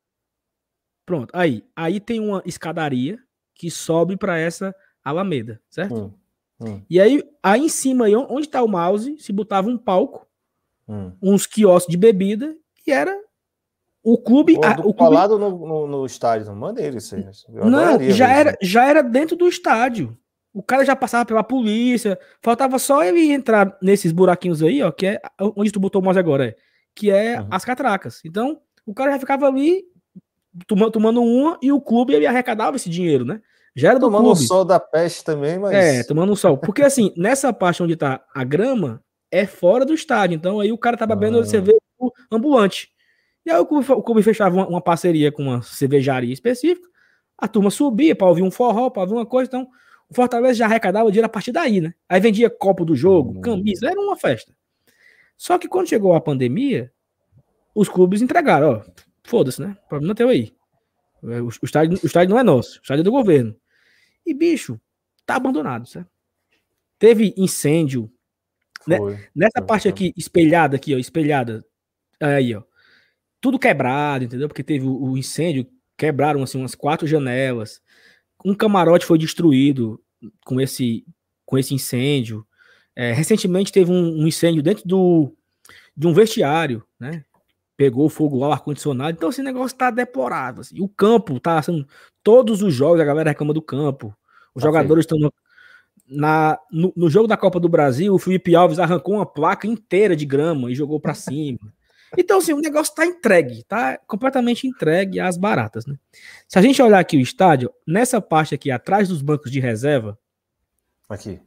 [SPEAKER 4] Pronto, aí. Aí tem uma escadaria que sobe para essa alameda, certo? Hum, hum. E aí, aí em cima, aí, onde está o mouse, se botava um palco, hum. uns quiosques de bebida, e era o clube...
[SPEAKER 1] Pô,
[SPEAKER 4] a,
[SPEAKER 1] do
[SPEAKER 4] o clube...
[SPEAKER 1] lado no, no, no estádio, não maneiro isso aí.
[SPEAKER 4] Não, já era, já era dentro do estádio. O cara já passava pela polícia, faltava só ele entrar nesses buraquinhos aí, ó, que é onde tu botou o mouse agora, é, que é uhum. as catracas. Então, o cara já ficava ali tomando, tomando uma e o clube ele arrecadava esse dinheiro, né? Já era do
[SPEAKER 1] tomando
[SPEAKER 4] clube.
[SPEAKER 1] o sol da peste também, mas...
[SPEAKER 4] É, tomando o sol. Porque assim, nessa parte onde tá a grama, é fora do estádio. Então aí o cara tá bebendo ah. cerveja ambulante. E aí o clube, o clube fechava uma, uma parceria com uma cervejaria específica, a turma subia para ouvir um forró, para ouvir uma coisa, então o Fortaleza já arrecadava dinheiro a partir daí, né? Aí vendia copo do jogo, camisa, era uma festa. Só que quando chegou a pandemia, os clubes entregaram, ó, foda-se, né? O problema é teu aí. O, o, estádio, o estádio não é nosso, o estádio é do governo. E, bicho, tá abandonado, certo? Teve incêndio, né? Nessa foi, parte foi. aqui, espelhada aqui, ó, espelhada, aí, ó, tudo quebrado, entendeu? Porque teve o, o incêndio, quebraram, assim, umas quatro janelas, um camarote foi destruído com esse, com esse incêndio. É, recentemente teve um, um incêndio dentro do, de um vestiário, né? Pegou fogo lá, o ar-condicionado. Então esse negócio tá deplorável. Assim. O campo tá assim, todos os jogos a galera reclama do campo. Os tá jogadores estão no, na, no, no jogo da Copa do Brasil, o Felipe Alves arrancou uma placa inteira de grama e jogou para cima. Então, assim, o negócio tá entregue, tá completamente entregue às baratas, né? Se a gente olhar aqui o estádio, nessa parte aqui, atrás dos bancos de reserva...
[SPEAKER 1] Aqui.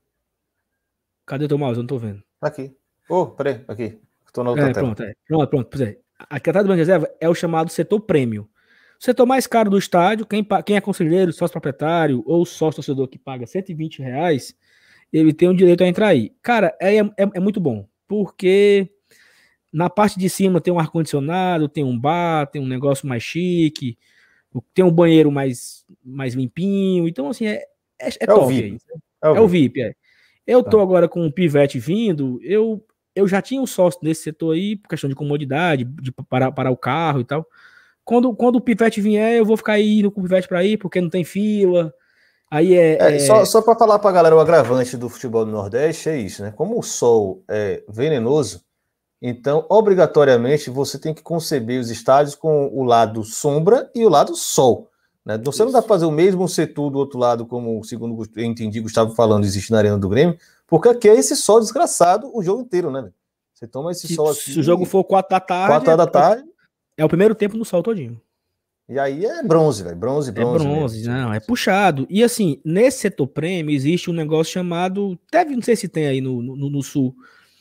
[SPEAKER 4] Cadê o teu mouse? Eu não tô vendo.
[SPEAKER 1] Aqui. Oh, peraí, aqui. Tô na outra
[SPEAKER 4] é,
[SPEAKER 1] tela.
[SPEAKER 4] Pronto, é. Pronto, pronto. Pois é. Aqui atrás do banco de reserva é o chamado setor prêmio. O setor mais caro do estádio, quem, quem é conselheiro, sócio proprietário ou sócio torcedor que paga cento e vinte reais, ele tem o direito a entrar aí. Cara, é, é, é muito bom, porque... Na parte de cima tem um ar-condicionado, tem um bar, tem um negócio mais chique, tem um banheiro mais, mais limpinho. Então, assim, é, é, é, é top. O V I P. Aí. É, o, é o V I P, é. Eu tô tá. agora com o Pivete vindo, eu, eu já tinha um sócio nesse setor aí, por questão de comodidade, de parar, parar o carro e tal. Quando, quando o Pivete vier, eu vou ficar indo com o Pivete para ir, porque não tem fila. Aí é...
[SPEAKER 1] é,
[SPEAKER 4] é...
[SPEAKER 1] Só, só para falar pra galera, o agravante do futebol do Nordeste é isso, né? Como o sol é venenoso, então, obrigatoriamente, você tem que conceber os estádios com o lado sombra e o lado sol. Né? Você Isso. não dá para fazer o mesmo setor do outro lado, como, segundo eu entendi, Gustavo falando, existe na Arena do Grêmio, porque aqui é esse sol desgraçado o jogo inteiro, né? Você toma esse
[SPEAKER 4] se,
[SPEAKER 1] sol aqui...
[SPEAKER 4] Se o jogo for quatro da tarde...
[SPEAKER 1] quatro da tarde...
[SPEAKER 4] É o primeiro tempo no sol todinho.
[SPEAKER 1] E aí é bronze, velho. Bronze, bronze.
[SPEAKER 4] É bronze, mesmo. Não, é puxado. E assim, nesse setor prêmio existe um negócio chamado... Deve, não sei se tem aí no, no, no sul...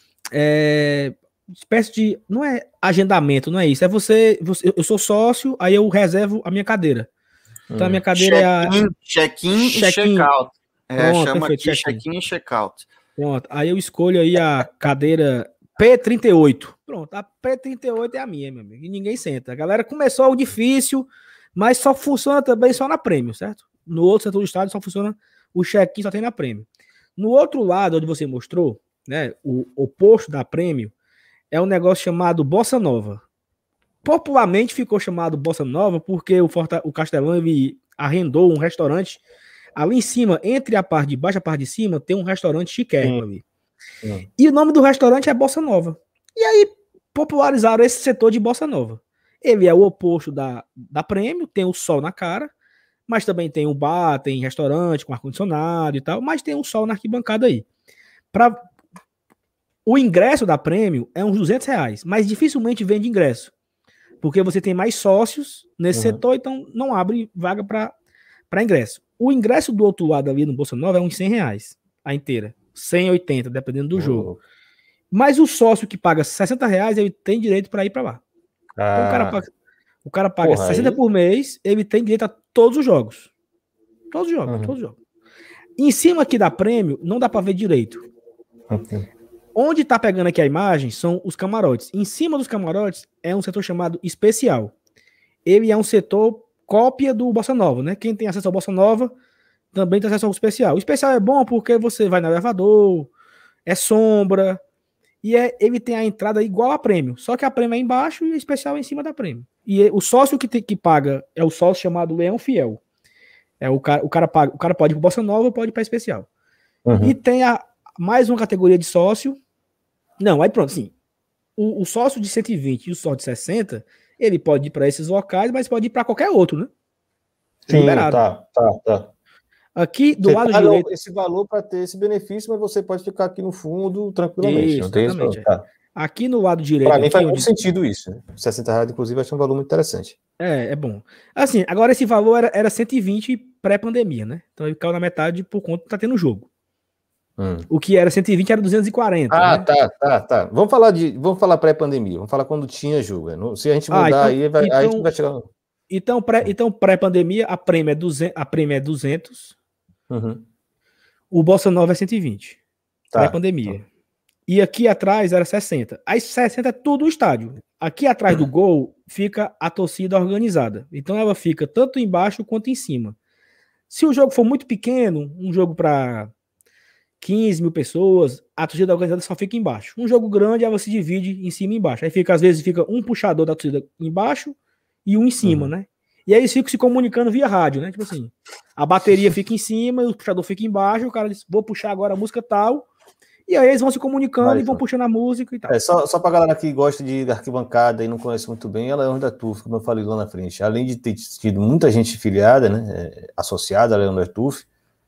[SPEAKER 4] É... espécie de, não é agendamento, não é isso, é você, você eu sou sócio, aí eu reservo a minha cadeira. Então hum. a minha cadeira
[SPEAKER 2] check-in,
[SPEAKER 4] é a...
[SPEAKER 2] check-in check e check-out. É, Pronto, chama aqui check-in check e check-out.
[SPEAKER 4] Pronto, aí eu escolho aí a cadeira P trinta e oito. Pronto, a P trinta e oito é a minha, meu amigo, e ninguém senta. A galera começou o difícil, mas só funciona também só na prêmio, certo? No outro setor do estádio só funciona o check-in, só tem na prêmio. No outro lado, onde você mostrou, né, o oposto da prêmio, é um negócio chamado Bossa Nova. Popularmente ficou chamado Bossa Nova porque o, Forta, o Castelão ele arrendou um restaurante ali em cima, entre a parte de baixo e a parte de cima, tem um restaurante chiquérrimo ali. Hum. E o nome do restaurante é Bossa Nova. E aí popularizaram esse setor de Bossa Nova. Ele é o oposto da, da Prêmio, tem o sol na cara, mas também tem um bar, tem restaurante com ar-condicionado e tal, mas tem um sol na arquibancada aí. Para O ingresso da Prêmio é uns duzentos reais, mas dificilmente vende ingresso, porque você tem mais sócios nesse uhum. setor, então não abre vaga para ingresso. O ingresso do outro lado ali no Bossa Nova é uns cem reais, a inteira, cem e oitenta, dependendo do uhum. jogo. Mas o sócio que paga sessenta reais, ele tem direito para ir para lá. Ah. Então o cara paga, o cara paga Porra, sessenta aí. por mês, ele tem direito a todos os jogos. Todos os jogos, uhum. todos os jogos. Em cima aqui da Prêmio, não dá para ver direito.
[SPEAKER 1] Okay.
[SPEAKER 4] Onde tá pegando aqui a imagem são os camarotes. Em cima dos camarotes é um setor chamado especial. Ele é um setor cópia do Bossa Nova, né? Quem tem acesso ao Bossa Nova também tem acesso ao especial. O especial é bom porque você vai no elevador, é sombra, e é, ele tem a entrada igual a prêmio, só que a prêmio é embaixo e o especial é em cima da prêmio. E é, o sócio que, te, que paga é o sócio chamado Leão Fiel. É o cara, o cara, paga, o cara pode ir para Bossa Nova, pode ir para especial. Uhum. E tem a, mais uma categoria de sócio. Não, aí pronto, sim. O, o sócio de cento e vinte e o sócio de sessenta, ele pode ir para esses locais, mas pode ir para qualquer outro, né?
[SPEAKER 1] Sim, liberado. tá, tá, tá.
[SPEAKER 4] Aqui do
[SPEAKER 1] você
[SPEAKER 4] lado direito.
[SPEAKER 1] Esse valor para ter esse benefício, mas você pode ficar aqui no fundo tranquilamente.
[SPEAKER 4] Isso,
[SPEAKER 1] não tem
[SPEAKER 4] exatamente.
[SPEAKER 1] Isso, tá.
[SPEAKER 4] Aqui no lado direito.
[SPEAKER 1] Para mim faz
[SPEAKER 4] onde...
[SPEAKER 1] muito sentido isso. Né? sessenta reais, inclusive, acho um valor muito interessante.
[SPEAKER 4] É, é bom. Assim, agora esse valor era, era cento e vinte pré-pandemia, né? Então ele caiu na metade por conta que tá tendo jogo. Hum. O que era cento e vinte era duzentos e quarenta.
[SPEAKER 1] Ah,
[SPEAKER 4] né?
[SPEAKER 1] tá, tá, tá. Vamos falar de, vamos falar pré-pandemia. Vamos falar quando tinha jogo. Né? Se a gente mudar ah, então, aí, vai,
[SPEAKER 4] então,
[SPEAKER 1] aí a gente vai chegar.
[SPEAKER 4] Então, pré, então pré-pandemia, a prêmio é duzentos, a prêmio é duzentos.
[SPEAKER 1] Uhum.
[SPEAKER 4] O Bossa Nova é cento e vinte.
[SPEAKER 1] Tá,
[SPEAKER 4] pré-pandemia.
[SPEAKER 1] Tá.
[SPEAKER 4] E aqui atrás era sessenta. Aí sessenta é tudo o estádio. Aqui atrás do gol fica a torcida organizada. Então ela fica tanto embaixo quanto em cima. Se o jogo for muito pequeno, um jogo para quinze mil pessoas, a torcida organizada só fica embaixo. Um jogo grande, ela se divide em cima e embaixo. Aí fica, às vezes fica um puxador da torcida embaixo e um em cima, uhum. né? E aí eles ficam se comunicando via rádio, né? Tipo assim, a bateria fica em cima e o puxador fica embaixo, o cara diz, vou puxar agora a música tal. E aí eles vão se comunicando Vai, e vão puxando a música e tal.
[SPEAKER 1] É, só, só pra galera que gosta de arquibancada e não conhece muito bem, ela é da T U F, como eu falei lá na frente. Além de ter tido muita gente filiada, né, associada a Leandro T U F,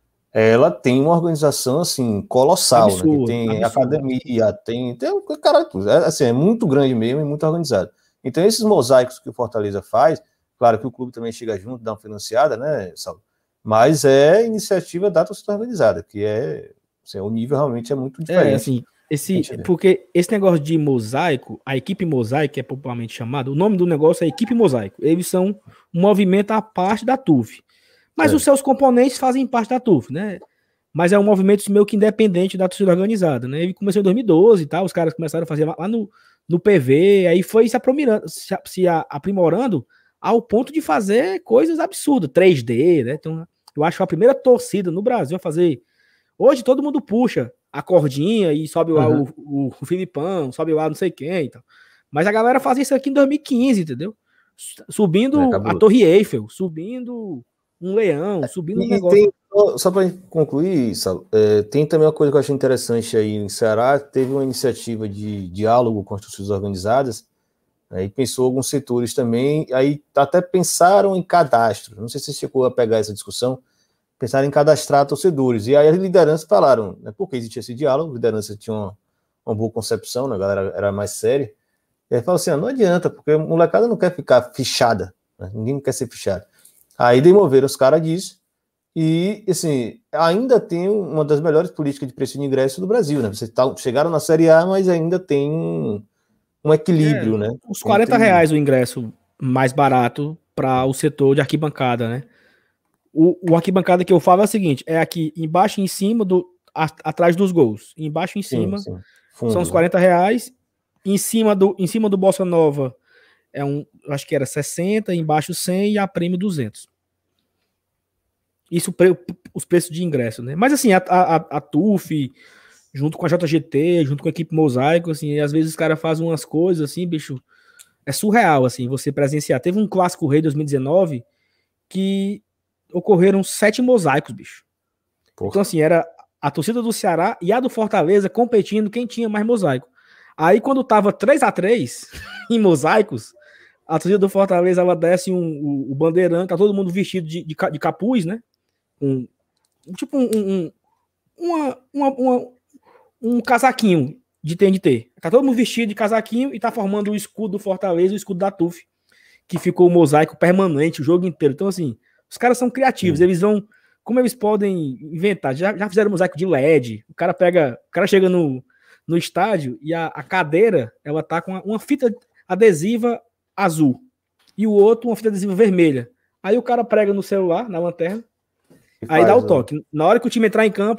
[SPEAKER 1] ela tem uma organização, assim, colossal, absurdo, né, que tem absurdo. academia, tem, tem cara, é, assim, é muito grande mesmo e muito organizado. Então esses mosaicos que o Fortaleza faz, claro que o clube também chega junto, dá uma financiada, né, Saulo? Mas é iniciativa da torcida organizada, que é... Assim, o nível realmente é muito diferente.
[SPEAKER 4] É, assim, esse, porque esse negócio de mosaico, a equipe mosaico, que é popularmente chamada, o nome do negócio é equipe mosaico. Eles são um movimento à parte da T U F. Mas é. os seus componentes fazem parte da T U F, né? Mas é um movimento meio que independente da torcida organizada, né? Ele começou em dois mil e doze e tal, os caras começaram a fazer lá no, no P V, aí foi se aprimorando, se, se aprimorando ao ponto de fazer coisas absurdas, três D, né? Então, eu acho que a primeira torcida no Brasil a fazer... Hoje todo mundo puxa a cordinha e sobe lá uhum. o, o, o Filipão, sobe lá não sei quem e tal. Mas a galera fazia isso aqui em dois mil e quinze, entendeu? Subindo é, a Torre Eiffel, subindo um leão, subindo um
[SPEAKER 1] e
[SPEAKER 4] negócio.
[SPEAKER 1] Tem, só para concluir, Salo, é, tem também uma coisa que eu achei interessante aí em Ceará, teve uma iniciativa de diálogo com as torcidas organizadas, aí pensou alguns setores também, aí até pensaram em cadastro, não sei se você chegou a pegar essa discussão, pensaram em cadastrar torcedores. E aí as lideranças falaram, né, porque existia esse diálogo, a liderança tinha uma, uma boa concepção, né, a galera era mais séria. E aí falou assim, ah, não adianta, porque a molecada não quer ficar fichada, né, ninguém quer ser fichado. Aí demoveram os caras disso, e assim, ainda tem uma das melhores políticas de preço de ingresso do Brasil, né? Vocês tá, chegaram na Série A, mas ainda tem um, um equilíbrio, é, né?
[SPEAKER 4] Os quarenta reais o ingresso mais barato para o setor de arquibancada, né? O, o arquibancada que eu falo é o seguinte, é aqui embaixo e em cima, do, a, atrás dos gols. Embaixo e em cima sim, sim. Fundo, são os quarenta reais. Em cima do, em cima do Bossa Nova é um, acho que era sessenta, embaixo cem e a prêmio duzentos. Isso pre, os preços de ingresso, né? Mas assim, a, a, a T U F, junto com a J G T, junto com a equipe Mosaico, assim, às vezes os caras fazem umas coisas assim, bicho, é surreal, assim, você presenciar. Teve um Clássico Rei dois mil e dezenove que ocorreram sete mosaicos, bicho. Porra. Então, assim, era a torcida do Ceará e a do Fortaleza competindo quem tinha mais mosaico. Aí, quando tava três a três em mosaicos, a torcida do Fortaleza, ela desce um, um, o bandeirão, tá todo mundo vestido de, de, de capuz, né? Um, tipo um, um, uma, uma, uma, um casaquinho de T N T. Tá todo mundo vestido de casaquinho e tá formando o escudo do Fortaleza e o escudo da T U F, que ficou o mosaico permanente o jogo inteiro. Então, assim, os caras são criativos, Sim. eles vão... Como eles podem inventar? Já, já fizeram mosaico de L E D. O cara pega... O cara chega no, no estádio e a, a cadeira, ela tá com uma, uma fita adesiva azul. E o outro, uma fita adesiva vermelha. Aí o cara prega no celular, na lanterna, e aí dá o toque. Né? Na hora que o time entrar em campo,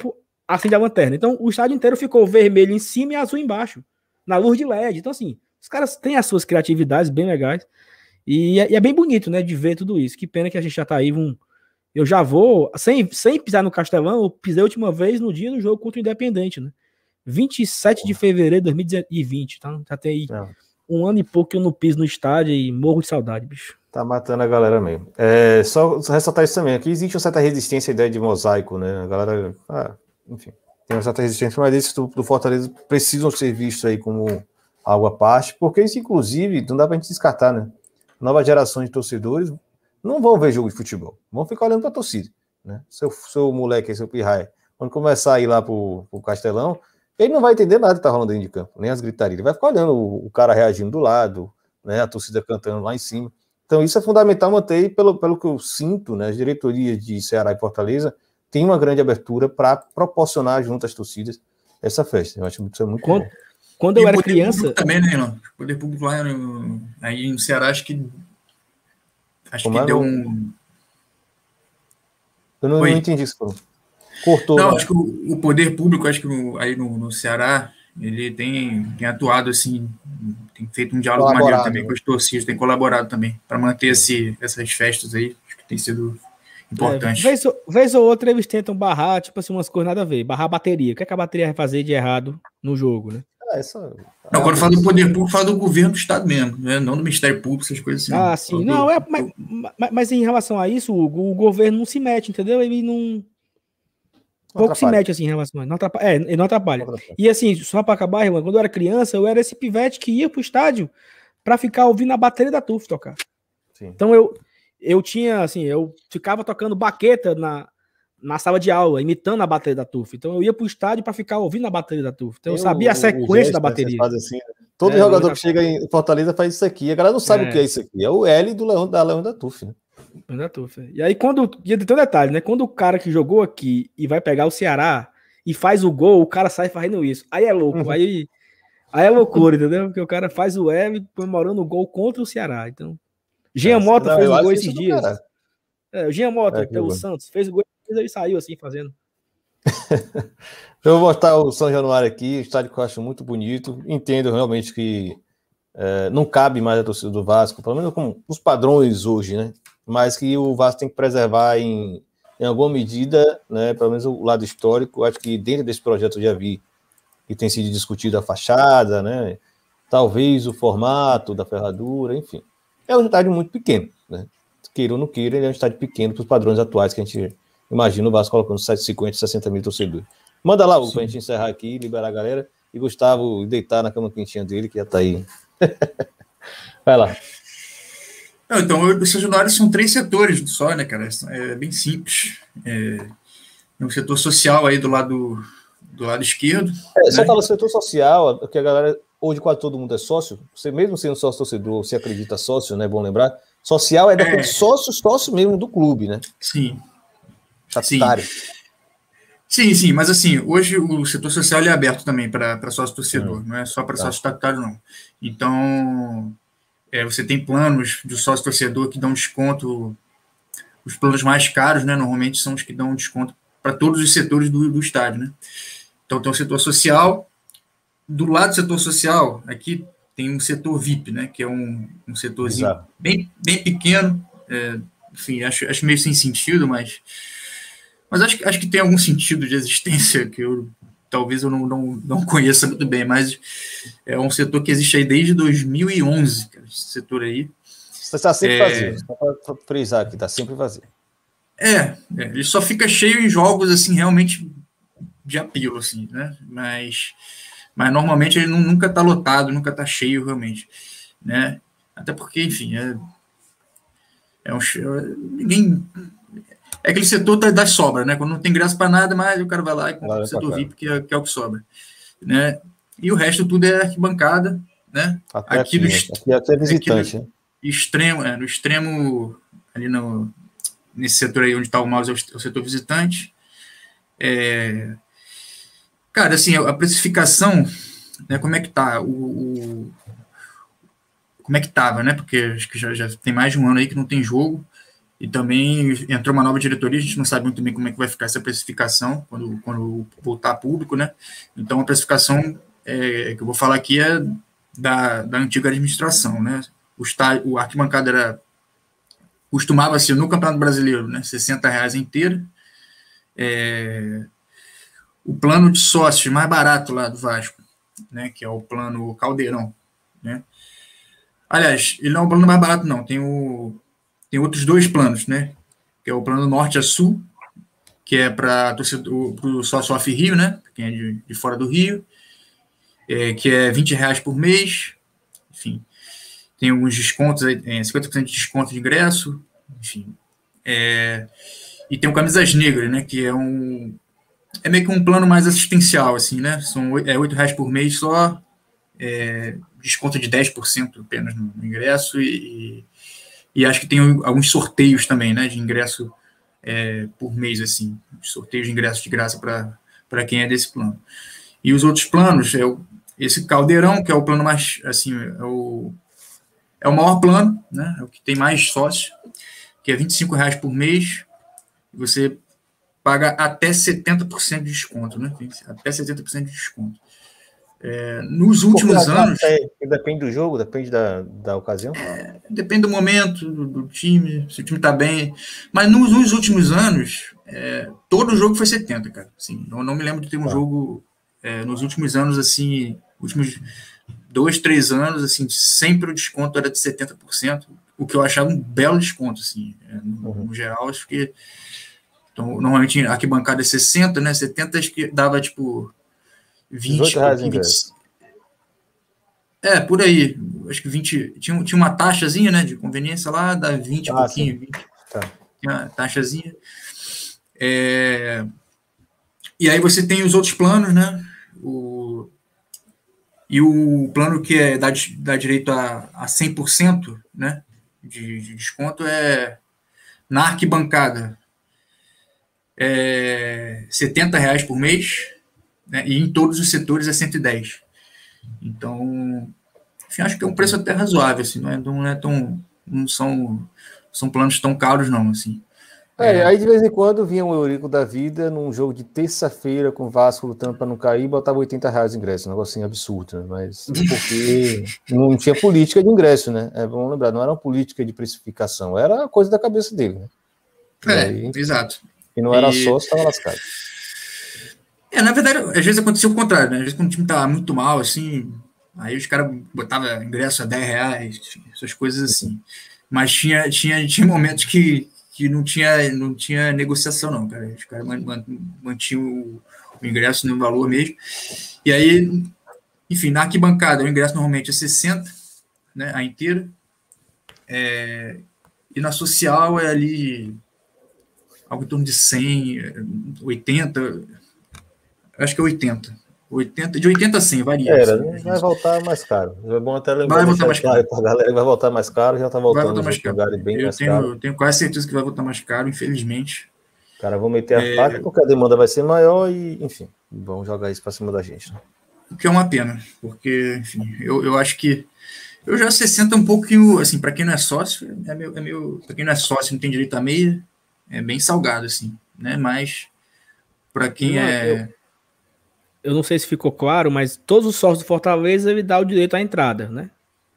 [SPEAKER 4] acende a lanterna. Então, o estádio inteiro ficou vermelho em cima e azul embaixo, na luz de L E D. Então, assim, os caras têm as suas criatividades bem legais. E é, e é bem bonito, né, de ver tudo isso. Que pena que a gente já tá aí. Um, eu já vou, sem, sem pisar no Castelão, eu pisei a última vez no dia do jogo contra o Independente, né? vinte e sete de fevereiro de dois mil e vinte, tá? Já tem aí é. um ano e pouco que eu não piso no estádio e morro de saudade, bicho.
[SPEAKER 1] Tá matando a galera mesmo. É, só ressaltar isso também. Aqui existe uma certa resistência à ideia de mosaico, né? A galera, ah, enfim, tem uma certa resistência, mas esses do, do Fortaleza precisam ser vistos aí como algo à parte, porque isso, inclusive, não dá pra gente descartar, né? Nova geração de torcedores não vão ver jogo de futebol, vão ficar olhando pra torcida, né? Seu, seu moleque, seu pirraia, quando começar a ir lá pro, pro Castelão, ele não vai entender nada que tá rolando dentro de campo, nem as gritarias. Ele vai ficar olhando o, o cara reagindo do lado, né? A torcida cantando lá em cima. Então isso é fundamental manter, e pelo, pelo que eu sinto, né? As diretorias de Ceará e Fortaleza têm uma grande abertura para proporcionar junto às torcidas essa festa. Eu acho que isso é muito
[SPEAKER 4] quando,
[SPEAKER 1] bom.
[SPEAKER 4] Quando eu era criança...
[SPEAKER 3] também, né, Irlan? O poder público lá no, aí no Ceará, acho que acho Como que é deu no... um...
[SPEAKER 1] Eu não, não entendi isso, falou. Cortou.
[SPEAKER 3] Não,
[SPEAKER 1] né?
[SPEAKER 3] acho que o, o poder público, acho que no, aí no, no Ceará, ele tem, tem atuado assim, tem feito um diálogo maneiro também, né, com as torcidas, tem colaborado também para manter esse, essas festas aí, acho que tem sido importante.
[SPEAKER 4] É, vez, vez ou outra eles tentam barrar, tipo assim, umas coisas nada a ver, barrar a bateria. O que, é que a bateria vai fazer de errado no jogo, né?
[SPEAKER 1] Ah, essa...
[SPEAKER 3] Não, quando fala do poder público, fala do governo do estado mesmo, né? Não do Ministério Público, essas coisas assim.
[SPEAKER 4] Ah, sim. Não, é, mas, mas, mas em relação a isso, o, o governo não se mete, entendeu? Ele não... Pouco atrapalha. Se mete assim em relação a... Não atrapalha. É, ele não atrapalha. Não atrapalha. E assim, só para acabar, irmão, quando eu era criança, eu era esse pivete que ia pro estádio para ficar ouvindo a bateria da T U F tocar. Sim. Então eu, eu tinha, assim, eu ficava tocando baqueta na, na sala de aula, imitando a bateria da T U F. Então eu ia pro estádio para ficar ouvindo a bateria da T U F. Então eu, eu sabia a sequência gesto, da bateria.
[SPEAKER 1] Né, assim, né? Todo é, jogador que chega em Fortaleza faz isso aqui. A galera não sabe é. o que é isso aqui. É o L do Leão da Leão da T U F, né?
[SPEAKER 4] E aí, quando. E tem um detalhe, né? Quando o cara que jogou aqui e vai pegar o Ceará e faz o gol, o cara sai fazendo isso. Aí é louco. Uhum. Aí, aí é loucura, entendeu? Porque o cara faz o L comemorando o gol contra o Ceará. Então. Jean Mota não, fez o gol esses dias. É, o Jean Mota, é, então, o Santos, fez o gol e ele saiu assim fazendo.
[SPEAKER 1] Eu vou botar o São Januário aqui, estádio que eu acho muito bonito. Entendo realmente que é, não cabe mais a torcida do Vasco, pelo menos com os padrões hoje, né? Mas que o Vasco tem que preservar em, em alguma medida, né, pelo menos o lado histórico. Acho que dentro desse projeto eu já vi que tem sido discutido a fachada, né, talvez o formato da ferradura, enfim. É um estádio muito pequeno, né? Queira ou não queira, ele é um estádio pequeno para os padrões atuais que a gente imagina o Vasco colocando setecentos e cinquenta, sessenta mil torcedores. Manda lá, Hugo, para a gente encerrar aqui, liberar a galera, e Gustavo deitar na cama quentinha dele, que já está aí. Vai lá.
[SPEAKER 3] Não, então, os São Januário são três setores só, né, cara? É bem simples. É um setor social aí do lado, do lado esquerdo.
[SPEAKER 1] É, só né? Fala setor social, porque a galera, hoje quase todo mundo é sócio. Você mesmo sendo sócio torcedor, você acredita sócio, né? É bom lembrar. Social é daquele é... sócio, sócio mesmo do clube, né?
[SPEAKER 3] Sim.
[SPEAKER 1] Statutário.
[SPEAKER 3] Sim. Sim, sim, mas assim, hoje o setor social ele é aberto também para sócio torcedor, hum. não é só para tá. sócio estatutário, não. Então... É, você tem planos de sócio torcedor que dão desconto, os planos mais caros, né, normalmente são os que dão desconto para todos os setores do, do estádio, né? Então tem o setor social, do lado do setor social, aqui tem um setor V I P, né, que é um, um setorzinho bem, bem pequeno, é, enfim, acho, acho meio sem sentido, mas, mas acho, acho que tem algum sentido de existência que eu... talvez eu não, não, não conheça muito bem, mas é um setor que existe aí desde dois mil e onze, cara, esse setor aí.
[SPEAKER 1] Você está sempre é... vazio, só para frisar aqui, está sempre vazio.
[SPEAKER 3] É, é, ele só fica cheio em jogos, assim, realmente de apelo, assim, né, mas, mas normalmente ele não, nunca está lotado, nunca está cheio, realmente, né, até porque, enfim, é, é um... ninguém... É aquele setor das sobras, né? Quando não tem graça para nada, mas o cara vai lá e compra o setor V I P, que é, que é o que sobra. Né? E o resto tudo é arquibancada, né?
[SPEAKER 1] Até aqui, aqui, no, aqui até visitante.
[SPEAKER 3] Aqui no extremo, é, no extremo, ali no, nesse setor aí onde está o mouse, é o, o setor visitante. É, cara, assim, a precificação, né, como é que tá? O, o, como é que tava, né? Porque acho que já, já tem mais de um ano aí que não tem jogo. e também entrou uma nova diretoria, a gente não sabe muito bem como é que vai ficar essa precificação quando, quando voltar a público, né? Então, a precificação é, que eu vou falar aqui é da, da antiga administração, né? O, estádio, o arquibancada era, costumava ser, no Campeonato Brasileiro, né, sessenta reais inteiro. É, o plano de sócios mais barato lá do Vasco, né, que é o plano Caldeirão, né? Aliás, ele não é o plano mais barato, não. Tem, o, tem outros dois planos, né? Que é o plano Norte a Sul, que é para o sócio off-Rio, né? Quem é de, de fora do Rio, é, que é vinte reais por mês. Enfim, tem alguns descontos, é, cinquenta por cento de desconto de ingresso. Enfim. É, e tem o Camisas Negras, né? Que é um... É meio que um plano mais assistencial, assim, né? São é, oito reais por mês só. É, desconto de dez por cento apenas no, no ingresso e, e acho que tem alguns sorteios também, né, de ingresso é, por mês, assim, sorteios de ingresso de graça para quem é desse plano. E os outros planos, é o, esse Caldeirão, que é o plano mais, assim, é o, é o maior plano, né, é o que tem mais sócios, que é vinte e cinco reais por mês, você paga até setenta por cento de desconto, né, até setenta por cento de desconto. É, nos últimos anos...
[SPEAKER 1] É, depende do jogo, depende da, da ocasião?
[SPEAKER 3] É, depende do momento, do, do time, se o time tá bem. Mas nos, nos últimos anos, é, todo jogo foi setenta, cara. Assim, eu não me lembro de ter um tá. jogo é, nos últimos anos, assim, últimos dois, três anos, assim, sempre o desconto era de setenta por cento, o que eu achava um belo desconto, assim, é, no, uhum. no geral, acho que... Então, normalmente, a arquibancada é sessenta, né? setenta, acho que dava, tipo... vinte reais em vinte. É, por aí. Acho que vinte. Tinha, tinha uma taxazinha, né? De conveniência lá, dá vinte, ah, pouquinho. vinte, tá. Tinha uma taxazinha. É, e aí você tem os outros planos, né? O, e o plano que é, dá, dá direito a, a cem por cento, né? De, de desconto é na arquibancada. É setenta reais por mês. Né, e em todos os setores é cento e dez. Então, enfim, acho que é um preço até razoável, assim, não é, não é tão, não são, são planos tão caros, não, assim.
[SPEAKER 1] É, é, aí de vez em quando vinha um Eurico da vida num jogo de terça-feira com o Vasco lutando para não cair, botava oitenta reais de ingresso, um negocinho absurdo, né? Mas porque não tinha política de ingresso, né? É, vamos lembrar, não era uma política de precificação, era coisa da cabeça dele, né?
[SPEAKER 3] E é, aí,
[SPEAKER 1] exato. E não era e... só, estava lascado.
[SPEAKER 3] É, na verdade, às vezes acontecia o contrário, né? Às vezes quando o time tava muito mal, assim, aí os caras botavam ingresso a dez reais, essas coisas assim. Mas tinha, tinha, tinha momentos que, que não, tinha, não tinha negociação, não, cara. Os caras mantinham o, o ingresso no valor mesmo. E aí, enfim, na arquibancada, o ingresso normalmente é sessenta, né, a inteira. É, e na social é ali algo em torno de cem, oitenta... Acho que é oitenta. oitenta de oitenta a cem, varia.
[SPEAKER 1] Era, assim, vai voltar mais caro. É bom até lembrar.
[SPEAKER 3] Vai voltar mais caro.
[SPEAKER 1] Pra galera, vai voltar mais caro, já tá voltando.
[SPEAKER 3] Vai voltar mais caro.
[SPEAKER 1] Bem
[SPEAKER 3] eu,
[SPEAKER 1] mais
[SPEAKER 3] tenho,
[SPEAKER 1] caro.
[SPEAKER 3] eu tenho quase certeza que vai voltar mais caro, infelizmente.
[SPEAKER 1] Cara, vão meter a é... faca porque a demanda vai ser maior e, enfim, vão jogar isso pra cima da gente. Né?
[SPEAKER 3] O que é uma pena, porque, enfim, eu, eu acho que eu já sessenta um pouquinho, assim, para quem não é sócio, é meio, é meio, para quem não é sócio, não tem direito a meia, é bem salgado, assim, né? Mas para quem não, é...
[SPEAKER 4] Eu... Eu não sei se ficou claro, mas todos os sócios do Fortaleza ele dá o direito à entrada, né?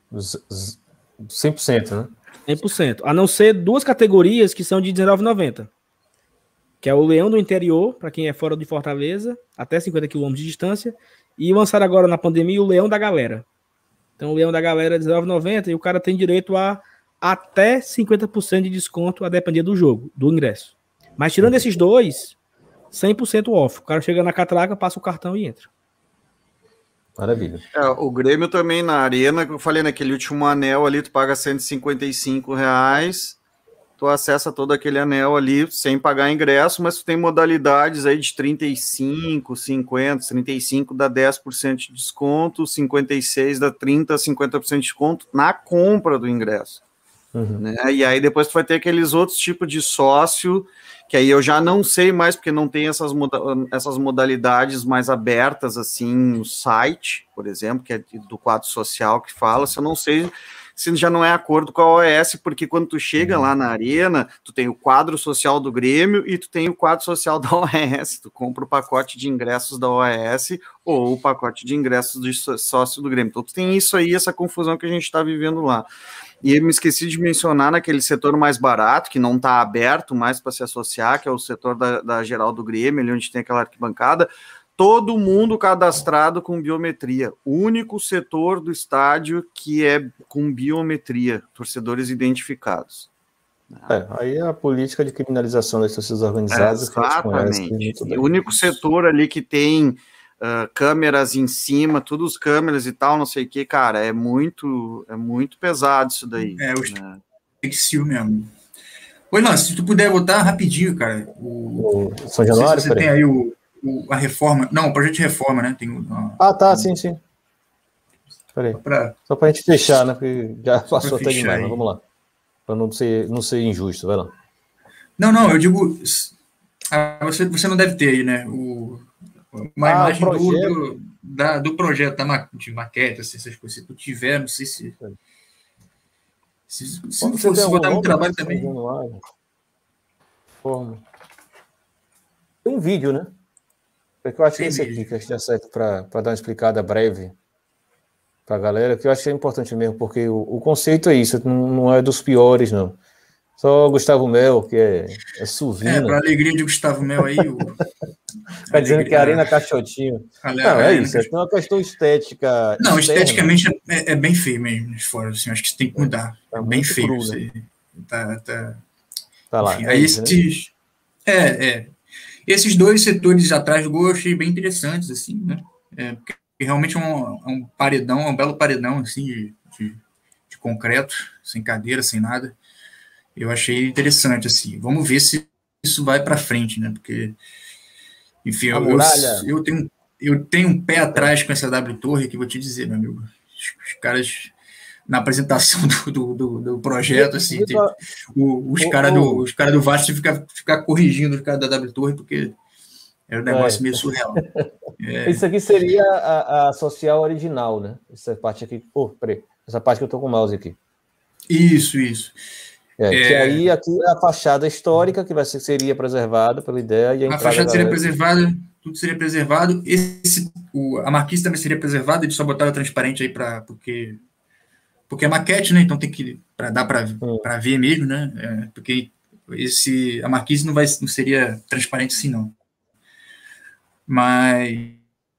[SPEAKER 1] cem por cento, né?
[SPEAKER 4] cem por cento. A não ser duas categorias que são de dezenove reais e noventa centavos. Que é o Leão do Interior, para quem é fora de Fortaleza, até cinquenta quilômetros de distância. E lançaram agora na pandemia o Leão da Galera. Então o Leão da Galera é dezenove reais e noventa centavos e o cara tem direito a até cinquenta por cento de desconto a depender do jogo, do ingresso. Mas tirando esses dois... cem por cento off. O cara chega na catraca, passa o cartão e entra.
[SPEAKER 1] Maravilha.
[SPEAKER 2] É, o Grêmio também na arena, que eu falei naquele último anel ali, tu paga cento e cinquenta e cinco reais, tu acessa todo aquele anel ali sem pagar ingresso, mas tu tem modalidades aí de trinta e cinco, cinquenta, trinta e cinco dá dez por cento de desconto, cinquenta e seis dá trinta, cinquenta por cento de desconto na compra do ingresso. Uhum. Né? E aí depois tu vai ter aqueles outros tipos de sócio que aí eu já não sei mais, porque não tem essas, moda essas modalidades mais abertas, assim, no site, por exemplo, que é do quadro social que fala, se eu não sei se já não é acordo com a O S, porque quando tu chega lá na arena, tu tem o quadro social do Grêmio e tu tem o quadro social da O S, tu compra o pacote de ingressos da O S ou o pacote de ingressos de sócio do Grêmio, então tu tem isso aí, essa confusão que a gente está vivendo lá. E eu me esqueci de mencionar naquele setor mais barato, que não está aberto mais para se associar, que é o setor da, da geral do Grêmio, ali onde tem aquela arquibancada, todo mundo cadastrado com biometria. O único setor do estádio que é com biometria, torcedores identificados.
[SPEAKER 1] É, aí é a política de criminalização das torcidas organizadas.
[SPEAKER 2] É, exatamente. Que o único setor ali que tem uh, câmeras em cima, todos os câmeras e tal, não sei o que, cara, é muito, é muito pesado isso daí.
[SPEAKER 3] É, o né? Exil mesmo. Oi, Lance, se tu puder botar rapidinho, cara. O,
[SPEAKER 1] o São Januário,
[SPEAKER 3] se você tem aí o O, a reforma, não, o projeto de reforma, né? Tem uma,
[SPEAKER 1] ah, tá, um, sim, sim. Peraí. Só para Só pra gente fechar, né? Porque já passou até demais, mas vamos lá. Para não ser, não ser injusto, vai lá.
[SPEAKER 3] Não, não, eu digo. Ah, você, você não deve ter aí, né? O, uma ah, imagem projeto. Do, do, da, do projeto, da ma, de maquete, assim, essas coisas. Se tu tiver, não sei se. Se, se, se for, se botar muito trabalho também.
[SPEAKER 1] Forma. Tem um vídeo, né? Porque eu acho que esse aqui que acho que dá certo para dar uma explicada breve para a galera, que eu acho que é importante mesmo, porque o, o conceito é isso, não, não é dos piores, não. Só o Gustavo Mel, que é, é suvina.
[SPEAKER 3] É, para alegria de Gustavo Mel aí. O...
[SPEAKER 1] Está dizendo que é Arena Caixotinho. Não, é isso, é uma questão estética.
[SPEAKER 3] Não, externa. Esteticamente é, é bem feio mesmo, fora, assim, acho que você tem que mudar. É, é bem feio. Cru, né? Tá, tá...
[SPEAKER 1] tá lá.
[SPEAKER 3] Enfim, é aí isso, esses... né? É, é. Esses dois setores atrás do gol eu achei bem interessantes, assim, né? É, porque realmente é um, é um paredão, é um belo paredão, assim, de, de, de concreto, sem cadeira, sem nada. Eu achei interessante, assim. Vamos ver se isso vai para frente, né? Porque, enfim, eu, eu, eu, tenho, eu tenho um pé atrás com essa W Torre, que vou te dizer, meu amigo. Os, os caras... na apresentação do, do, do, do projeto, assim, tem, o, os caras do, os cara do Vasco ficam ficar corrigindo os caras da W Torre, porque era um negócio é. meio surreal. É.
[SPEAKER 1] Isso aqui seria a, a social original, né? Essa parte aqui, oh, peraí, essa parte que eu tô com o mouse aqui.
[SPEAKER 3] Isso, isso.
[SPEAKER 1] É, é. Que aí aqui é a fachada histórica, que vai ser, seria preservada pela ideia. E a,
[SPEAKER 3] a fachada seria preservada, tudo seria preservado. Esse, o, a marquise também seria preservada, eles só botaram transparente aí para porque Porque é maquete, né? Então tem que pra, dar para hum. ver mesmo, né? É, porque esse, a marquise não, vai, não seria transparente assim, não. Mas,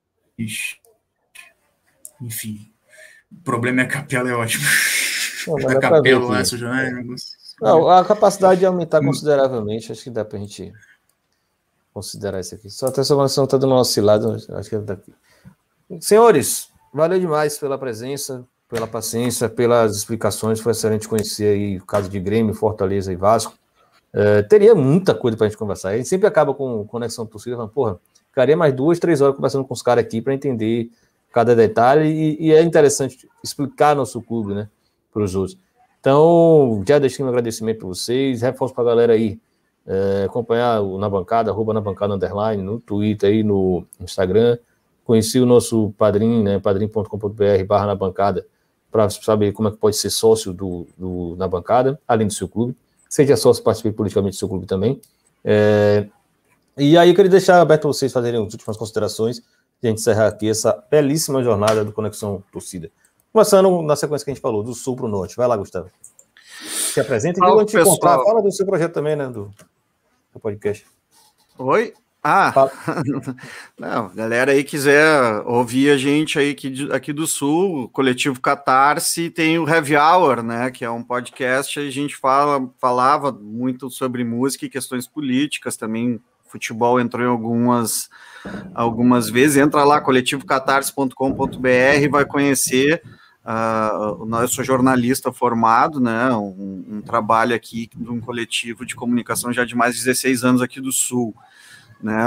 [SPEAKER 3] enfim, o problema é a capela, é ótimo.
[SPEAKER 1] Não, a capela lá, seu não, a capacidade de aumentar consideravelmente, acho que dá para a gente considerar isso aqui. Só até essa condição está dando uma oscilada, acho que é daqui. Senhores, valeu demais pela presença, pela paciência, pelas explicações, foi excelente conhecer aí o caso de Grêmio, Fortaleza e Vasco. É, teria muita coisa para a gente conversar. A gente sempre acaba com conexão possível, falando, porra, ficaria mais duas, três horas conversando com os caras aqui para entender cada detalhe e, e é interessante explicar nosso clube, né, para os outros. Então, já deixei um agradecimento para vocês, reforço para a galera aí, é, acompanhar o Na Bancada, arroba Na Bancada Underline, no Twitter aí, no Instagram. Conheci o nosso padrinho, né, padrim ponto com ponto br barra Na Bancada, para saber como é que pode ser sócio do, do, Na Bancada, além do seu clube. Seja sócio, participe politicamente do seu clube também. É, e aí eu queria deixar aberto para vocês fazerem as últimas considerações e a gente encerrar aqui essa belíssima jornada do Conexão Torcida. Começando na sequência que a gente falou, do sul para o norte. Vai lá, Gustavo. Se apresenta e fala, te contar, fala do seu projeto também, né, do, do podcast.
[SPEAKER 2] Oi? Ah, não, galera aí quiser ouvir a gente aí aqui, aqui do Sul, o Coletivo Catarse, tem o Heavy Hour, né, que é um podcast, a gente fala, falava muito sobre música e questões políticas, também futebol entrou em algumas, algumas vezes, entra lá, coletivo catarse ponto com ponto br, vai conhecer, uh, eu sou jornalista formado, né, um, um trabalho aqui de um coletivo de comunicação já de mais de dezesseis anos aqui do Sul, né?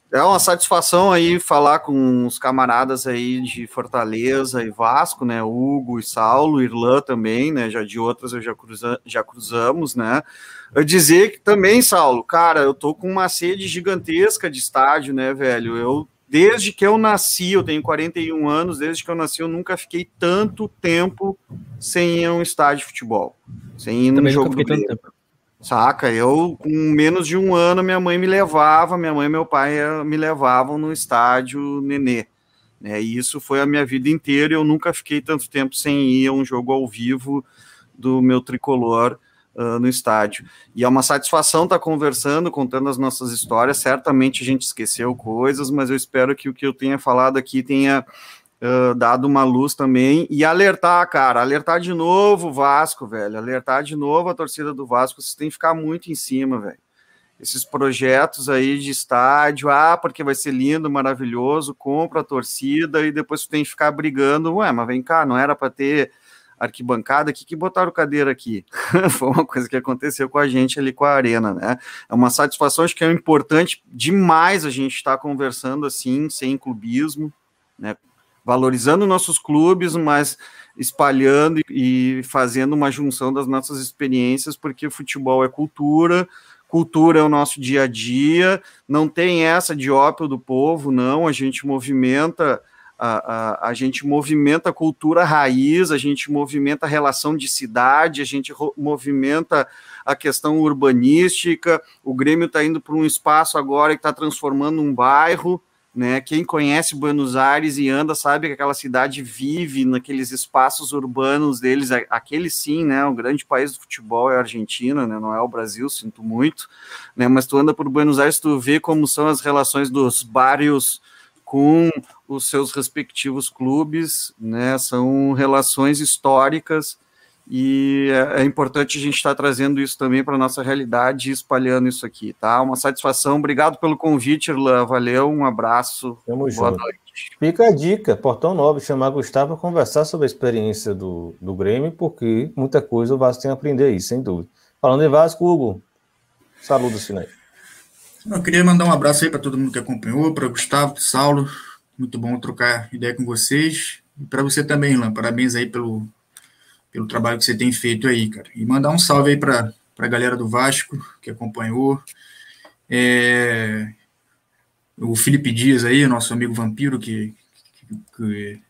[SPEAKER 2] É uma satisfação aí falar com os camaradas aí de Fortaleza e Vasco, né? Hugo e Saulo, Irlan também, né? Já de outras eu já, cruza, já cruzamos, né? Eu dizer que também, Saulo, cara, eu tô com uma sede gigantesca de estádio, né, velho? Eu, desde que eu nasci, eu tenho quarenta e um anos, desde que eu nasci eu nunca fiquei tanto tempo sem ir a um estádio de futebol, sem ir num
[SPEAKER 4] Também
[SPEAKER 2] jogo
[SPEAKER 4] nunca
[SPEAKER 2] do
[SPEAKER 4] fiquei tanto
[SPEAKER 2] Grêmio.
[SPEAKER 4] tempo.
[SPEAKER 2] Saca, eu com menos de um ano, minha mãe me levava, minha mãe e meu pai me levavam no estádio Nenê, né, e isso foi a minha vida inteira, eu nunca fiquei tanto tempo sem ir a um jogo ao vivo do meu tricolor uh, no estádio, e é uma satisfação estar conversando, contando as nossas histórias, certamente a gente esqueceu coisas, mas eu espero que o que eu tenha falado aqui tenha Uh, dado uma luz também, e alertar, cara, alertar de novo o Vasco, velho, alertar de novo a torcida do Vasco, vocês têm que ficar muito em cima, velho, esses projetos aí de estádio, ah, porque vai ser lindo, maravilhoso, compra a torcida, e depois tu tem que ficar brigando, ué, mas vem cá, não era para ter arquibancada, aqui que botaram cadeira aqui, foi uma coisa que aconteceu com a gente ali com a Arena, né, é uma satisfação, acho que é importante demais a gente estar conversando assim, sem clubismo, né, valorizando nossos clubes, mas espalhando e fazendo uma junção das nossas experiências, porque futebol é cultura, cultura é o nosso dia a dia, não tem essa de ópio do povo, não, a gente movimenta a, a, a gente movimenta a cultura raiz, a gente movimenta a relação de cidade, a gente movimenta a questão urbanística, o Grêmio está indo para um espaço agora que está transformando um bairro, né? Quem conhece Buenos Aires e anda sabe que aquela cidade vive naqueles espaços urbanos deles, aquele sim, né? O grande país do futebol é a Argentina, né? Não é o Brasil, sinto muito, né? Mas tu anda por Buenos Aires, tu vê como são as relações dos bairros com os seus respectivos clubes, né? São relações históricas. E é importante a gente estar trazendo isso também para a nossa realidade e espalhando isso aqui, tá? Uma satisfação, obrigado pelo convite, Irlan, valeu, um abraço,
[SPEAKER 1] Tamo
[SPEAKER 2] boa
[SPEAKER 1] junto.
[SPEAKER 2] noite.
[SPEAKER 1] Fica a dica, Portão Nobre, chamar Gustavo para conversar sobre a experiência do, do Grêmio, porque muita coisa o Vasco tem a aprender aí, sem dúvida. Falando em Vasco, Hugo, saludos finais.
[SPEAKER 3] Eu queria mandar um abraço aí para todo mundo que acompanhou, para Gustavo, para Saulo, muito bom trocar ideia com vocês, e para você também, Irlan, parabéns aí pelo pelo trabalho que você tem feito aí, cara. E mandar um salve aí para a galera do Vasco, que acompanhou. É, o Felipe Dias aí, nosso amigo vampiro, que... que,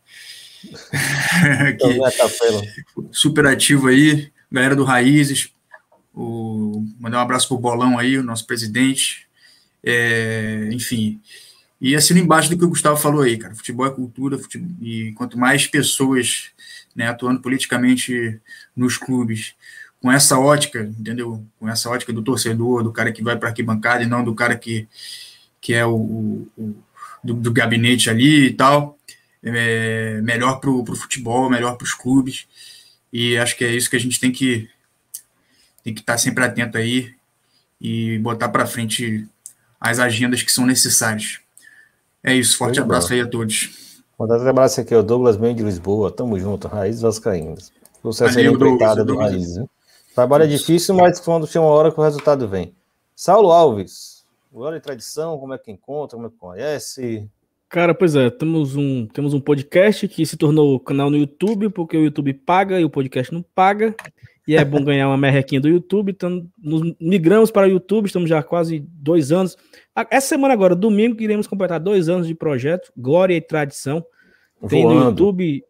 [SPEAKER 3] que super ativo aí. Galera do Raízes. O, mandar um abraço pro Bolão aí, o nosso presidente. É, enfim... E assino embaixo do que o Gustavo falou aí, cara. Futebol é cultura, futebol, e quanto mais pessoas, né, atuando politicamente nos clubes, com essa ótica, entendeu? Com essa ótica do torcedor, do cara que vai para a arquibancada e não do cara que, que é o, o, o do, do gabinete ali e tal, é melhor para o futebol, melhor para os clubes. E acho que é isso que a gente tem que tem que estar sempre atento aí e botar para frente as agendas que são necessárias. É isso, forte Muito abraço bom. aí a todos.
[SPEAKER 1] Mandar um abraço aqui ao Douglas Mendes de Lisboa, tamo junto, Raiz Vascaínas. Você é empreitada do Raiz, né? Trabalho é difícil, mas quando chega uma hora que o resultado vem. Saulo Alves, Glória e Tradição, como é que encontra, como é que conhece?
[SPEAKER 4] Cara, pois é, temos um, temos um podcast que se tornou canal no YouTube, porque o YouTube paga e o podcast não paga, e é bom ganhar uma merrequinha do YouTube, então nos migramos para o YouTube, estamos já há quase dois anos. Essa semana agora, domingo, iremos completar dois anos de projeto, Glória e Tradição. Tem Voando. No YouTube,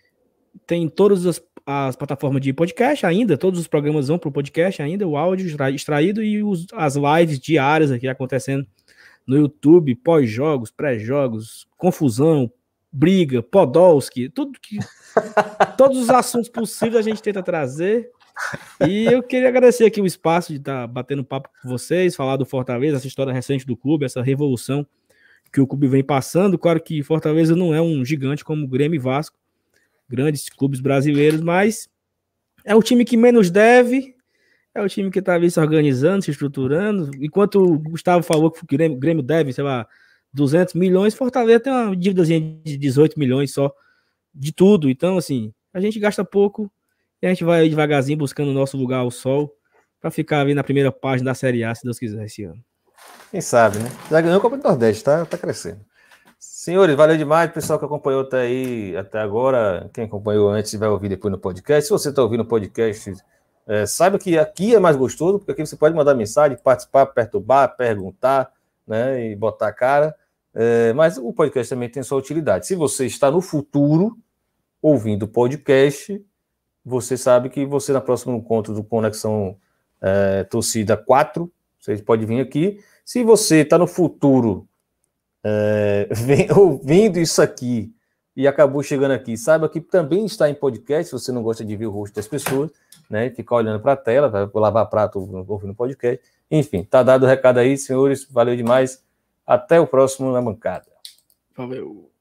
[SPEAKER 4] tem todas as, as plataformas de podcast ainda, todos os programas vão para o podcast ainda, o áudio extraído e os, as lives diárias aqui acontecendo no YouTube, pós-jogos, pré-jogos, confusão, briga, Podolski, tudo que... todos os assuntos possíveis a gente tenta trazer. E eu queria agradecer aqui o espaço de estar batendo papo com vocês, falar do Fortaleza, essa história recente do clube, essa revolução que o clube vem passando. Claro que Fortaleza não é um gigante como Grêmio e Vasco, grandes clubes brasileiros, mas é o time que menos deve, é o time que está se organizando, se estruturando. Enquanto o Gustavo falou que o Grêmio, Grêmio deve, sei lá, duzentos milhões, Fortaleza tem uma dívidazinha de dezoito milhões só de tudo. Então, assim, a gente gasta pouco e a gente vai devagarzinho buscando o nosso lugar ao sol para ficar ali na primeira página da Série A, se Deus quiser, esse ano.
[SPEAKER 1] Quem sabe, né? Já ganhou a Copa do Nordeste, tá, tá crescendo. Senhores, valeu demais, pessoal que acompanhou até aí, até agora. Quem acompanhou antes vai ouvir depois no podcast. Se você está ouvindo o podcast, é, saiba que aqui é mais gostoso, porque aqui você pode mandar mensagem, participar, perturbar, perguntar, né, e botar a cara. É, mas o podcast também tem sua utilidade. Se você está no futuro ouvindo o podcast, você sabe que você, na próxima encontro do Conexão é, Torcida quatro, você pode vir aqui. Se você está no futuro é, vem, ouvindo isso aqui e acabou chegando aqui, saiba que também está em podcast, se você não gosta de ver o rosto das pessoas, né, ficar olhando para a tela, vai lavar prato ouvindo podcast. Enfim, tá dado o recado aí, senhores, valeu demais. Até o próximo Na Bancada.
[SPEAKER 4] Valeu.